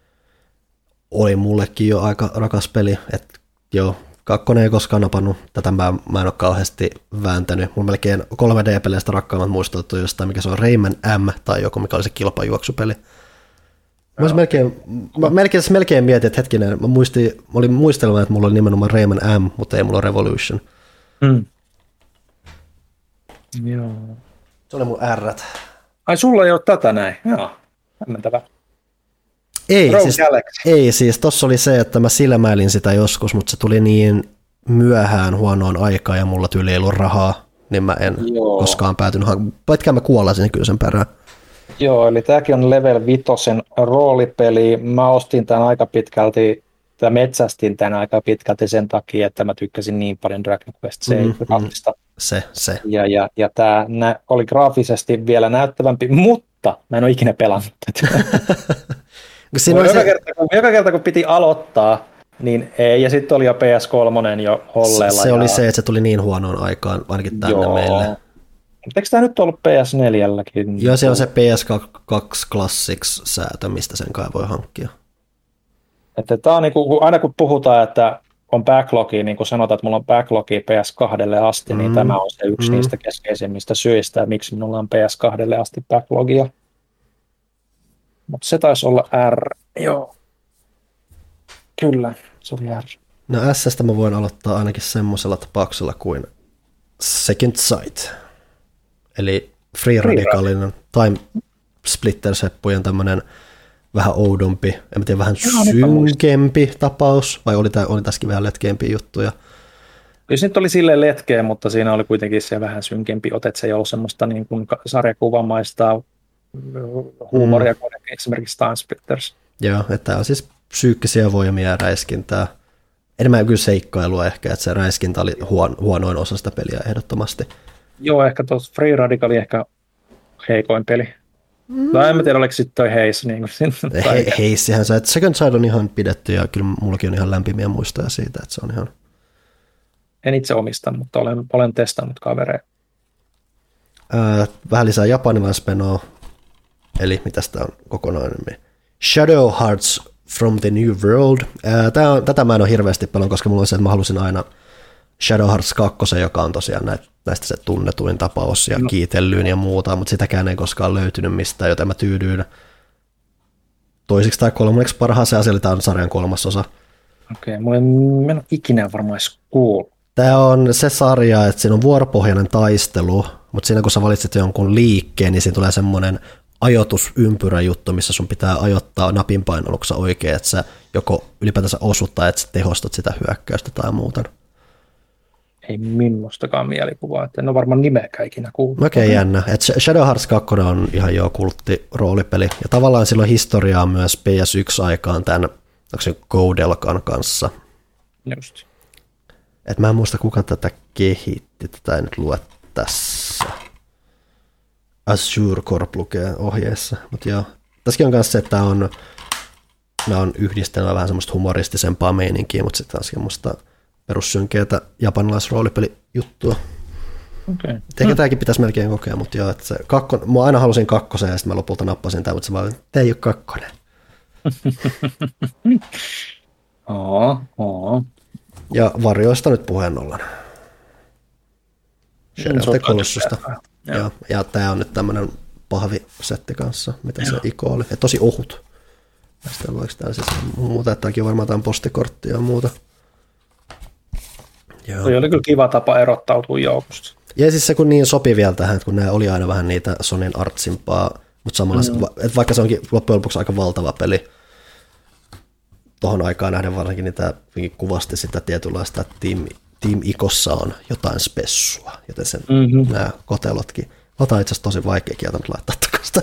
Speaker 2: oli mullekin jo aika rakas peli. Että joo, kakkonen ei koskaan napannut. Tätä mä, mä en ole kauheasti vääntänyt. Mun melkein kolme D-peleistä rakkaammat muistuttu jostain, mikä se on Rayman M tai joku, mikä oli se kilpajuoksupeli. Mä, melkein, mä melkein, melkein mietin, että hetkinen, mä, muistin, mä olin muistelma, että mulla oli nimenomaan Rayman M, mutta ei mulla ole Revolution.
Speaker 3: Mm. Joo.
Speaker 2: Se oli mun R:t.
Speaker 3: Ai sulla ei ole tätä näin? Joo, hämmentävä.
Speaker 2: Ei siis, ei siis, tossa oli se, että mä silmäilin sitä joskus, mutta se tuli niin myöhään huonoon aikaan ja mulla tyyli ei ollut rahaa, niin mä en Joo. koskaan päätynyt. Pätkään mä kuollaisin kyllä sen perään.
Speaker 3: Joo, eli tämäkin on Level viisi roolipeli. Mä ostin tämän aika pitkälti, tai metsästin tämän aika pitkälti sen takia, että mä tykkäsin niin paljon Dragon Quest seitsemän. Mm, mm,
Speaker 2: se, se.
Speaker 3: Ja, ja, ja tämä nä- oli graafisesti vielä näyttävämpi, mutta mä en ole ikinä pelannut tätä. joka, se... kerta, kun, joka kerta kun piti aloittaa, niin ei, ja sitten oli jo P S kolme jo holleilla.
Speaker 2: Se, se
Speaker 3: ja...
Speaker 2: oli se, että se tuli niin huonoon aikaan, ainakin tänne Joo. meille.
Speaker 3: Eikö tämä nyt ollut P S neljälläkin?
Speaker 2: Joo, se on se P S kaksi Classics-säätö, mistä sen kai voi hankkia.
Speaker 3: Että tää on niinku, aina kun puhutaan, että on backlogia, niin kuin sanotaan, että mulla on backlogia P S kahdelle asti, mm. niin tämä on se yksi mm. niistä keskeisimmistä syistä, miksi minulla on P S kahdelle asti backlogia. Mutta se taisi olla R. Joo. Kyllä, se oli R.
Speaker 2: No S:stä mä voin aloittaa ainakin semmoisella tapauksella kuin Second Sight, eli Free Radicalin Time Splitter-seppujen tämmöinen vähän oudompi, en tiedä, vähän synkempi tapaus, vai oli, tää, oli tässäkin vähän letkeämpiä juttuja?
Speaker 3: Kyllä se nyt oli silleen letkeä, mutta siinä oli kuitenkin se vähän synkempi ote, että se ei ollut semmoista niin kuin sarjakuvamaista huumoria mm. kuin esimerkiksi Time Splitters.
Speaker 2: Joo, että tämä on siis psyykkisiä voimia ja räiskintää. Enemmän kyllä seikkailua ehkä, että se räiskintä oli huon, huonoin osa sitä peliä ehdottomasti.
Speaker 3: Joo, ehkä tuossa Free Radical ehkä heikoin peli. Mm. Tai en tiedä, oliko sitten toi Heis. Niin
Speaker 2: He, Heissihän se, että Second Sight on ihan pidetty ja kyllä mullakin on ihan lämpimiä muistoja siitä, että se on ihan...
Speaker 3: En itse omista, mutta olen, olen testannut kavereja.
Speaker 2: Ää, vähän lisää japanilaispenoa, eli mitä tämä on kokonainen? Shadow Hearts from the New World. Ää, tää on, tätä mä en ole hirveästi pelannut, koska mulla on se, että mä halusin aina Shadow Hearts kaksi, joka on tosiaan näitä, näistä se tunnetuin tapaus ja no. kiitellyyn ja muuta, mutta sitäkään ei koskaan löytynyt mistään, joten mä tyydyin toisiksi tai kolmanneksi parhaaseen asiaan, eli tämä on sarjan kolmas osa.
Speaker 3: Okei, okay, mulla en ole ikinä varmaan edes kuullut.
Speaker 2: Tämä on se sarja, että siinä on vuoropohjainen taistelu, mutta siinä kun sä valitset jonkun liikkeen, niin siinä tulee semmoinen ajoitusympyräjuttu, missä sun pitää ajoittaa napin painalluksessa oikein, että sä joko ylipäätänsä osut tai että sä tehostat sitä hyökkäystä tai muuta.
Speaker 3: Ei minustakaan mielikuvaa, että en ole varmaan nimeäkään ikinä kuullut.
Speaker 2: Okei, okay, jännä. Et Shadow Hearts kaksi on ihan jo kulttiroolipeli, ja tavallaan silloin historiaa myös P S yksi aikaan tämän, onko se Godelkan kanssa.
Speaker 3: Just.
Speaker 2: Et mä en muista, kuka tätä kehitti, tätä ei nyt lue tässä. Azure Corp lukee ohjeessa, mutta joo. Tässäkin on myös se, että on, nämä on yhdistelmä vähän semmoista humoristisempaa meininkiä, mutta sitten taas semmoista perussynkeätä japanilaisroolipelijuttua.
Speaker 3: Okay.
Speaker 2: Ehkä mm. tämäkin pitäisi melkein kokea, mutta joo, että se kakko, mä aina halusin kakkosen ja sitten mä lopulta nappasin tämän, mutta se vaan, että ei ole kakkonen.
Speaker 3: Oo, oo.
Speaker 2: Ja varjoista nyt puheen ollen. Shadow of the Colossusta. Ja, ja tämä on nyt tämmöinen pahvisetti kanssa, mitä se Iko oli. Ja tosi ohut. Tästä voiko täällä siis muuta, että tämäkin on varmaan tämän postikorttia ja muuta.
Speaker 3: Joo. Se oli kyllä kiva tapa erottautua joukosta.
Speaker 2: Ja siis se kun niin sopi vielä tähän, että kun nämä oli aina vähän niitä Sonyn artsimpaa, mutta samalla, mm. että vaikka se onkin loppujen lopuksi aika valtava peli, tuohon aikaan nähden varsinkin, niin tämä kuvasti sitä tietynlaista, että Team, team Ikossa on jotain spessua, joten sen mm-hmm. nämä kotelotkin. Ota itse asiassa tosi vaikea kieltä nyt laittaa takaisin.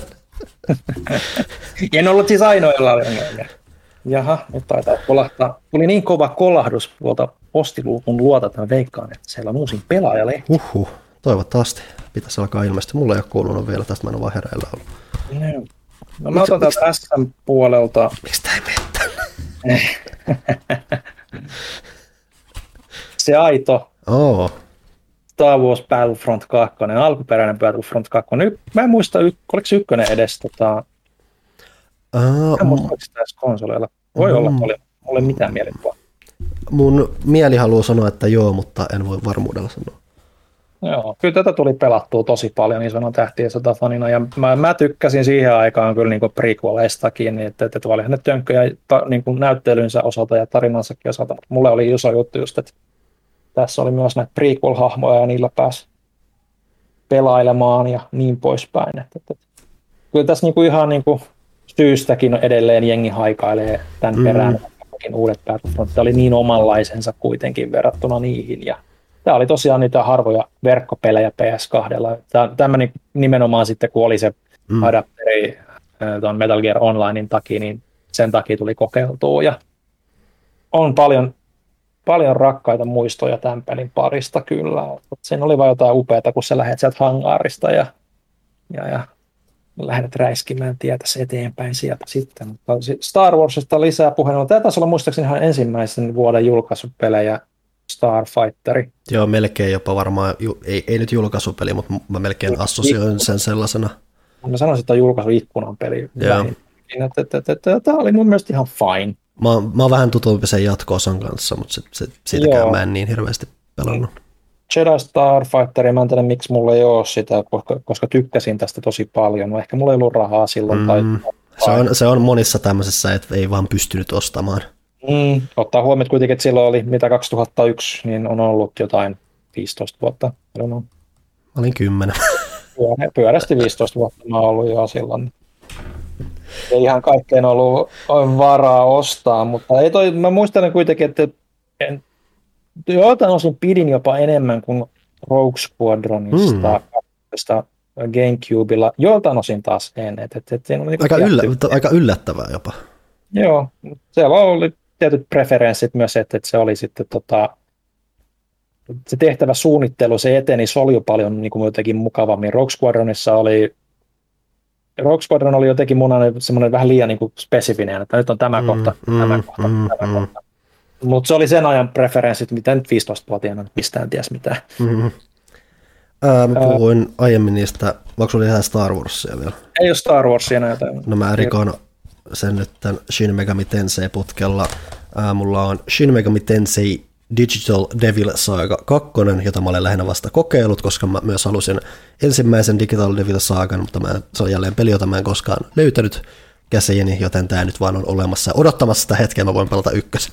Speaker 3: En ollut siis ainoa, jolla oli ongelmia. Jaha, nyt taitaa kolahtaa. Tuli niin kova kolahdus tuolta postiluukun luota, että mä veikkaan, että siellä on uusin pelaajalehti.
Speaker 2: Uhuh, toivottavasti. Pitäisi alkaa ilmeisesti. Mulla ei ole kuulunut vielä, tästä mä en ole vaan hereillä ollut.
Speaker 3: No, no mä otan täältä S M-puolelta.
Speaker 2: Miksi tää ei mene tänne?
Speaker 3: Se aito.
Speaker 2: Oh.
Speaker 3: Star Wars Battlefront kaksi, alkuperäinen Battlefront kaksi. Mä en muista, oliko se ykkönen edes tota...
Speaker 2: Uh,
Speaker 3: en muista, oliko se tässä konsoleilla. Voi mm. olla, mulla ei mitään mielikuvaa.
Speaker 2: Mun mieli haluaa sanoa, että joo, mutta en voi varmuudella sanoa.
Speaker 3: Joo, kyllä tätä tuli pelattua tosi paljon niin sanon tähtien sotafanina, ja mä, mä tykkäsin siihen aikaan kyllä niin prequeleistakin, niin että, että olihan ne tönkköjä ta, niin näyttelynsä osalta ja tarinansakin osalta, mutta mulle oli iso juttu just, että tässä oli myös näitä prequel-hahmoja ja niillä pääsi pelailemaan ja niin poispäin. Että, että, kyllä tässä niin kuin ihan niin kuin syystäkin edelleen jengi haikailee tämän mm. perään, uudet Battlefront. Tämä oli niin omanlaisensa kuitenkin verrattuna niihin. Ja tämä oli tosiaan niitä harvoja verkkopelejä P S kaksi. Tämä nimenomaan sitten, kun oli se mm. adapteri tuon Metal Gear Onlinein takia, niin sen takia tuli kokeiltua. Ja on paljon, paljon rakkaita muistoja tämän pelin parista kyllä. Siinä oli vain jotain upeata, kun sä lähdet sieltä hangaarista ja, ja, ja lähdet räiskimään tietäisi eteenpäin sieltä sitten. Mutta Star Warsista lisää puheen. Tämä taisi olla muistaakseni ihan ensimmäisen vuoden julkaisupelejä Starfighteri. Joo,
Speaker 2: melkein jopa varmaan, ei, ei nyt julkaisupeli, mutta mä melkein assosioin sen sellaisena.
Speaker 3: Mä sanoisin, että on julkaisuikkunan peli. Tämä oli mun mielestä ihan fine.
Speaker 2: Mä oon, mä oon vähän tutumpi sen jatko-osan kanssa, mutta sit, sit, siitäkään Joo. mä en niin hirveästi pelannut.
Speaker 3: Jedi Starfighter, mä en tiedä miksi mulla ei ole sitä, koska, koska tykkäsin tästä tosi paljon. No ehkä mulla ei ollut rahaa silloin. Mm, tai,
Speaker 2: se, on, se on monissa tämmöisessä, että ei vaan pystynyt ostamaan.
Speaker 3: Mm, ottaa huomioon kuitenkin, että silloin oli mitä kaksituhattayksi, niin on ollut jotain viisitoista vuotta.
Speaker 2: Mä olin kymmenen.
Speaker 3: Pyörästi viisitoista vuotta mä oon ollut jo silloin. Ei ihan kaikkeen ollut varaa ostaa, mutta ei toi, mä muistan kuitenkin, että en, joiltain osin pidin jopa enemmän kuin Rogue Squadronista, mm. Gamecubella, joiltain osin taas en. Et, et, et, niin
Speaker 2: aika, yllä, aika yllättävää jopa.
Speaker 3: Joo, siellä oli tietyt preferenssit myös, että, että se oli sitten tota, se tehtävä suunnittelu, se eteni solju paljon niin kuin jotenkin mukavammin. Rogue Squadronissa oli Rogue Squadron oli jotenkin mun semmoinen vähän liian niin kuin spesifinen, että nyt on tämä mm, kohta, mm, tämä kohta, mm, tämä mm. kohta. Mutta se oli sen ajan preferenssit, mitä nyt viisitoistavuotiaana mistään ties mitään.
Speaker 2: Mm-hmm. Ää, mä puhuin Ää, aiemmin niistä, vaikka sulla oli ihan Star Warsia vielä?
Speaker 3: Ei ole Star Warsia näitä.
Speaker 2: No mä rikon sen nyt tämän Shin Megami Tensei putkella. Ää, mulla on Shin Megami Tensei Digital Devil Saga kaksi, jota mä olen lähinnä vasta kokeillut, koska mä myös halusin ensimmäisen Digital Devil Sagan, mutta mä, se on jälleen peli, jota mä en koskaan löytänyt käsiini, joten tää nyt vaan on olemassa odottamassa sitä hetkeä, mä voin pelata ykkösen.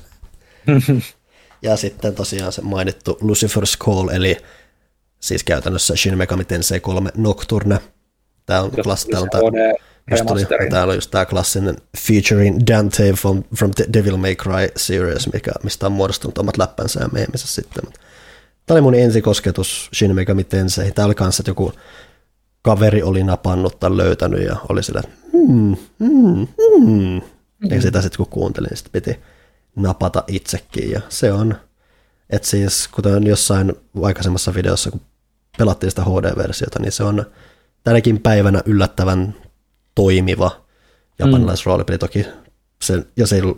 Speaker 2: Ja sitten tosiaan se mainittu Lucifer's Call, eli siis käytännössä Shin Megami Tensei kolme Nocturne. Tää on klass, täältä, just tuli, täällä on just tää klassinen featuring Dante from, from the Devil May Cry series, mikä, mistä on muodostunut omat läppänsä ja meemissä sitten. Tää oli mun ensikosketus Shin Megami Tensei. Tää oli kanssa, että joku kaveri oli napannut tai löytänyt ja oli sillä, että hmm, hmm, hmm. Ja sitä sitten kun kuuntelin, niin sitten piti napata itsekin, ja se on, että siis kuten jossain aikaisemmassa videossa, kun pelattiin sitä H D-versiota, niin se on tänäkin päivänä yllättävän toimiva japanilaisroolipeli. Toki sen, jos ei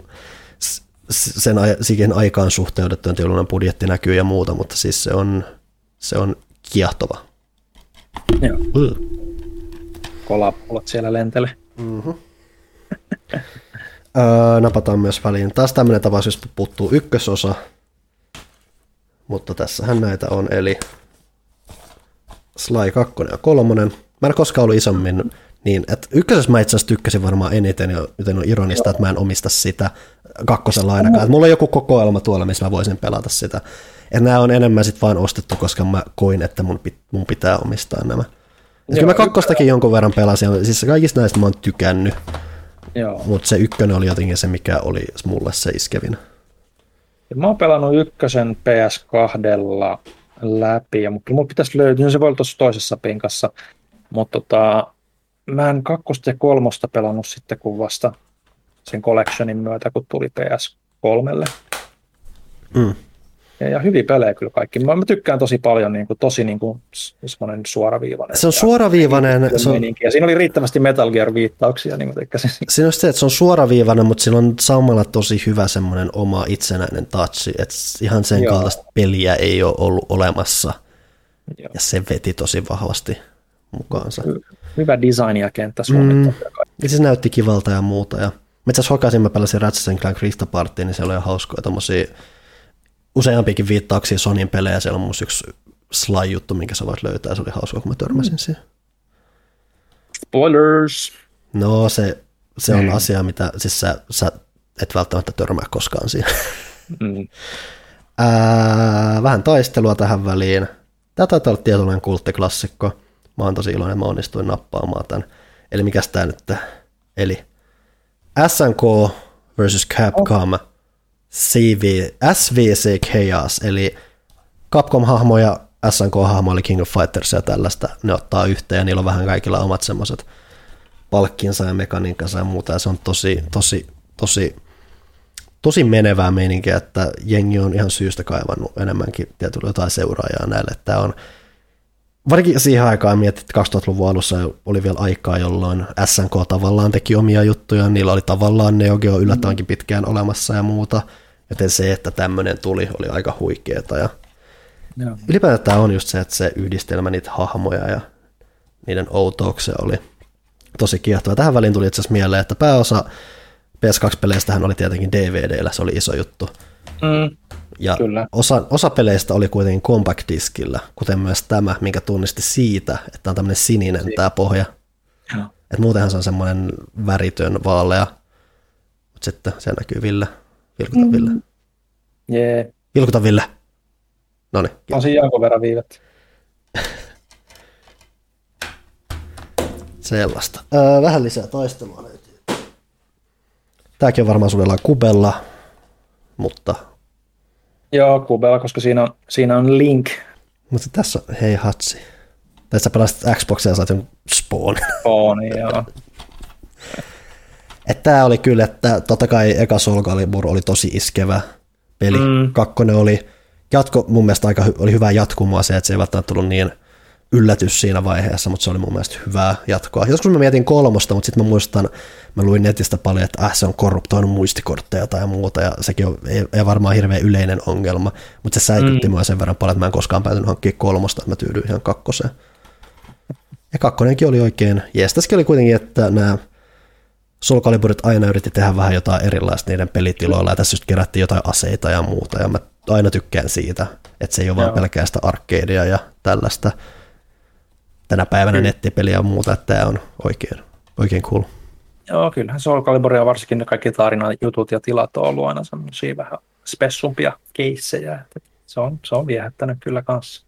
Speaker 2: sen siihen aikaan suhteutettu, että jollainen budjetti näkyy ja muuta, mutta siis se on, se on kiehtova.
Speaker 3: Joo. Mm. Kolapullot siellä lentele.
Speaker 2: Mm-hmm. Öö, napataan myös väliin. Taas tämmöinen tapaus, jos puuttuu ykkösosa, mutta tässähän näitä on, eli Sly kaksi ja kolme. Mä en koskaan ollut isommin niin, että ykkösessä mä itse asiassa tykkäsin varmaan eniten, joten on ironista, että mä en omista sitä kakkosella ainakaan. Että mulla on joku kokoelma tuolla, missä mä voisin pelata sitä. Että nämä on enemmän sit vaan ostettu, koska mä koin, että mun, pit, mun pitää omistaa nämä. Joo, kyllä mä kakkostakin jonkun verran pelasin, siis kaikista näistä mä oon tykännyt. Mutta se ykkönen oli jotenkin se, mikä oli mulle se iskevin.
Speaker 3: Mä oon pelannut ykkösen P S kahdella läpi, mutta mulla pitäisi löytyä, se voi olla tuossa toisessa pinkassa, mutta tota, mä en kakkosta ja kolmosta pelannut sitten kun vasta sen collectionin myötä, kun tuli P S kolmelle. Mm. Ja, ja hyviä pelejä kyllä kaikki. Mä, mä tykkään tosi paljon, niin kuin, tosi niin kuin, semmoinen suoraviivainen.
Speaker 2: Se on suoraviivainen. Se on...
Speaker 3: Ja siinä oli riittävästi Metal Gear-viittauksia. Niin
Speaker 2: siinä on se, että se on suoraviivainen, mutta sillä on samalla tosi hyvä semmoinen oma itsenäinen touch. Että ihan sen Joo. kaltaista peliä ei ole ollut olemassa. Joo. Ja se veti tosi vahvasti mukaansa.
Speaker 3: Hy- hyvä design ja kenttäsuunnittelu. Mm.
Speaker 2: Ja siis näytti kivalta ja muuta. Ja mä itse asiassa hokasin, mä pelasin Ratchet and Clank Rift Apartia, niin se oli ihan hauskoja tommosia useampikin viittauksia Sonyn pelejä. Siellä on mun yksi Sly-juttu, minkä sä voit löytää. Se oli hauska, kun mä törmäsin siihen.
Speaker 3: Spoilers!
Speaker 2: No se, se on mm. asia, mitä siis sä, sä et välttämättä törmää koskaan siihen. Mm. Ää, vähän taistelua tähän väliin. Tää taitaa olla tietynlainen kulttiklassikko. Mä oon tosi iloinen, että mä onnistuin nappaamaan tämän. Eli mikäs tää nyt? Eli S N K versus Capcom. Oh. C V, S V C Chaos, eli Capcom-hahmoja, S N K-hahmo oli King of Fighters ja tällaista, ne ottaa yhteen ja niillä on vähän kaikilla omat semmoiset palkkinsa ja mekaniikkansa ja muuta, ja se on tosi, tosi, tosi, tosi menevää meininkiä, että jengi on ihan syystä kaivannut enemmänkin tietyllä jotain seuraajaa näille, että tämä on, varsinkin siihen aikaan mietit, että kaksituhattaluvun alussa oli vielä aikaa, jolloin S N K tavallaan teki omia juttuja, niillä oli tavallaan Neo Geo yllättävänkin pitkään olemassa ja muuta, joten se, että tämmöinen tuli, oli aika huikeeta. Ja no. Ylipäätään tämä on just se, että se yhdistelmä niitä hahmoja ja niiden outouksia oli tosi kiehtova. Tähän väliin tuli itse asiassa mieleen, että pääosa P S kaksi-peleistähän oli tietenkin D V D:llä, se oli iso juttu.
Speaker 3: Mm,
Speaker 2: ja
Speaker 3: kyllä.
Speaker 2: Osa, osa peleistä oli kuitenkin compact-diskillä, kuten myös tämä, minkä tunnisti siitä, että on tämmöinen sininen si- tämä pohja. Et muutenhan se on semmoinen väritön, vaalea. Mutta sitten se näkyy Ville. Vilkuta Ville.
Speaker 3: Mm. Yeah.
Speaker 2: Vilkuta Ville. Noniin.
Speaker 3: On siinä jonkun verran viivettä.
Speaker 2: Sellaista. Öö, vähän lisää taistelua löytyy. Tääkin on varmaan suunnillaan Kubella, mutta...
Speaker 3: Joo, Kubella, koska siinä on, siinä on Link.
Speaker 2: Mutta tässä on, hei Hatsi. Tässä pelasit Xboxia ja saat jonkun Spawn.
Speaker 3: Spawn, joo.
Speaker 2: Että tää oli kyllä, että totta kai eka Soul Calibur oli tosi iskevä peli. Mm. Kakkonen oli, jatko mun mielestä aika oli hyvää jatkumoa se, että se ei välttämättä tullut niin yllätys siinä vaiheessa, mutta se oli mun mielestä hyvää jatkoa. Joskus mä mietin kolmosta, mutta sitten mä muistan, mä luin netistä paljon, että äh, se on korruptoinut muistikortteja tai muuta, ja sekin on, ei, ei varmaan hirveän yleinen ongelma, mutta se säikytti mm. mua sen verran paljon, että mä en koskaan päätynyt hankkimaan kolmosta, että mä tyydyin ihan kakkoseen. Ja kakkonenkin oli oikein jees. Tässäkin oli kuitenkin, että nämä Soul Caliburit aina yritti tehdä vähän jotain erilaista niiden pelitiloilla, ja tässä just kerättiin jotain aseita ja muuta, ja mä aina tykkään siitä, että se ei ole vaan pelkkää sitä arcadea ja tällaista tänä päivänä mm. nettipeliä ja muuta, että tämä on oikein, oikein cool.
Speaker 3: Joo, kyllähän Soul Calibur ja varsinkin ne kaikki tarinajutut ja tilat on ollut aina sellaisia vähän spessumpia keissejä, että se on, se on viehättänyt kyllä kanssa.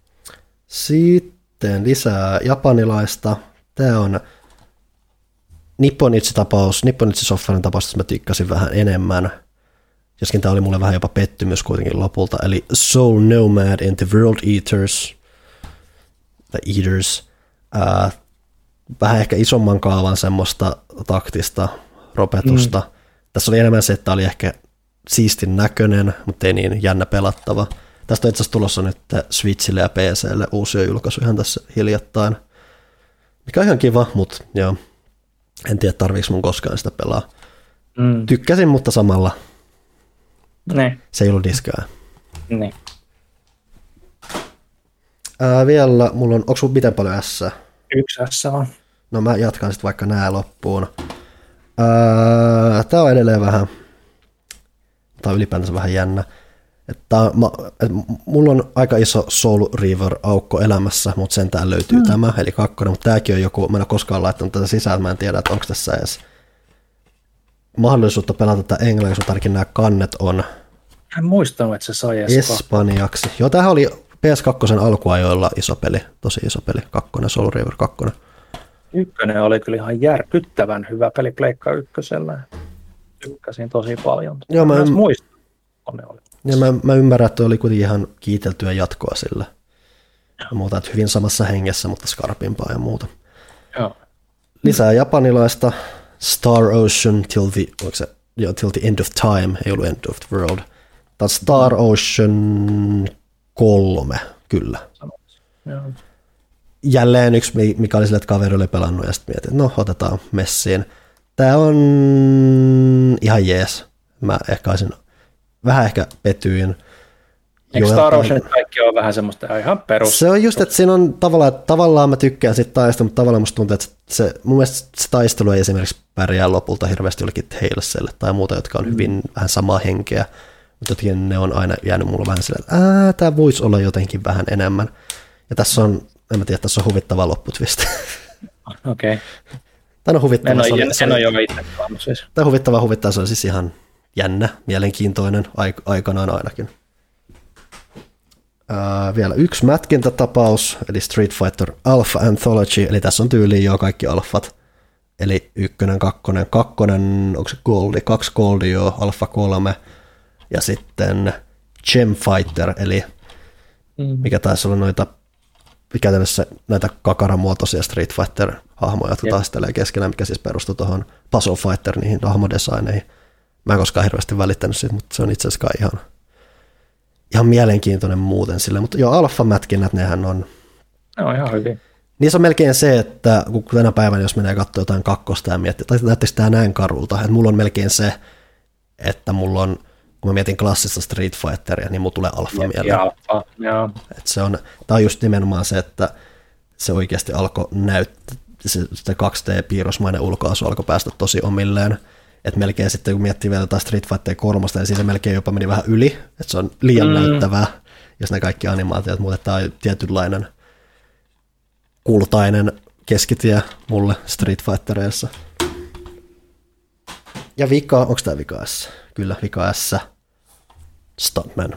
Speaker 2: Sitten lisää japanilaista. Tämä on Nipponichi-tapaus, Nipponichi-soffarin tapaus, että mä tikkasin vähän enemmän. Joskin tämä oli mulle vähän jopa pettymys kuitenkin lopulta, eli Soul Nomad and the World Eaters, the Eaters, uh, vähän ehkä isomman kaavan semmoista taktista ropetusta. Mm. Tässä oli enemmän se, että oli ehkä siistin näköinen, mutta ei niin jännä pelattava. Tästä on itse asiassa tulossa nyt Switchille ja P C:lle uusi julkaisu ihan tässä hiljattain, mikä on ihan kiva, mutta joo, en tiedä tarviiko mun koskaan sitä pelaa. Mm. Tykkäsin, mutta samalla
Speaker 3: ne.
Speaker 2: Se ei ollut diskää.
Speaker 3: Ne.
Speaker 2: Ää, vielä, mulla on, onko sun miten paljon S?
Speaker 3: Yksi S on.
Speaker 2: No mä jatkan sitten vaikka nää loppuun. Ää, tää on edelleen vähän, tää on ylipäätänsä vähän jännä. Että mä, et mulla on aika iso Soul Reaver-aukko elämässä, mutta sentään löytyy mm. tämä, eli kakkonen, mutta tääkin on joku, mä en ole koskaan laittanut tätä sisään, mä en tiedä, että onko tässä edes mahdollisuutta pelata tätä englanniksi, mutta ainakin nämä kannet on
Speaker 3: en muistanut, että se sai
Speaker 2: espanjaksi. Joo, tämähän oli P S kaksi alkuajoilla iso peli, tosi iso peli, kakkonen, Soul Reaver kakkonen.
Speaker 3: Ykkönen oli kyllä ihan järkyttävän hyvä peli Pleikka ykkösellä. Tykkäsin tosi paljon.
Speaker 2: Joo, mä,
Speaker 3: mä muistan, ne oli.
Speaker 2: Ja mä, mä ymmärrän, että oli kuitenkin ihan kiiteltyä jatkoa sillä. Ja muuta, että hyvin samassa hengessä, mutta skarpimpaa ja muuta.
Speaker 3: Joo.
Speaker 2: Lisää japanilaista. Star Ocean till the, se, joo, till the end of time, ei ollut end of the world. Tämä on Star Ocean kolme, kyllä.
Speaker 3: Joo.
Speaker 2: Jälleen yksi, mikä oli sille, että kaveri oli pelannut ja sitten mietin, että no otetaan messiin. Tämä on ihan jees. Mä ehkä olisin, vähän ehkä petyin.
Speaker 3: Eikö Star Ocean kaikki on vähän semmoista ihan perus?
Speaker 2: Se on just, että siinä on tavallaan, tavallaan mä tykkään siitä taistelua, mutta tavallaan musta tuntuu, että se, mun mielestä se taistelu ei esimerkiksi pärjää lopulta hirveästi jollekin Talesille tai muuta, jotka on hyvin mm. vähän samaa henkeä, mutta jotenkin ne on aina jäänyt mulla vähän silleen, että ää, tää voisi olla jotenkin vähän enemmän. Ja tässä on, en mä tiedä, tässä on huvittava lopputwisti.
Speaker 3: Okei. Okay.
Speaker 2: Tämä on huvittava.
Speaker 3: En ole,
Speaker 2: oli,
Speaker 3: en ole jo itse pelannut siis.
Speaker 2: Tämä on huvittava, huvittava, se on siis ihan jännä, mielenkiintoinen aik- aikanaan ainakin. Uh, vielä yksi mätkintätapaus, eli Street Fighter Alpha Anthology, eli tässä on tyyliin jo kaikki alfat, eli ykkönen, kakkonen, kakkonen, onko se Goldi, kaksi Goldi jo, Alpha kolme, ja sitten Gem Fighter, eli mm. mikä taisi olla noita, käytännössä näitä kakaramuotoisia Street Fighter-hahmoja, jotka yep. taistelee keskenään, mikä siis perustui tuohon Puzzle Fighter, niihin hahmodesigneihin. Mä en koskaan hirveästi välittänyt siitä, mutta se on itse asiassa ihan ihan mielenkiintoinen muuten sille, mutta joo, alfa-mätkinnät, nehän on.
Speaker 3: Ne on ihan hyvin.
Speaker 2: Niissä on melkein se, että kun tänä päivänä, jos menee katsoa jotain kakkosta ja miettii, tai näyttäisi tämä näin karulta, että mulla on melkein se, että mulla on, kun mä mietin klassista Street Fighteria, niin mulla tulee alfa mieleen.
Speaker 3: Alfa, joo.
Speaker 2: Että se on, tämä on just nimenomaan se, että se oikeasti alkoi näyttää, se, se kaksi D-piirrosmainen ulkoasu alkoi päästä tosi omilleen. että melkein sitten kun miettii vielä taas Street Fighter kolmosta, niin siinä melkein jopa meni vähän yli, että se on liian mm. näyttävää, jos ne kaikki animaatiot, mutta tämä on tietynlainen kultainen keskitie mulle Street Fightereissa. Ja vika, onko tämä vika S? Kyllä, vika S. Stuntman.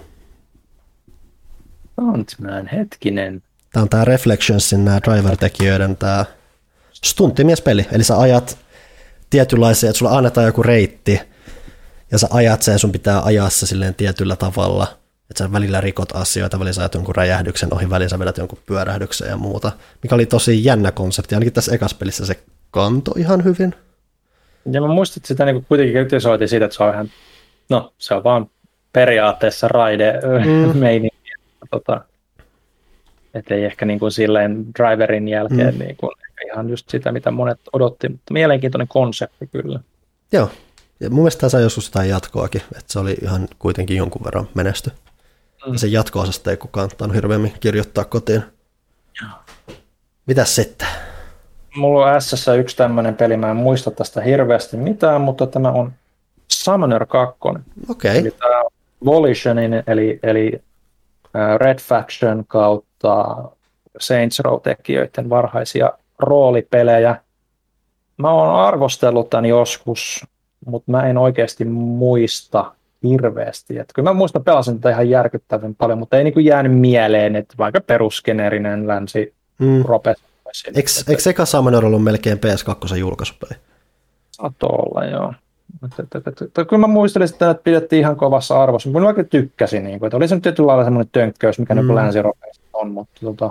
Speaker 3: Stuntman, hetkinen.
Speaker 2: Tämä on tämä Reflectionsin, nämä Driver-tekijöiden tämä stunttimiespeli, eli sä ajat tietynlaisia, että sulla annetaan joku reitti, ja sä ajat sen, sun pitää ajaa se silleen tietyllä tavalla, että sä välillä rikot asioita, välillä sä ajat jonkun räjähdyksen ohi, välillä sä vedät jonkun pyörähdyksen ja muuta, mikä oli tosi jännä konsepti, ainakin tässä ekassa pelissä se kantoi ihan hyvin.
Speaker 3: Ja mä muistin, että sitä niin kuitenkin kritisoitiin siitä, että se on ihan, no se on vaan periaatteessa raide mm. meininki, tota, ettei ehkä niin kuin silleen driverin jälkeen mm. niin kuin ihan just sitä, mitä monet odotti, mutta mielenkiintoinen konsepti kyllä.
Speaker 2: Joo, ja mun mielestä tämä sai joskus jotain jatkoakin, että se oli ihan kuitenkin jonkun verran menesty. Mm. Ja sen jatko-osasta ei kukaan ottanut hirveämmin kirjoittaa kotiin. Joo. Mitäs sitten? Mulla
Speaker 3: on S:ssä yksi tämmöinen peli, mä en muista tästä hirveästi mitään, mutta tämä on Summoner kaksi.
Speaker 2: Okei. Okay.
Speaker 3: Eli tämä Volitionin, eli, eli Red Faction kautta Saints Row-tekijöiden varhaisia roolipelejä. Mä oon arvostellut tämän joskus, mutta mä en oikeasti muista hirveästi. Et kyllä mä muistan, pelasin tätä ihan järkyttävän paljon, mutta ei niinku jäänyt mieleen, että vaikka perusgeneerinen länsi mm. rope.
Speaker 2: Eikö, eikö eka Summoner ollut melkein P S kaksi julkaisupeli?
Speaker 3: Saattaa olla, joo. Et, et, et, et, kyllä mä muistelin sitä, että pidettiin ihan kovassa arvossa, mutta mä oikein tykkäsin, niin kuin, että oli se nyt tietyllä lailla semmoinen tönkköys, mikä mm. niin länsiropeista on, mutta tota,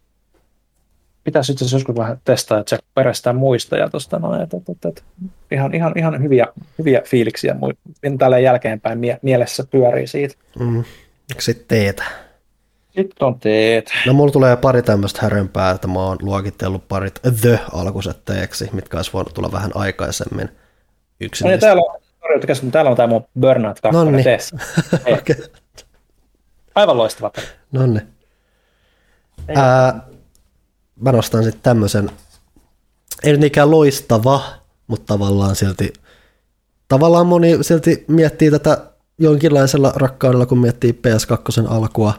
Speaker 3: pitäisi itse asiassa joskus vähän testaa, että se perestää muistoja tuosta noin, että, että, että, että ihan, ihan, ihan hyviä, hyviä fiiliksiä tällä jälkeenpäin mie- mielessä pyörii siitä.
Speaker 2: Mm. Sitten teetä.
Speaker 3: Sitten on teet.
Speaker 2: No mulla tulee pari tämmöistä härönpää, että mä oon luokitellut parit The-alkusetteeksi, mitkä olisi voinut tulla vähän aikaisemmin. Yksi
Speaker 3: no, täällä on, täällä on tämä mun Burnout kaksi teessä.
Speaker 2: Okay.
Speaker 3: Aivan loistava peli.
Speaker 2: Nonni. Ää, mä nostan sitten tämmöisen, ei nyt niinkään loistava, mutta tavallaan silti, tavallaan moni silti miettii tätä jonkinlaisella rakkaudella, kun miettii P S kaksi alkua.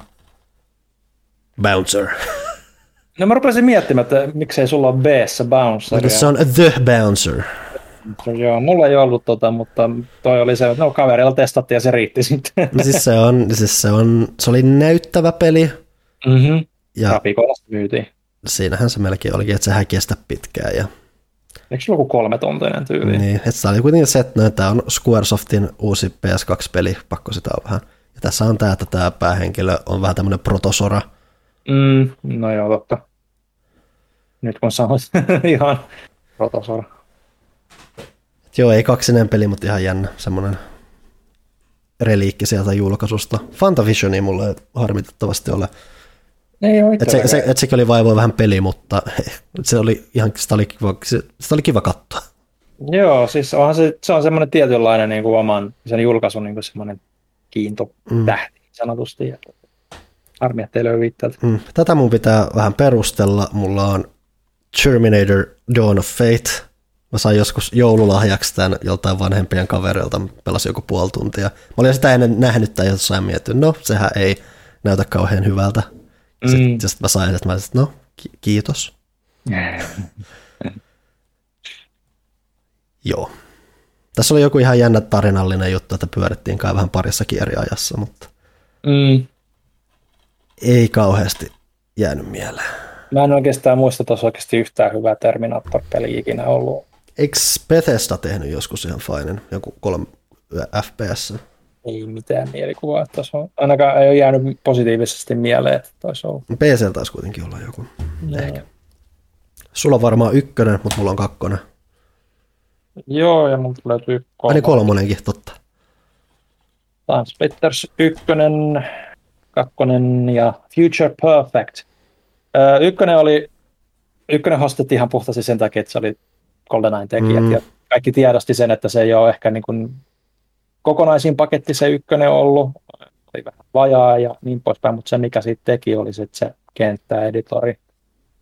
Speaker 2: Bouncer.
Speaker 3: No mä rupesin miettimään, että miksei sulla ole B-ssä Bouncer.
Speaker 2: Se on The Bouncer.
Speaker 3: Joo, mulla ei ollut tota, mutta toi oli se, että no kaverilla testattiin ja se riitti sitten.
Speaker 2: No siis se on, siis se on, se oli näyttävä peli.
Speaker 3: Mm-hmm. Ja Rapikolla myytiin.
Speaker 2: Siinähän se melkein olikin, että sehän kestä pitkään. Ja
Speaker 3: eikö sulla joku kolmetontinen tyyli?
Speaker 2: Niin, että se oli kuitenkin se, että tämä on Squaresoftin uusi P S kaksi-peli, pakko sitä on vähän. Ja tässä on tämä, että tämä päähenkilö on vähän tämmöinen protosora.
Speaker 3: Mm, no joo, totta. Nyt kun sanoit, ihan protosora.
Speaker 2: Joo, ei kaksinen peli, mutta ihan jännä, semmoinen reliikki sieltä julkaisusta. Fantavisionia mulle ei harmitettavasti ole.
Speaker 3: Ei ole
Speaker 2: et se, se, et sekin oli vaivoa vähän peli, mutta se oli ihan, sitä oli kiva, sitä oli kiva katsoa.
Speaker 3: Joo, siis onhan se, se on semmoinen tietynlainen niin kuin oman sen julkaisun niin kuin semmoinen kiintotähti, mm. sanotusti. Harmi, ettei löydy itseltä.
Speaker 2: Mm. Tätä mun pitää vähän perustella. Mulla on Terminator Dawn of Fate. Mä sain joskus joululahjaksi tämän joltain vanhempien kavereilta, pelasin joku puoli tuntia. Mä olin sitä ennen nähnyt tai jossain miettinyt, no sehän ei näytä kauhean hyvältä. Mm. Sitten sit mä sain, että mä olisin, no ki- kiitos. Joo. Tässä oli joku ihan jännä tarinallinen juttu, että pyörittiin kai vähän parissakin eri ajassa, mutta
Speaker 3: mm.
Speaker 2: ei kauheasti jäänyt mieleen.
Speaker 3: Mä en oikeastaan muista tuossa oikeasti yhtään hyvää Terminator-peliä ikinä ollut.
Speaker 2: Eikö Bethesda tehnyt joskus ihan finen, joku kolme F P S?
Speaker 3: Ei mitään mielikuvaa, että on. Ainakaan ei ole jäänyt positiivisesti mieleen, että olisi ollut.
Speaker 2: P C taisi kuitenkin olla joku. No. Ehkä. Sulla on varmaan ykkönen, mutta mulla on kakkonen.
Speaker 3: Joo, ja mulla löytyy kolmonen.
Speaker 2: Aini kolmonenkin, totta.
Speaker 3: Tämä on Splitters ykkönen, kakkonen ja Future Perfect. Öö, ykkönen oli, ykkönen hostettiin ihan puhtaasti sen takia, että se oli GoldenEyen tekijät, mm. ja kaikki tiedosti sen, että se ei ole ehkä niin kuin kokonaisin paketti se ykkönen ollut, oli vähän vajaa ja niin poispäin, mutta se mikä siitä teki oli se, se kenttäeditori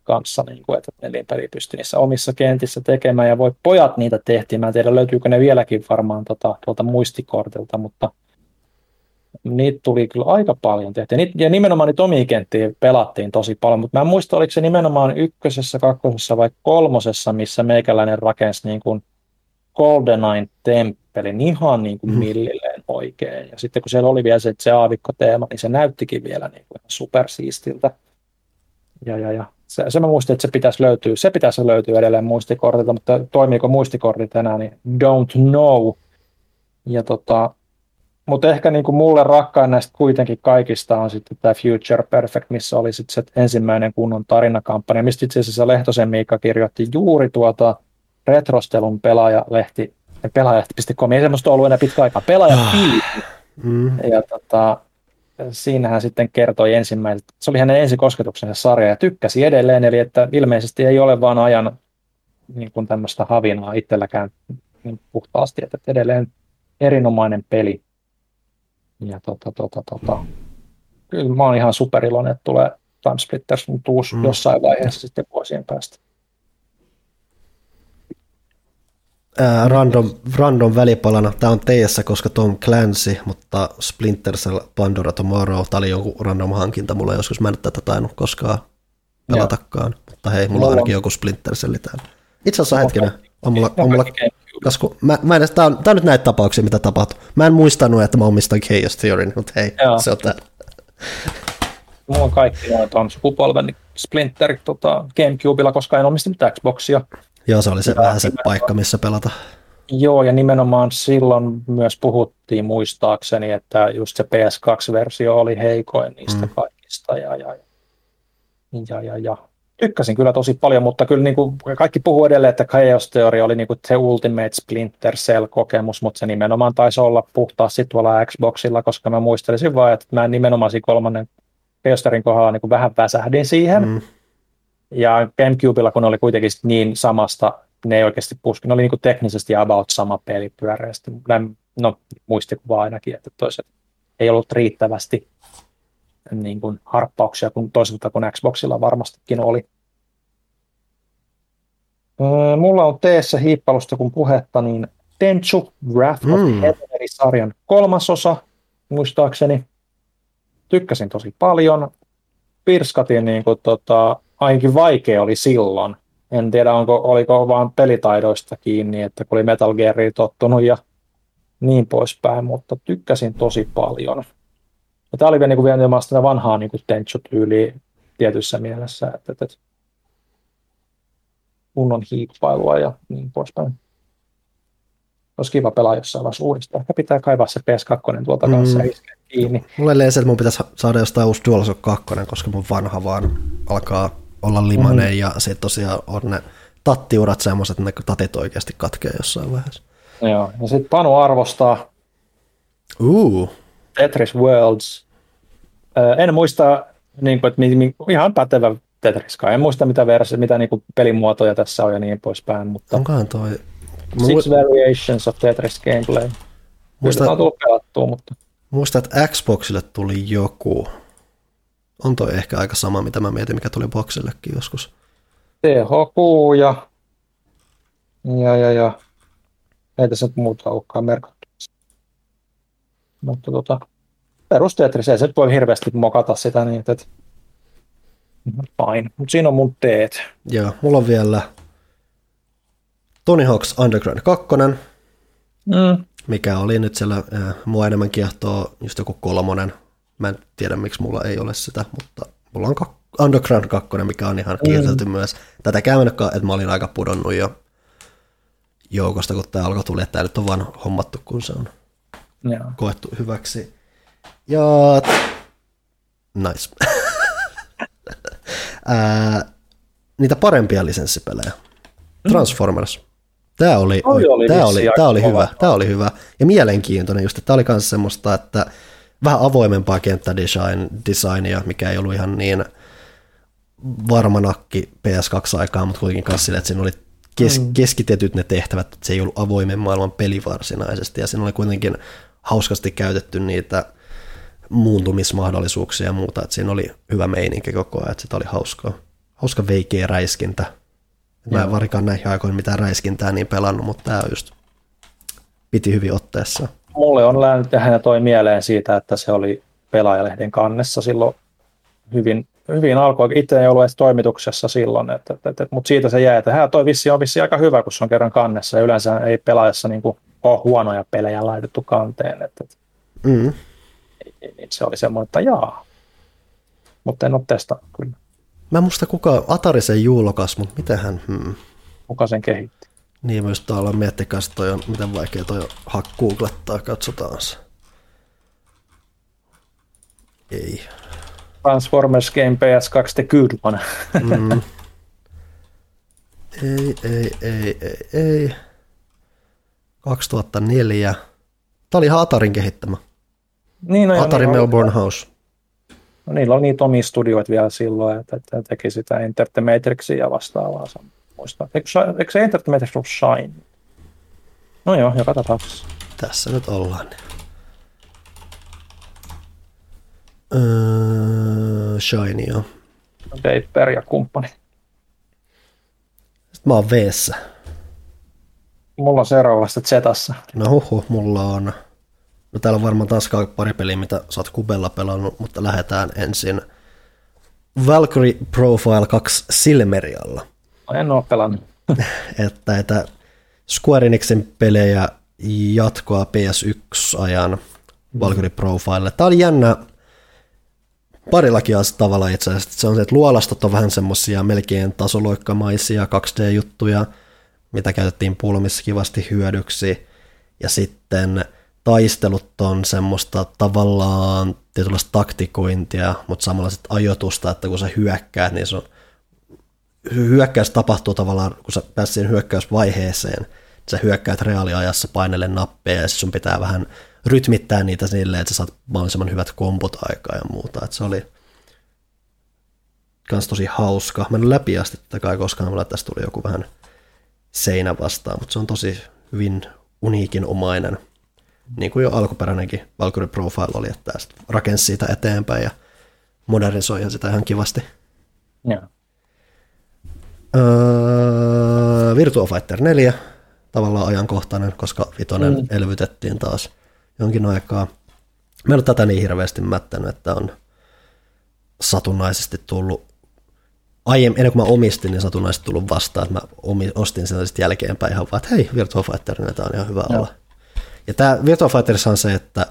Speaker 3: kanssa, niin kuin, että nelinpeli pystyi niissä omissa kentissä tekemään, ja voi pojat niitä tehtiin. Mä en tiedä, löytyykö ne vieläkin varmaan tota, tuolta muistikortilta, mutta niitä tuli kyllä aika paljon tehtiin. Ja nimenomaan niitä omia kenttiä pelattiin tosi paljon, mutta mä en muista, oliko se nimenomaan ykkösessä, kakkosessa vai kolmosessa, missä meikäläinen rakensi niin kuin GoldenEye temppelin ihan niin kuin millilleen oikein. Ja sitten kun siellä oli vielä se, se aavikkoteema, niin se näyttikin vielä niin kuin supersiistiltä. Ja, ja, ja. Se, se mä muistin, että se pitäisi löytyä, se pitäisi löytyä edelleen muistikortilta, mutta toimiiko muistikortit enää, niin don't know. Ja tota, mutta ehkä niin kuin mulle rakkain näistä kuitenkin kaikista on sitten tämä Future Perfect, missä oli sitten se ensimmäinen kunnon tarinakampanja, mistä itse asiassa Lehtosen Miikka kirjoitti juuri tuota Retrostelun pelaajalehti, pelaajalehti piste com, ei semmoista ollut enää pitkä aikaa, pelaajapiiri. Mm. Ja tota, siinähän sitten kertoi ensimmäiset, se oli hänen ensikosketuksensa sarja ja tykkäsi edelleen, eli että ilmeisesti ei ole vaan ajan niin kuin tämmöistä havinaa itselläkään niin puhtaasti, että edelleen erinomainen peli. Ja tota, tota, tota. Kyllä mä oon ihan superiloinen, että tulee Timesplitters uusi mm. jossain vaiheessa sitten vuosien päästä.
Speaker 2: Ää, random, random välipalana. Tämä on teessä, koska Tom Clancy, mutta Splinter Cell Pandora Tomorrow, tämä oli joku random hankinta. Mulla joskus mä en tätä tainnut koskaan pelatakaan. Joo. Mutta hei, mulla on ainakin joku Splinter Cell täällä. Itse asiassa hetkinen. On mulla, on mulla, kasku, mä, mä en, tää, on, tää on nyt näitä tapauksia, mitä tapahtuu. Mä en muistanut, että mä omistan Chaos Theory, mutta hei, Joo. se on tää.
Speaker 3: Mulla on kaikki noita on sukupolven Splinter tota, Gamecubella, koska en omistanut Xboxia.
Speaker 2: Joo, se oli se ja vähän se paikka, missä pelata.
Speaker 3: Joo, ja nimenomaan silloin myös puhuttiin muistaakseni, että just se P S kaksi versio oli heikoin niistä mm. kaikista. Ja, ja, ja, ja, ja. Tykkäsin kyllä tosi paljon, mutta kyllä niin kuin kaikki puhuu edelleen, että Chaos Theory oli niin kuin se Ultimate Splinter Cell-kokemus, mutta se nimenomaan taisi olla puhtaasti tuolla Xboxilla, koska mä muistelisin vaan, että mä nimenomaan siinä kolmannen Chaos Theoryn kohdalla niin kuin vähän väsähdin siihen. Mm. Ja Gamecubella, kun ne oli kuitenkin niin samasta, ne ei oikeasti puski, ne oli niin kuin teknisesti about sama peli pyöreästi. No, muistikuva ainakin, että toiset ei ollut riittävästi niin kuin harppauksia kuin toisaalta kuin Xboxilla varmastikin oli. Öö, mulla on teessä hiippailusta kun puhetta, niin Tenchu Wrath of mm. Heaven eli sarjan kolmasosa, muistaakseni. Tykkäsin tosi paljon. Pirskatin niin kuin, tota, ainakin vaikea oli silloin. En tiedä, onko, oliko vaan pelitaidoista kiinni, että kun oli Metal Geariin tottunut ja niin poispäin, mutta tykkäsin tosi paljon. Ja tämä oli vielä, niin vielä sitä vanhaa niin Tenchu-tyyliä tietyssä mielessä, että, että kunnon hiippailua ja niin poispäin. Olisi kiva pelaa jossain vaiheessa uudestaan. Ehkä pitää kaivaa se P S kaksi tuolta mm. kanssa iskeä kiinni.
Speaker 2: Mulle ei se, että mun pitäisi saada jostain uusi DualShock kaksi, koska mun vanha vaan alkaa olla limainen mm. ja sitten tosiaan on ne tattiurat semmoiset, että ne tatit oikeasti katkee jossain vaiheessa.
Speaker 3: Joo, ja sitten Panu arvostaa
Speaker 2: uh.
Speaker 3: Tetris Worlds. Öö, en muista, niin kuin, että ihan pätevä Tetriskaan. En muista, mitä, versi, mitä niin kuin pelimuotoja tässä on ja niin poispäin. Mutta
Speaker 2: onkohan toi?
Speaker 3: Six mu- Variations of Tetris Gameplay. Muista, on tullut pelattua, mutta
Speaker 2: muista, että Xboxille tuli joku. On toi ehkä aika sama, mitä mä mietin, mikä tuli Boxillekin joskus.
Speaker 3: T H Q ja ja, ja, ja. Ei tässä nyt muuta olekaan merkattu. Mutta tota, perus Tetris, ei se voi hirveästi mokata sitä niin, että fine. Mutta siinä on mun teet.
Speaker 2: Joo, mulla on vielä Tony Hawk's Underground kaksi, mm. mikä oli nyt siellä, äh, mua enemmän kiehtoo just joku kolmonen. Mä en tiedä, miksi mulla ei ole sitä, mutta mulla on kak- Underground kaksi, mikä on ihan kieltelty mm. myös. Tätä käymännäkään, että mä olin aika pudonnut jo joukosta, kun tää alkoi tulla, että tää nyt on vaan hommattu, kun se on yeah. koettu hyväksi. Ja nice. Ää, niitä parempia lisenssipelejä. Transformers. Tää oli, oli, oli, tää oli, tää oli hyvä. Tää oli hyvä. Ja mielenkiintoinen just, että tää oli myös semmoista, että vähän avoimempaa kenttädesignia, mikä ei ollut ihan niin varma nakki P S kaksi aikaa, mutta kuitenkin kanssa sille, että siinä oli kes- keskitetyt ne tehtävät, että se ei ollut avoimen maailman peli varsinaisesti, ja siinä oli kuitenkin hauskasti käytetty niitä muuntumismahdollisuuksia ja muuta, että siinä oli hyvä meininki koko ajan, että sitä oli hauskaa, hauska veikeä räiskintä. Mä en varikaan näihin aikoihin mitään räiskintää niin pelannut, mutta tää just piti hyvin otteessa.
Speaker 3: Mulle on lähtenyt tähän ja toi mieleen siitä, että se oli Pelaajalehden kannessa silloin hyvin, hyvin alkoi. Itse ei ollut edes toimituksessa silloin, että, että, että, mutta siitä se jäi, että hää, toi vissi on vissi aika hyvä, kun se on kerran kannessa. Ja yleensä ei Pelaajassa niin kuin ole huonoja pelejä laitettu kanteen. Että, että,
Speaker 2: mm.
Speaker 3: niin se oli semmoinen, että jaa. Mutta en ole testannut kyllä.
Speaker 2: Mä en muista kuka Atari sen julkaisi, mutta mitähän... Hmm.
Speaker 3: Kuka sen kehitti?
Speaker 2: Niin myös täällä miettikää, että toi on, miten vaikea toi on hak googlettaa, katsotaan se. Ei.
Speaker 3: Transformers Game P S kaksi The Good One.
Speaker 2: mm. Ei, ei, ei, ei, ei. kaksituhattaneljä. Tää oli ihan Atarin kehittämä.
Speaker 3: Niin, no
Speaker 2: Atari
Speaker 3: niin,
Speaker 2: Melbourne House.
Speaker 3: No, niillä oli niitä omia studioita vielä silloin, että, että teki sitä Entertainmentrixia ja vastaavaa. Muistaa. Eikö, eikö se Entertainmentrix ollut Shine? No joo, joka tapauksessa.
Speaker 2: Tässä nyt ollaan. Öö, Shine, joo.
Speaker 3: Dave ja kumppani.
Speaker 2: Sitten mä oon V:ssä.
Speaker 3: Mulla on seuraavasta Zetassa.
Speaker 2: No huhu, mulla on... No täällä on varmaan taas pari peliä, mitä sä oot Kubella pelannut, mutta lähdetään ensin Valkyrie Profile kaksi Silmerialla.
Speaker 3: En ole pelannut.
Speaker 2: että, että Square Enixin pelejä jatkoa P S yksi-ajan Valkyrie Profile. Tää oli jännä parillakin tavalla itse asiassa. Se on se, että luolastot on vähän semmosia melkein tasoloikkamaisia kaksi D-juttuja, mitä käytettiin pulmissa kivasti hyödyksi. Ja sitten taistelut on semmoista tavallaan tietynlaista taktikointia, mutta samalla sitten ajoitusta, että kun sä hyökkäät, niin se on, hyökkäys tapahtuu tavallaan, kun sä pääset siihen hyökkäysvaiheeseen, niin sä hyökkäät reaaliajassa painelle nappeja ja sun pitää vähän rytmittää niitä silleen, että sä saat mahdollisimman hyvät kompot aikaa ja muuta. Et se oli kans tosi hauska. Mä en läpi asti tätä kai koskaan, mulla tässä tuli joku vähän seinä vastaan, mutta se on tosi hyvin uniikin omainen. Niin kuin jo alkuperäinenkin Valkyrie Profile oli, että sitten rakensi siitä eteenpäin ja modernisoi sitä ihan kivasti.
Speaker 3: Yeah.
Speaker 2: Öö, Virtua Fighter neljä, tavallaan ajankohtainen, koska vitonen mm. elvytettiin taas jonkin aikaa. Mä en ole tätä niin hirveästi mättänyt, että on satunnaisesti tullut, aiemmin, ennen kuin mä omistin, niin satunnaisesti tullut vastaan, että mä ostin sen sitten jälkeenpäin ihan vaan, että hei, Virtua Fighter, niin tämä on ihan hyvä no. olla. Ja tämä Virtua Fighterissa on se, että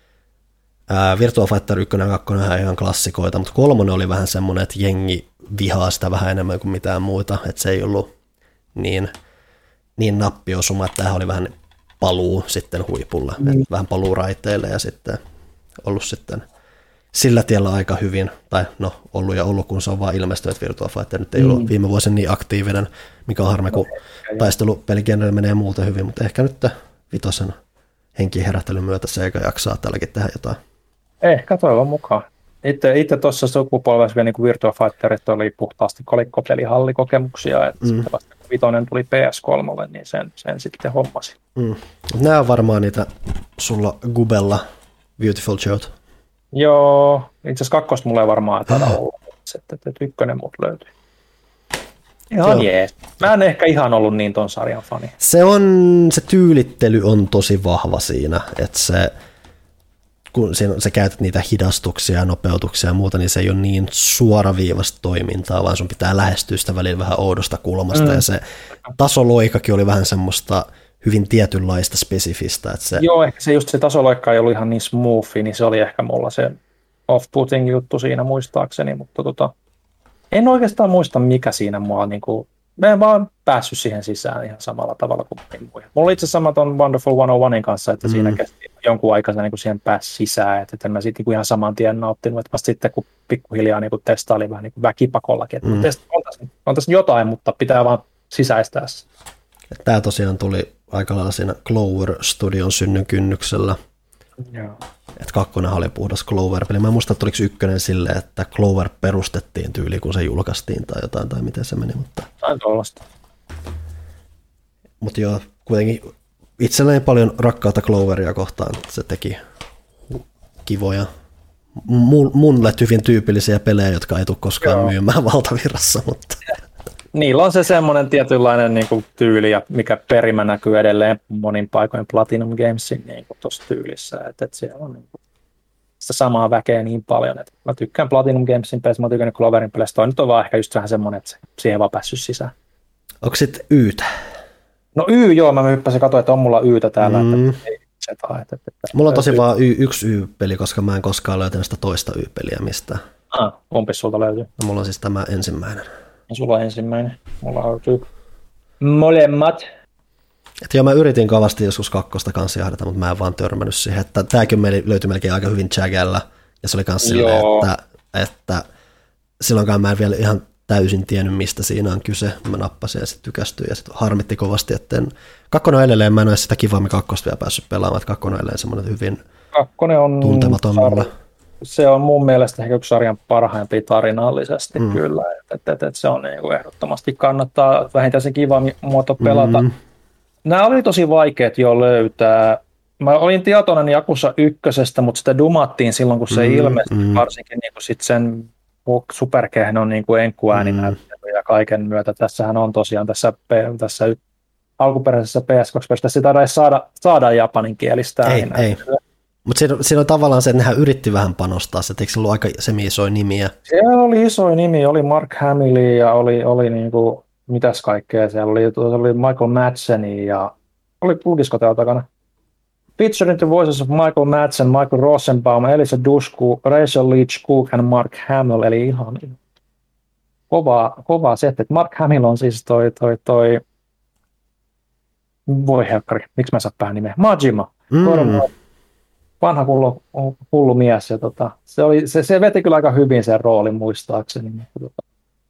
Speaker 2: ää, Virtua Fighter yksi ja kaksi on ihan klassikoita, mutta kolmonen oli vähän semmoinen, että jengi vihaa sitä vähän enemmän kuin mitään muuta, että se ei ollut niin, niin nappiosuma, että tämähän oli vähän paluu sitten huipulla, mm. vähän paluu raiteille ja sitten ollut sitten sillä tiellä aika hyvin, tai no ollut ja ollut, kun se on vaan ilmestynyt, että Virtua Fighter nyt ei mm. ollut viime vuosina niin aktiivinen, mikä on harmi, kun taistelupeligenrelle menee muuten hyvin, mutta ehkä nyt vitosen henkiin herättelyn myötä Sega jaksaa tälläkin tehdä jotain.
Speaker 3: Ehkä toivon mukaan. Itse, itse tuossa sukupolvessa vielä niin Virtua Fighterit oli puhtaasti kolikkopelihallikokemuksia, että mm. sitten vasta kun vitonen tuli P S kolme, niin sen, sen sitten hommasi.
Speaker 2: Mm. Nämä on varmaan niitä sulla Gubella Beautiful Jout.
Speaker 3: Joo, itse asiassa kakkosta mulla ei varmaan taida olla, että, että ykkönen mut löytyi. Ihan jees. Mä en ehkä ihan ollut niin ton sarjan fani.
Speaker 2: Se on, se tyylittely on tosi vahva siinä, että se, kun sä käytät niitä hidastuksia ja nopeutuksia ja muuta, niin se ei ole niin suoraviivasta toimintaa, vaan sun pitää lähestyä sitä välillä vähän oudosta kulmasta, mm. ja se tasoloikakin oli vähän semmoista hyvin tietynlaista spesifistä. Että se...
Speaker 3: Joo, ehkä se just se tasoloikka ei ollut ihan niin smoothi, niin se oli ehkä mulla se off-putting juttu siinä muistaakseni, mutta tota, en oikeastaan muista, mikä siinä mua niin kuin, mä en vaan päässyt siihen sisään ihan samalla tavalla kuin muihin. Mulla oli itse asiassa sama ton Wonderful sata yksi kanssa, että mm. siinä kesti jonkun aikaa niin kuin siihen pääsi sisään, että en mä siitä niin ihan saman tien nauttinut, että vasta sitten kun pikkuhiljaa niin kuin testaili vähän niin kuin väkipakollakin, että mm. testa, on, tässä, on tässä jotain, mutta pitää vaan sisäistää se.
Speaker 2: Tämä tosiaan tuli aika lailla siinä Clover Studion synnyn kynnyksellä.
Speaker 3: Joo.
Speaker 2: Että kakkonen oli puhdas Clover-peli. Mä en muista, että oliko ykkönen silleen, että Clover perustettiin tyyli, kun se julkaistiin tai jotain, tai miten se meni. Mutta, mutta joo, kuitenkin itselläni paljon rakkautta Cloveria kohtaan. Se teki kivoja mulle hyvin tyypillisiä pelejä, jotka ei tule koskaan Joo. myymään valtavirrassa. Mutta.
Speaker 3: Niillä on se semmoinen tietynlainen niin kuin tyyli, ja mikä perimä näkyy edelleen monin paikoin Platinum Gamesin niin tuossa tyylissä, että, että siellä on niin kuin sitä samaa väkeä niin paljon, että mä tykkään Platinum Gamesin peleistä, mä tykkään Cloverin peleistä, toi nyt on vaan ehkä just vähän semmoinen, että siihen ei vaan päässyt sisään.
Speaker 2: Onko sitten Ytä?
Speaker 3: No Y, joo, mä hyppäsin katsoin, että on mulla Ytä täällä, mm. että ei se tae. Että, että,
Speaker 2: mulla on tosi y. vaan y, yksi Y-peli, koska mä en koskaan löytänyt sitä toista Y-peliä mistään.
Speaker 3: Ah, kumpis sulta löytyy?
Speaker 2: No, mulla on siis tämä ensimmäinen.
Speaker 3: No, sulla on ensimmäinen, mulla löytyy molemmat.
Speaker 2: Et joo, mä yritin kovasti joskus kakkosta kanssa jahdata, mutta mä en vaan törmännyt siihen. Että tämäkin löytyi melkein aika hyvin Jagella, ja se oli kans silleen, että, että silloinkaan mä en vielä ihan täysin tiennyt, mistä siinä on kyse. Mä nappasin ja sitten tykästyin ja sitten harmitti kovasti, että en... kakkonen on edelleen, mä en ole sitä kivammin kakkosta vielä päässyt pelaamaan, että kakkonen on edelleen semmoinen hyvin
Speaker 3: on
Speaker 2: tuntematon mulle.
Speaker 3: Se on mun mielestä ehkä yksi sarjan parhaimpia tarinallisesti mm. kyllä, että et, et, et se on niin ehdottomasti kannattaa vähintään se kiva muoto pelata. Mm. Nämä oli tosi vaikeat jo löytää. Mä olin tietoinen Jakusa ykkösestä, mutta sitä dumattiin silloin, kun se mm. ilmestyi, mm. varsinkin niin kuin sit sen superkehnon niin kuin enkkuääninäyttely ja kaiken myötä. Tässähän on tosiaan tässä, tässä alkuperäisessä P S kaksi, tässä ei taida saada, saada japaninkielistä
Speaker 2: Ei, ei. Mutta siinä, siinä on tavallaan se, että nehän yritti vähän panostaa, että eikö se ollut aika semi-isoja nimiä?
Speaker 3: Siellä oli isoja nimi, oli Mark Hamill ja oli, oli niinku, mitäs kaikkea, siellä oli, oli Michael Madsen ja oli Pludisko täällä takana. Featured in the voices of Michael Madsen, Michael Rosenbaum, Elisa Dushku, Rachel Leach Cook and Mark Hamill, eli ihan kovaa, kovaa setti. Mark Hamill on siis toi, toi, toi, voi helkkari, miksi mä saa päähän nimeä, Majima, mm. vanha hullu, hullu mies. Ja tota, se, oli, se, se veti kyllä aika hyvin sen roolin muistaakseni. Tota.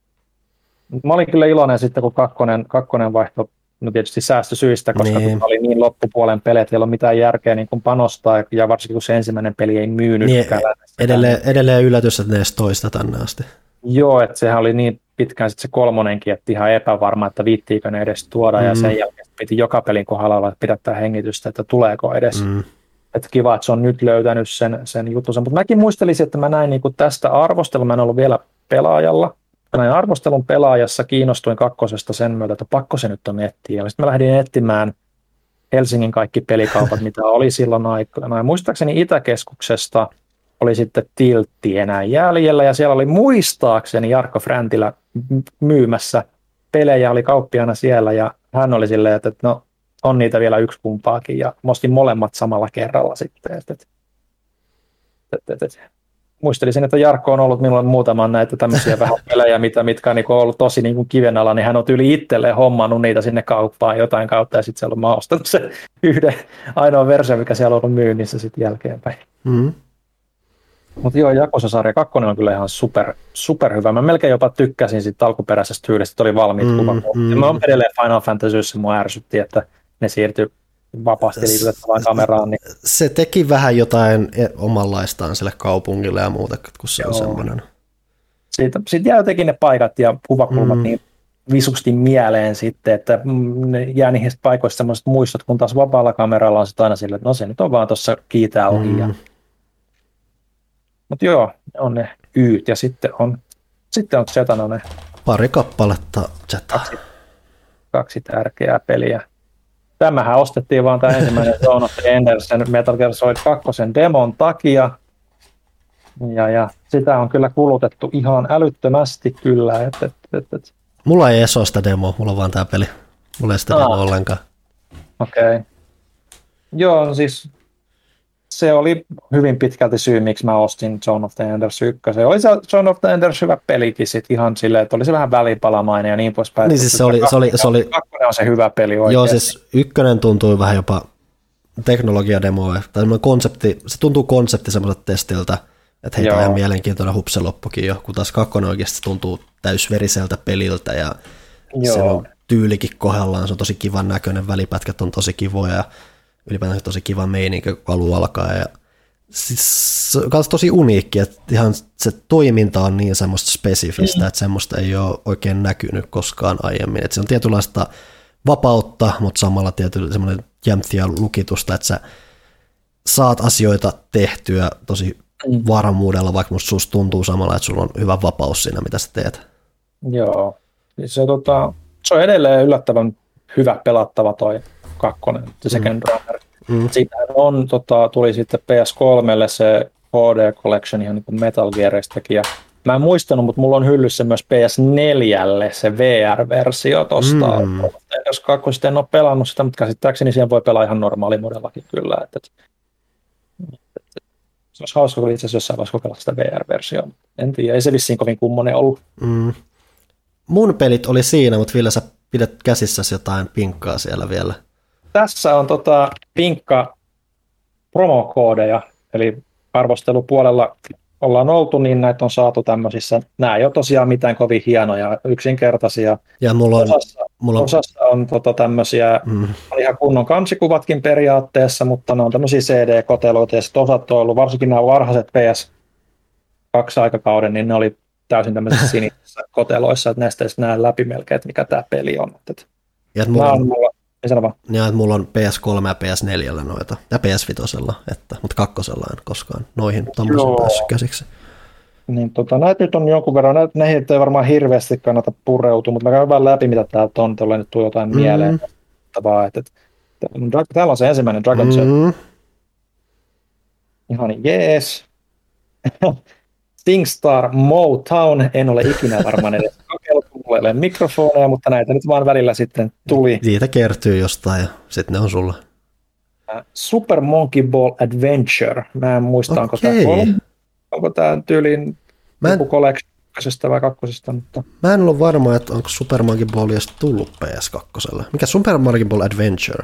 Speaker 3: Mä olin kyllä iloinen sitten, kun kakkonen, kakkonen vaihto, no tietysti säästösyistä, koska niin. oli niin loppupuolen peli, että ei ole mitään järkeä niin kuin panostaa, ja varsinkin kun se ensimmäinen peli ei myynyt. Niin,
Speaker 2: edelleen, edelleen yllätys, että ne edes toista tänne asti.
Speaker 3: Joo, että sehän oli niin pitkään sitten se kolmonenkin, että ihan epävarma, että viittiikö ne edes tuoda, mm. ja sen jälkeen piti joka pelin kohdalla pidättää hengitystä, että tuleeko edes. Mm. Että kiva, että se on nyt löytänyt sen, sen jutunsa. Mutta mäkin muistelisin, että mä näin niin kuin tästä arvostelun, mä en ollut vielä pelaajalla. Mä näin arvostelun pelaajassa, kiinnostuin kakkosesta sen myötä, että pakko se nyt on etsiä. Sitten mä lähdin etsimään Helsingin kaikki pelikaupat, mitä oli silloin aikana. Ja muistaakseni Itäkeskuksesta oli sitten Tiltti enää jäljellä, ja siellä oli muistaakseni Jarkko Fräntilä myymässä pelejä, oli kauppiana siellä, ja hän oli silleen, että no, on niitä vielä yksi kumpaakin, ja mä ostin molemmat samalla kerralla sitten. Et, et, et, et, et. Muistelisin, että Jarkko on ollut minulle muutaman näitä tämmöisiä vähän pelejä, mitä, mitkä on niin ollut tosi niin kuin kiven alla, niin hän on tyyli itselleen hommannut niitä sinne kauppaan jotain kautta, ja sitten siellä on mä ostanut se yhden ainoa versio, mikä siellä on ollut myynnissä sitten jälkeenpäin. Mm-hmm. Mutta joo, Jakosa-sarja kakkonen on kyllä ihan super, super hyvä. Mä melkein jopa tykkäsin siitä alkuperäisestä tyylistä, että oli valmiit mm, kuvat. Mm. Mä oon edelleen Final Fantasyssä, mua ärsytti, että ne siirtyi vapaasti liikutettavaan kameraan. Niin.
Speaker 2: Se teki vähän jotain omanlaistaan sille kaupungille ja muuta, kun se joo. on semmoinen.
Speaker 3: Siitä, siitä jää jotenkin ne paikat ja kuvakulmat mm. niin visusti mieleen sitten, että ne jää niihin paikoista semmoiset muistot, kun taas vapaalla kameralla on sitten aina sille, että no se nyt on vaan tuossa kiitää ohi. Mm. Ja... Mutta joo, on ne Yt ja sitten on, sitten on Zetana ne.
Speaker 2: Pari kappaletta Zetaa.
Speaker 3: Kaksi, kaksi tärkeää peliä. Tämähän ostettiin vaan tämä ensimmäinen Zone of the Enders Metal Gear Solid kaksi demon takia. Ja, ja sitä on kyllä kulutettu ihan älyttömästi kyllä. Et, et, et, et.
Speaker 2: Mulla ei edes ole sitä demoa, mulla on vaan tämä peli. Mulla ei sitä demoa ollenkaan.
Speaker 3: Okei. Okay. Joo, siis se oli hyvin pitkälti syy, miksi mä ostin Zone of the Enders yksi. Oli se Zone of the Enders hyvä pelikin sit ihan silleen, että oli se vähän välipalamainen ja niin poispäin.
Speaker 2: Niin siis se oli, se oli, se oli...
Speaker 3: Kakkonen on se hyvä peli oikein.
Speaker 2: Joo, siis ykkönen tuntui vähän jopa teknologiademoa, tai konsepti, se tuntuu konsepti semmoiselta testiltä, että heitä on ihan mielenkiintoinen hupse loppukin jo, kun taas kakkonen oikeasti tuntuu täysveriseltä peliltä ja joo. Se on tyylikin kohdallaan, se on tosi kivan näköinen, välipätkät on tosi kivoja ja ylipäätään tosi kiva meininki, kun alun alkaa. Ja siis, se on tosi uniikki, että ihan se toiminta on niin semmoista spesifistä, mm. että semmoista ei ole oikein näkynyt koskaan aiemmin. Että se on tietynlaista vapautta, mutta samalla tietyllä semmoinen jämptiä lukitusta, että sä saat asioita tehtyä tosi mm. varmuudella, vaikka musta susta tuntuu samalla, että sulla on hyvä vapaus siinä, mitä sä teet.
Speaker 3: Joo. Se, tota, se on edelleen yllättävän hyvä pelattava toi kakkonen, The Second mm. Runner. Mm. Siitähän on, tota, tuli sitten P S kolmelle se H D Collection ihan niin kuin Metal Gearistakin. Ja mä en muistanut, mutta mulla on hyllyssä myös P S neljälle se V R-versio tosta. Mm. Jos kakkosista en ole pelannut sitä, mutta käsittääkseni siihen voi pelaa ihan normaalimodellakin kyllä. Et, et, et, et, se olisi hauska, kun itse asiassa jossain voisi kokeilla sitä V R-versioa. En tiedä, ei se vissiin kovin kummonen ollut. Mm.
Speaker 2: Mun pelit oli siinä, mutta Ville, sä pidät käsissäsi jotain pinkkaa siellä vielä.
Speaker 3: Tässä on tota pinkka promokoodeja, eli arvostelupuolella ollaan oltu, niin näitä on saatu tämmöisissä. Nämä ei ole tosiaan mitään kovin hienoja, yksinkertaisia.
Speaker 2: Ja mulla on,
Speaker 3: osassa,
Speaker 2: mulla on...
Speaker 3: osassa on tota tämmöisiä, mm. on ihan kunnon kansikuvatkin periaatteessa, mutta ne on tämmöisiä C D-koteloita, ja sitten osat on ollut, varsinkin nämä varhaiset P S kaksi aikakauden, niin ne oli täysin tämmöisissä sinisissä koteloissa, että näistä ei näe läpi melkein, että mikä tämä peli on. Että
Speaker 2: ja että mulla on...
Speaker 3: mulla
Speaker 2: Ja, että mulla on P S kolme ja P S neljä noita, ja P S viisi, että, mutta kakkosella en koskaan noihin tommosiin päässyt käsiksi.
Speaker 3: Niin, tota, näitä nyt on jonkun verran, näitä, näihin ei varmaan hirveästi kannata pureutua, mutta mä käyn vaan läpi, mitä täältä on, tuolla nyt tuli jotain mm. mieleen. Että, että, täällä on se ensimmäinen Dragon Jet. Mm. Ihan jees. SingStar Motown, en ole ikinä varmaan edes kokeillut, kun mulla ei ole mikrofoneja, mutta näitä nyt vaan välillä sitten tuli.
Speaker 2: Niitä kertyy jostain ja sitten ne on sulla.
Speaker 3: Super Monkey Ball Adventure. Mä en muista, onko tämä, onko tämä tyyliin
Speaker 2: en...
Speaker 3: Collectionista vai kakkosesta. Mutta...
Speaker 2: Mä en ole varma, että onko Super Monkey Ball edes tullut P S kaksi. Mikä Super Monkey Ball Adventure?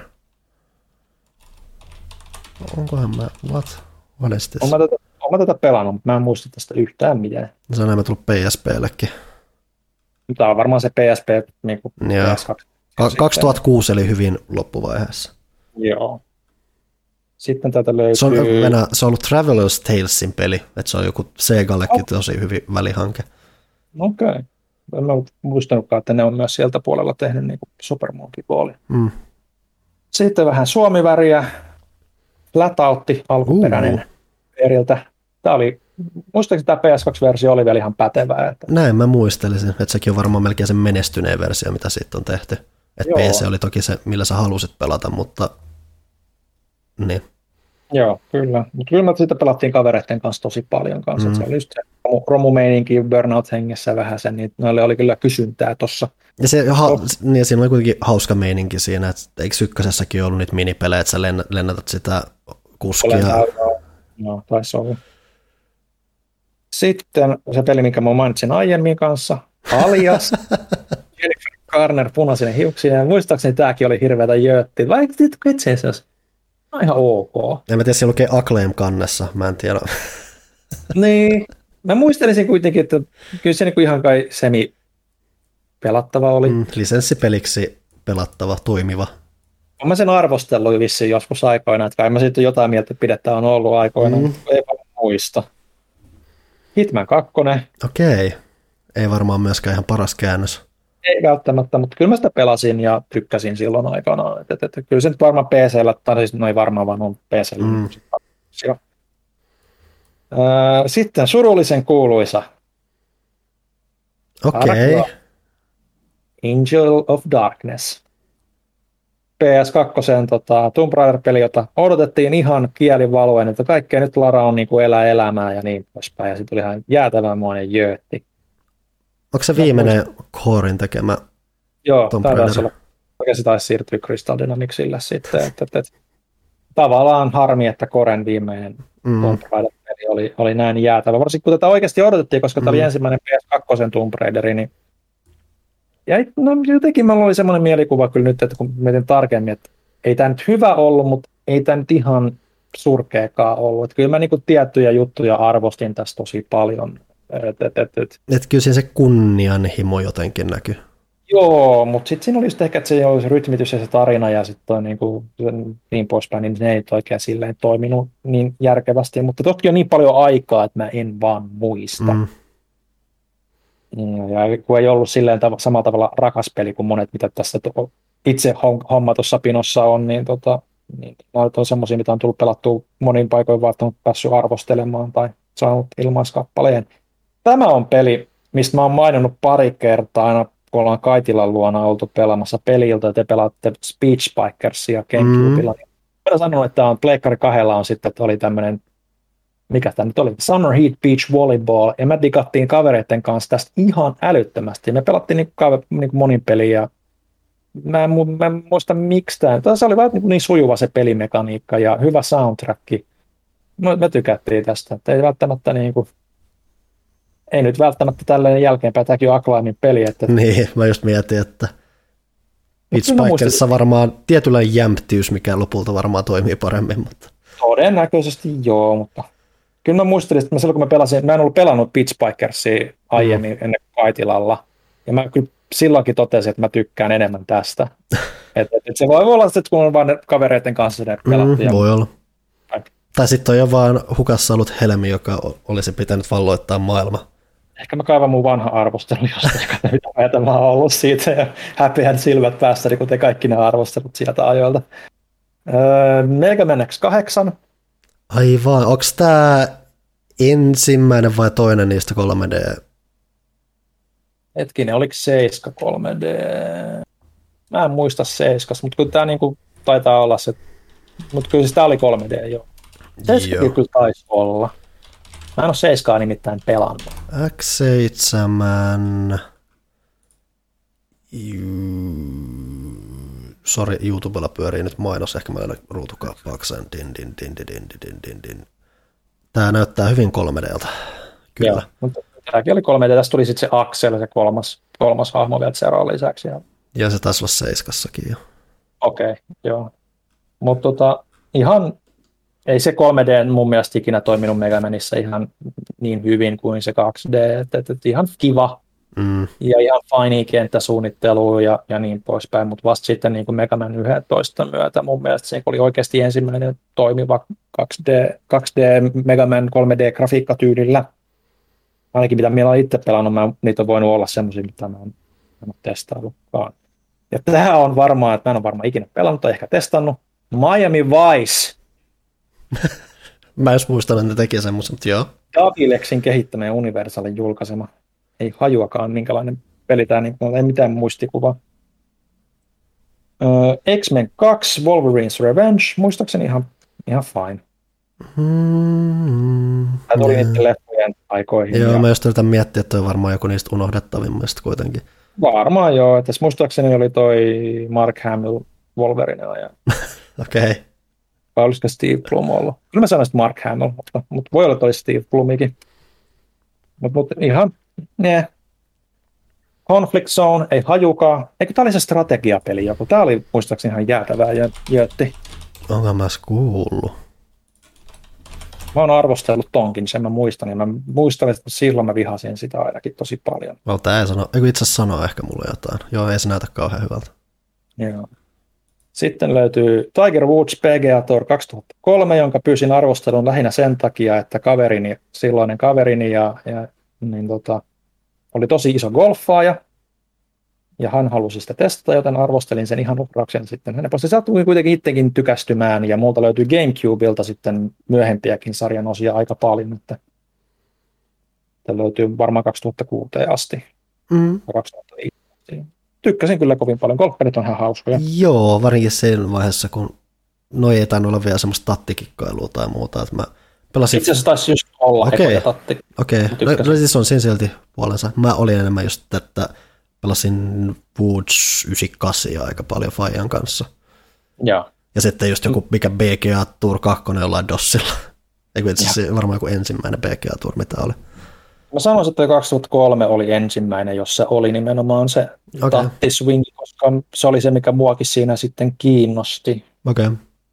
Speaker 2: Onkohan mä, what? What is this?
Speaker 3: On mä tätä, on mä tätä pelannut, mutta mä en muista tästä yhtään mitään.
Speaker 2: Se on enemmän tullut P S P:llekin.
Speaker 3: Tämä on varmaan se P S P niin kuin P S kaksi.
Speaker 2: kaksituhattakuusi eli hyvin loppuvaiheessa.
Speaker 3: Joo. Sitten täältä löytyy...
Speaker 2: Se on, mennä, se on ollut Traveler's Talesin peli, että se on joku Segallekin oh. tosi hyvin välihanke.
Speaker 3: Okei. Okay. En ole muistanutkaan, että ne on myös sieltä puolella tehnyt niin kuin Super Monkey Ballia. Mm. Sitten vähän suomiväriä. Flatoutti alkuperäinen uh. periltä. Tämä oli, muistaakseni tämä P S kaksi-versio oli vielä ihan pätevää. Että...
Speaker 2: Näin mä muistelisin, että sekin on varmaan melkein se menestyneen versio, mitä siitä on tehty. Että P C oli toki se, millä sä halusit pelata, mutta niin.
Speaker 3: Joo, kyllä. Mutta kyllä me siitä pelattiin kavereiden kanssa tosi paljon kanssa. Mm. Se oli just se romumeininki burnout-hengessä vähän sen, niin noille oli kyllä kysyntää tuossa.
Speaker 2: Ja se, ha, niin siinä oli kuitenkin hauska meininki siinä, että eikö ykkösessäkin ollut niitä minipelejä, että sä lennätät sitä kuskia.
Speaker 3: Joo, taisi olla. Sitten se peli, minkä mä mainitsin aiemmin kanssa, Alias. Jennifer Garner punaisine hiuksia. Muistaakseni tämäkin oli hirveätä jöötti. Vai itse asiassa on ihan ok.
Speaker 2: En mä tiedä, siellä lukee Acclaim kannessa. Mä en tiedä.
Speaker 3: Niin. Mä muistelisin kuitenkin, että kyllä se niinku ihan kai semi pelattava oli. Mm,
Speaker 2: lisenssipeliksi pelattava, toimiva.
Speaker 3: Olen mä sen arvostellut vissiin joskus aikoina, että kai mä sitten jotain mieltä pidettä on ollut aikoina, mm. mutta ei muista. Hitman kaksi.
Speaker 2: Okei. Ei varmaan myöskään ihan paras käännös.
Speaker 3: Ei välttämättä, mutta kyllä mä sitä pelasin ja tykkäsin silloin aikanaan. Et, et, et, kyllä se nyt varmaan P C:llä, tai siis no ei varmaan vaan on P C:llä. Mm. Sitten surullisen kuuluisa.
Speaker 2: Okei. Okay.
Speaker 3: Angel of Darkness. P S kaksi tota, Tomb Raider-peli, jota odotettiin ihan kielivaluen, että kaikkea nyt Lara on niin kuin elää elämää ja niin poispäin. Ja sitten tuli ihan jäätävänmoinen jöötti.
Speaker 2: Onko se viimeinen Coren tekemä
Speaker 3: Joo, tämä taisi olla. Oikein se taisi siirtyä Crystal Dynamicsille sitten. Että, että, että, tavallaan harmi, että Coren viimeinen mm. Tomb Raider-peli oli, oli näin jäätävä. Varsinkin kun tätä oikeasti odotettiin, koska mm. tämä oli ensimmäinen P S kaksi Tomb Raideri, niin ja no, jotenkin minulla oli semmoinen mielikuva kyllä nyt, että kun mietin tarkemmin, että ei tämä nyt hyvä ollut, mutta ei tämä nyt ihan surkeakaan ollut. Että kyllä mä niinku tiettyjä juttuja arvostin tässä tosi paljon. Et, et, et, et.
Speaker 2: et kyllä se kunnianhimo jotenkin näkyy.
Speaker 3: Joo, mutta sitten siinä oli just ehkä, että se oli se rytmitys ja se tarina ja sitten niinku, niin poispäin, niin ne ei oikein silleen toiminut niin järkevästi. Mutta toki on niin paljon aikaa, että mä en vaan muista. Mm. Ja kun ei ollut silleen tav- samalla tavalla rakas peli kuin monet, mitä tässä to- itse homma tuossa pinossa on, niin, tota, niin on semmoisia, mitä on tullut pelattua monin paikoin, vaan on päässyt arvostelemaan tai saanut ilmaiskappaleen. Tämä on peli, mistä mä oon maininnut pari kertaa aina, kun ollaan Kaitilan luona oltu pelaamassa peliltä, te pelaatte Speech Spikersia GameCubella. Mm. Mä sanon, että tämä on Pleikkari kahdella on sitten, että oli tämmöinen, mikä tämä nyt oli, Summer Heat Beach Volleyball, ja mä digattiin kavereiden kanssa tästä ihan älyttömästi. Me pelattiin niin, niin monin peliä, ja mä en, mä en muista miksi tämä, se oli vaan niin sujuva se pelimekaniikka ja hyvä soundtrack. Me, me tykättiin tästä, että ei välttämättä niin kuin, ei nyt välttämättä tällainen jälkeenpäin, tämäkin on Acclaimin peli. Että...
Speaker 2: Niin, mä just mietin, että Beach Spikerissa varmaan tietynlainen jämptiys, mikä lopulta varmaan toimii paremmin. Mutta...
Speaker 3: Todennäköisesti joo, mutta kyllä mä muistelin, että mä silloin kun mä pelasin, mä en ollut pelannut Beach Spikersia aiemmin mm. ennen Kaitilalla, ja mä kyllä silloinkin totesin, että mä tykkään enemmän tästä. et, et, et se voi olla, että kun on vaan kavereiden kanssa ne pelattu.
Speaker 2: Mm, voi olla. Tai sitten on jo vaan hukassa ollut helmi, joka olisi pitänyt valloittaa maailma.
Speaker 3: Ehkä mä kaivan mun vanha arvostelu, jos mitä mieltä mä oon ollut siitä, ja häpeän silmät päästä, niin kuten kaikki ne arvostelut sieltä ajoilta. Öö, Mega Man X kahdeksan.
Speaker 2: Aivan, onko tämä ensimmäinen vai toinen niistä kolme D?
Speaker 3: Hetkinen, oliko seitsemän kolme D? Mä en muista seitsemän, mutta kyllä tämä niinku taitaa olla se, mutta kyllä siis tämä oli kolme D, joo. seitsemän kyllä taisi olla. Mä en ole seitsemän nimittäin pelannut.
Speaker 2: X seitsemän... Sori, YouTubella pyörii nyt mainos, ehkä mä en ruutukaappaukseen. Din, din, din, din, din, din, din, din. Tää näyttää hyvin kolme D:ltä. Kyllä.
Speaker 3: Joo, mutta tämäkin oli kolme D. Tässä tuli sitten se Axel, se kolmas, kolmas hahmo vielä Zeroon lisäksi. Ja,
Speaker 2: ja se taisi olla seiskassakin jo.
Speaker 3: Okei, okay, joo. Mutta tota, ihan... Ei se kolme D mun mielestä ikinä toiminut Mega Manissa ihan niin hyvin kuin se kaksi D, että, että ihan kiva mm. ja ihan fine kenttäsuunnittelu ja, ja niin poispäin, mutta vasta sitten niin kuin Mega Man yksitoista myötä mun mielestä se oli oikeasti ensimmäinen toimiva kaksi D, kaksi D Mega Man kolme D grafiikkatyylillä. Ainakin mitä minä olen itse pelannut, mä, niitä on voinut olla semmoisia, mitä mä en, en ole testaillutkaan. Ja tähän on varmaan, että mä en ole varmaan ikinä pelannut tai ehkä testannut. Miami Vice.
Speaker 2: Mä jos muistan, että ne teki semmoisen, mutta joo.
Speaker 3: Davilexin kehittämä ja Universalin julkaisema. Ei hajuakaan minkälainen peli tämä, niin, ei mitään muistikuvaa. Öö, X-Men kaksi, Wolverine's Revenge, muistaakseni ihan, ihan fine.
Speaker 2: Hmm,
Speaker 3: tämä tuli niiden leffojen aikoihin.
Speaker 2: Joo,
Speaker 3: ja...
Speaker 2: mä just yritän miettiä, että toi varmaan joku niistä unohdettavimmista kuitenkin.
Speaker 3: Varmaan joo, että muistaakseni oli toi Mark Hamill Wolverinea. Ja...
Speaker 2: Okei. Okay.
Speaker 3: Vai olisiko Steve Blum ollut? Kyllä mä sanoisin Mark Hamill, mutta, mutta voi olla, että olisi Steve Blumikin. Mutta, mutta ihan, ne. Conflict Zone, ei hajukaan. Eikö tämä oli se strategiapeli joku? Tämä oli muistaakseni ihan jäätävää ja jötti.
Speaker 2: Onko mä kuullut?
Speaker 3: Mä oon arvostellut tonkin, sen mä muistan. Ja mä muistan, että silloin mä vihasin sitä ainakin tosi paljon.
Speaker 2: No, tämä ei sano, eikö itse asiassa sanoa ehkä mulle jotain. Joo, ei se näytä kauhean hyvältä.
Speaker 3: Joo. Sitten löytyy Tiger Woods P G A Tour kaksituhattakolme, jonka pyysin arvostelun lähinnä sen takia, että kaverini, silloinen kaverini ja, ja, niin tota, oli tosi iso golfaaja, ja hän halusi sitä testata, joten arvostelin sen ihan uhrauksen sitten. Hänen se sattui kuitenkin itsekin tykästymään, ja multa löytyy GameCubeilta sitten myöhempiäkin sarjan osia aika paljon, että, että löytyy varmaan kaksituhattakuusi asti. Mm. kaksituhattaviisi. Tykkäsin kyllä kovin paljon. Golfpelit on ihan hauskoja.
Speaker 2: Joo, varsinkin siinä vaiheessa, kun noi ei tainnut olla vielä semmoista tattikikkailua tai muuta. Että mä pelasin...
Speaker 3: Itse asiassa taisi just olla
Speaker 2: okay.
Speaker 3: ekoja tatti.
Speaker 2: Okei, okay. no, no siis on siinä silti puolensa. Mä olin enemmän just, että pelasin Woods yhdeksänkymmentäkahdeksan aika paljon Fajan kanssa.
Speaker 3: Joo.
Speaker 2: Ja sitten just joku, mikä B G A Tour kaksi jollain dossilla. Eikö itse asiassa varmaan joku ensimmäinen B G A Tour, mitä oli.
Speaker 3: Mä sanoisin, että kaksituhattakolme oli ensimmäinen, jossa oli nimenomaan se okay. tattiswing, koska se oli se, mikä muakin siinä sitten kiinnosti.
Speaker 2: Okay.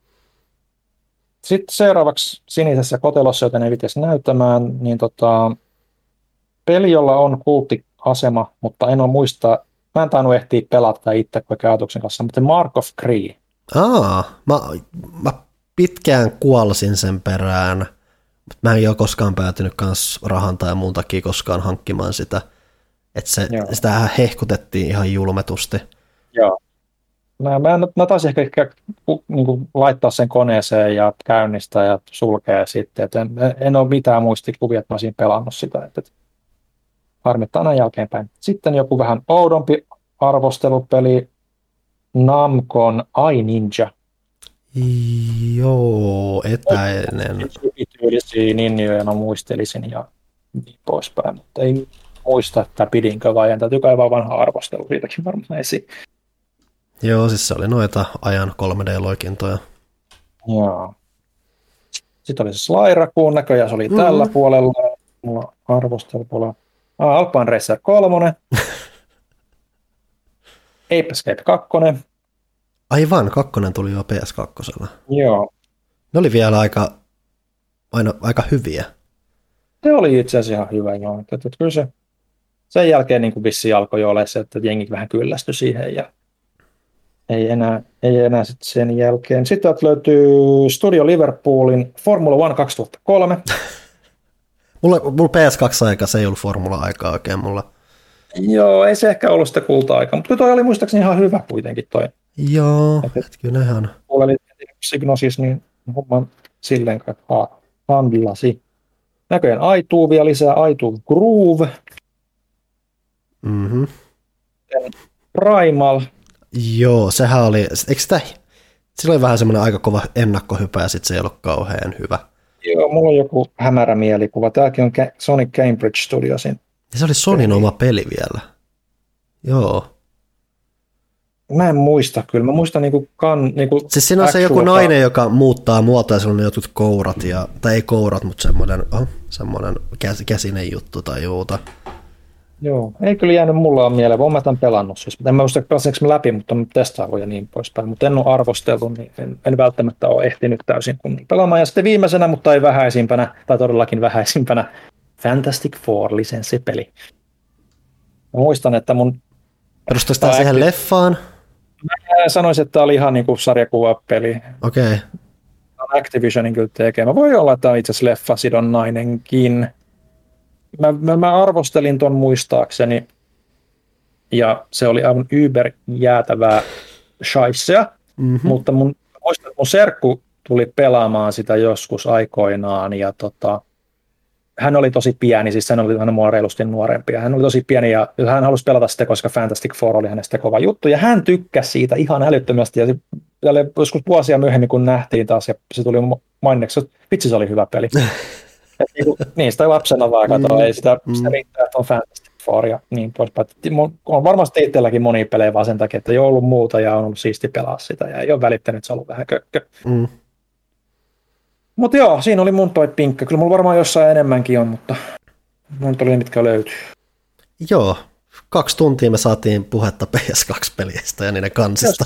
Speaker 3: Sitten seuraavaksi sinisessä kotelossa, joten ei vites näyttämään, niin tota, peli, jolla on kulttiasema, mutta en ole muista, mä en tainnut ehtiä pelata itse kaiken ajatuksen kanssa, mutta Mark of Cree.
Speaker 2: Aa, mä, mä pitkään kuolsin sen perään. Mutta mä en ole koskaan päätynyt kans rahan tai muun takia koskaan hankkimaan sitä. Että se, sitähän hehkutettiin ihan julmetusti.
Speaker 3: Joo. Mä, mä, mä taisin ehkä, ehkä niin kuin laittaa sen koneeseen ja käynnistää ja sulkea sitten. Et en, en ole mitään muistikuvia, että mä olisin pelannut sitä. Et, et harmittaa näin jälkeenpäin. Sitten joku vähän oudompi arvostelupeli, Namcon iNinja.
Speaker 2: Joo, etäinen.
Speaker 3: Tyylisiä ninjoja mä muistelisin ja niin poispäin, mutta ei muista, että pidinkö vai en. Täytyy kaivaa vanha arvostelu siitäkin varmaan esiin.
Speaker 2: Joo, siis se oli noita ajan kolme D-loikintoja.
Speaker 3: Joo. Sitten oli se Sly Raccoon näköjään, se oli mm-hmm. tällä puolella. Mulla on arvostelupuolella. Ah, Alpine Racer kolme. Ape Escape kaksi.
Speaker 2: Aivan, kakkonen tuli jo P S kaksi.
Speaker 3: Joo.
Speaker 2: Ne oli vielä aika, aina, aika hyviä.
Speaker 3: Se oli itse asiassa ihan hyvä, joo. Että, että kyllä se, sen jälkeen niin kuin vissiin alkoi jo olla se, että jengi vähän kyllästyi siihen ja ei enää, ei enää sit sen jälkeen. Sitten täältä löytyy Studio Liverpoolin Formula One kaksituhattakolme.
Speaker 2: Mulla, mulla P S kaksi-aika, se ei ollut Formula-aikaa oikein mulla.
Speaker 3: Joo, ei se ehkä ollut sitä kulta-aikaa, mutta toi oli muistaakseni ihan hyvä kuitenkin toi.
Speaker 2: Joo, et kyllä ihan.
Speaker 3: Mulla oli Psygnosis, niin homman silleen kai handlasi. Näköjään iTubea lisää, iTube Groove.
Speaker 2: Mhm.
Speaker 3: Primal.
Speaker 2: Joo, sehän oli, eikö sitä, sillä oli vähän semmoinen aika kova ennakkohypä ja sitten se ei ollut kauhean hyvä.
Speaker 3: Joo, mulla on joku hämärä mielikuva. Tämäkin on Sonic Cambridge Studiosin.
Speaker 2: Ja se oli Sonyn oma peli vielä. Joo.
Speaker 3: Mä en muista kyllä. Mä muistan niinku kan... Niinku
Speaker 2: siis siinä on se joku nainen, joka muuttaa muotoa ja sillä on jotkut kourat, ja, tai ei kourat, mutta semmoinen, oh, semmoinen käsinen juttu tai juuta.
Speaker 3: Joo, ei kyllä jäänyt mulla on mieleen. Voin mä tämän pelannut siis. En mä muista, pääseekö mä läpi, mutta mä testaillut ja niin poispäin. Mutta en ole arvostellut, niin en, en välttämättä ole ehtinyt täysin kunnolla pelaamaan. Ja sitten viimeisenä, mutta ei vähäisimpänä, tai todellakin vähäisimpänä, Fantastic Four-lisenssipeli. Mä muistan, että mun...
Speaker 2: Perustuiko tämä siihen leffaan?
Speaker 3: Mä sanoisin, että tämä oli ihan niin kuin sarjakuvapeli.
Speaker 2: Okei.
Speaker 3: Okay. Activisionin kyllä tekemä. Voi olla, että tämä on itse asiassa leffasidonnainenkin. Mä, mä, mä arvostelin ton muistaakseni, ja se oli aivan yber jäätävää shaisea, mm-hmm. mutta mun, muistan, mun serkku tuli pelaamaan sitä joskus aikoinaan, ja tota, hän oli tosi pieni, siis hän oli hän mua reilusti nuorempi, ja hän oli tosi pieni, ja hän halusi pelata sitä, koska Fantastic Four oli hänestä kova juttu, ja hän tykkäsi siitä ihan älyttömästi, ja joskus vuosia myöhemmin, kun nähtiin taas, ja se tuli mainneeksi, että vitsi, se oli hyvä peli. Niin, niin sitä lapsena vaan katsoa, mm, ei sitä, mm. sitä riittää, että on Fantastic Four ja niin poispäin. On varmasti itselläkin monia pelejä vaan sen takia, että ei ole ollut muuta ja on ollut siisti pelaa sitä ja ei ole välittänyt, että se on ollut vähän kökkö. Mm. Mutta joo, siinä oli mun toi pinkkä. Kyllä mulla varmaan jossain enemmänkin on, mutta mun oli ne, mitkä löytyy.
Speaker 2: Joo, kaksi tuntia me saatiin puhetta P S kaksi-pelistä ja niiden kansista.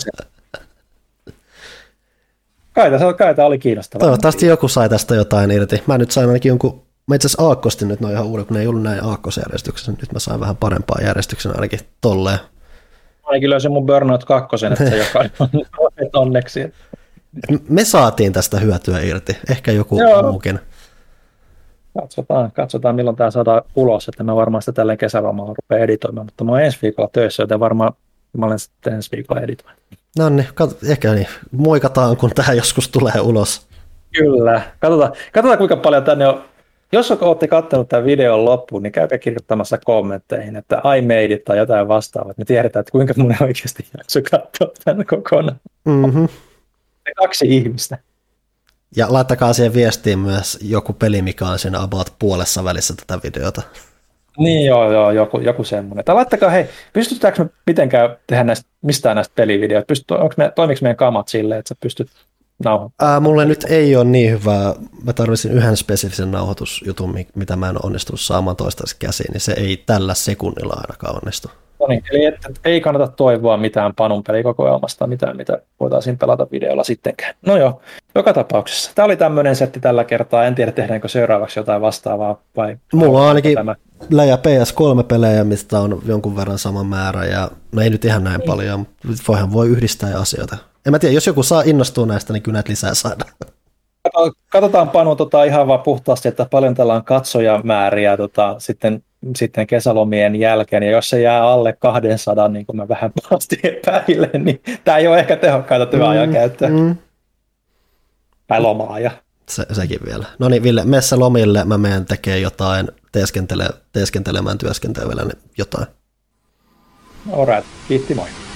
Speaker 3: Kaita, kaita oli kiinnostavaa.
Speaker 2: Toivottavasti joku sai tästä jotain irti. Mä nyt sain ainakin jonkun, mä itse asiassa aakkostin nyt noin ihan uuden, kun ne ei ollut näin aakkosjärjestyksessä. Nyt mä sain vähän parempaa järjestyksen ainakin tolleen.
Speaker 3: Ainakin löysin mun Burnout kakkosen, että se joka on onneksi.
Speaker 2: Me saatiin tästä hyötyä irti, ehkä joku Joo. muukin.
Speaker 3: Katsotaan, katsotaan milloin tämä saadaan ulos, että mä varmaan sitä tälleen kesälomalla rupean editoimaan, mutta mä oon ensi viikolla töissä, joten varmaan mä olen sitten ensi viikolla editoin.
Speaker 2: No niin, kat- ehkä niin. Moikataan, kun tämä joskus tulee ulos.
Speaker 3: Kyllä. Katsotaan, katsotaan kuinka paljon tänne on. Jos olette katsonut tämän videon loppuun, niin käykää kirjoittamassa kommentteihin, että I made it tai jotain vastaavaa. Me tiedetään, että kuinka monen oikeasti jakso katsoa tämän kokonaan.
Speaker 2: Mm-hmm.
Speaker 3: Kaksi ihmistä.
Speaker 2: Ja laittakaa siihen viestiin myös joku peli, mikä on siinä about puolessa välissä tätä videota.
Speaker 3: Niin joo, joo joku, joku semmoinen. Tai laittakaa, hei, pystytäänkö me mitenkään tehdä näistä, mistään näistä pelivideoita? Pystyt, me, toimiko meidän kamat silleen, että sä pystyt nauhoittamaan?
Speaker 2: Ää, mulle nyt ei ole niin hyvää. Mä tarvitsin yhden spesifisen nauhoitusjutun, mitä mä en onnistunut saamaan toistaiseksi käsiin, niin se ei tällä sekunnilla ainakaan onnistu.
Speaker 3: No niin, eli et, et, ei kannata toivoa mitään Panun pelikokoelmasta, mitään, mitä voitaisiin pelata videolla sittenkään. No joo, joka tapauksessa. Tämä oli tämmöinen setti tällä kertaa. En tiedä, tehdäänkö seuraavaksi jotain vastaavaa vai...
Speaker 2: Mulla on ainakin tämä läjä P S kolme -pelejä, mistä on jonkun verran sama määrä, ja no ei nyt ihan näin niin paljon, mutta voihan voi yhdistää asioita. En mä tiedä, jos joku saa innostua näistä, niin kyllä näitä lisää saada.
Speaker 3: Katsotaan Panu tota, ihan vaan puhtaasti, että paljon tällä on katsojamääriä tota, sitten sitten kesälomien jälkeen, ja jos se jää alle kaksisataa, niin kuin mä vähän pahasti epäilen, niin tämä ei ole ehkä tehokkaita työajan käyttöä. Mm, mm. Tai lomaa-aja.
Speaker 2: Se, sekin vielä. No niin, Ville, mene lomille, mä menen tekemään jotain, teeskentele, teeskentelemään, työskentelemään jotain.
Speaker 3: Alright, kiitti, moi.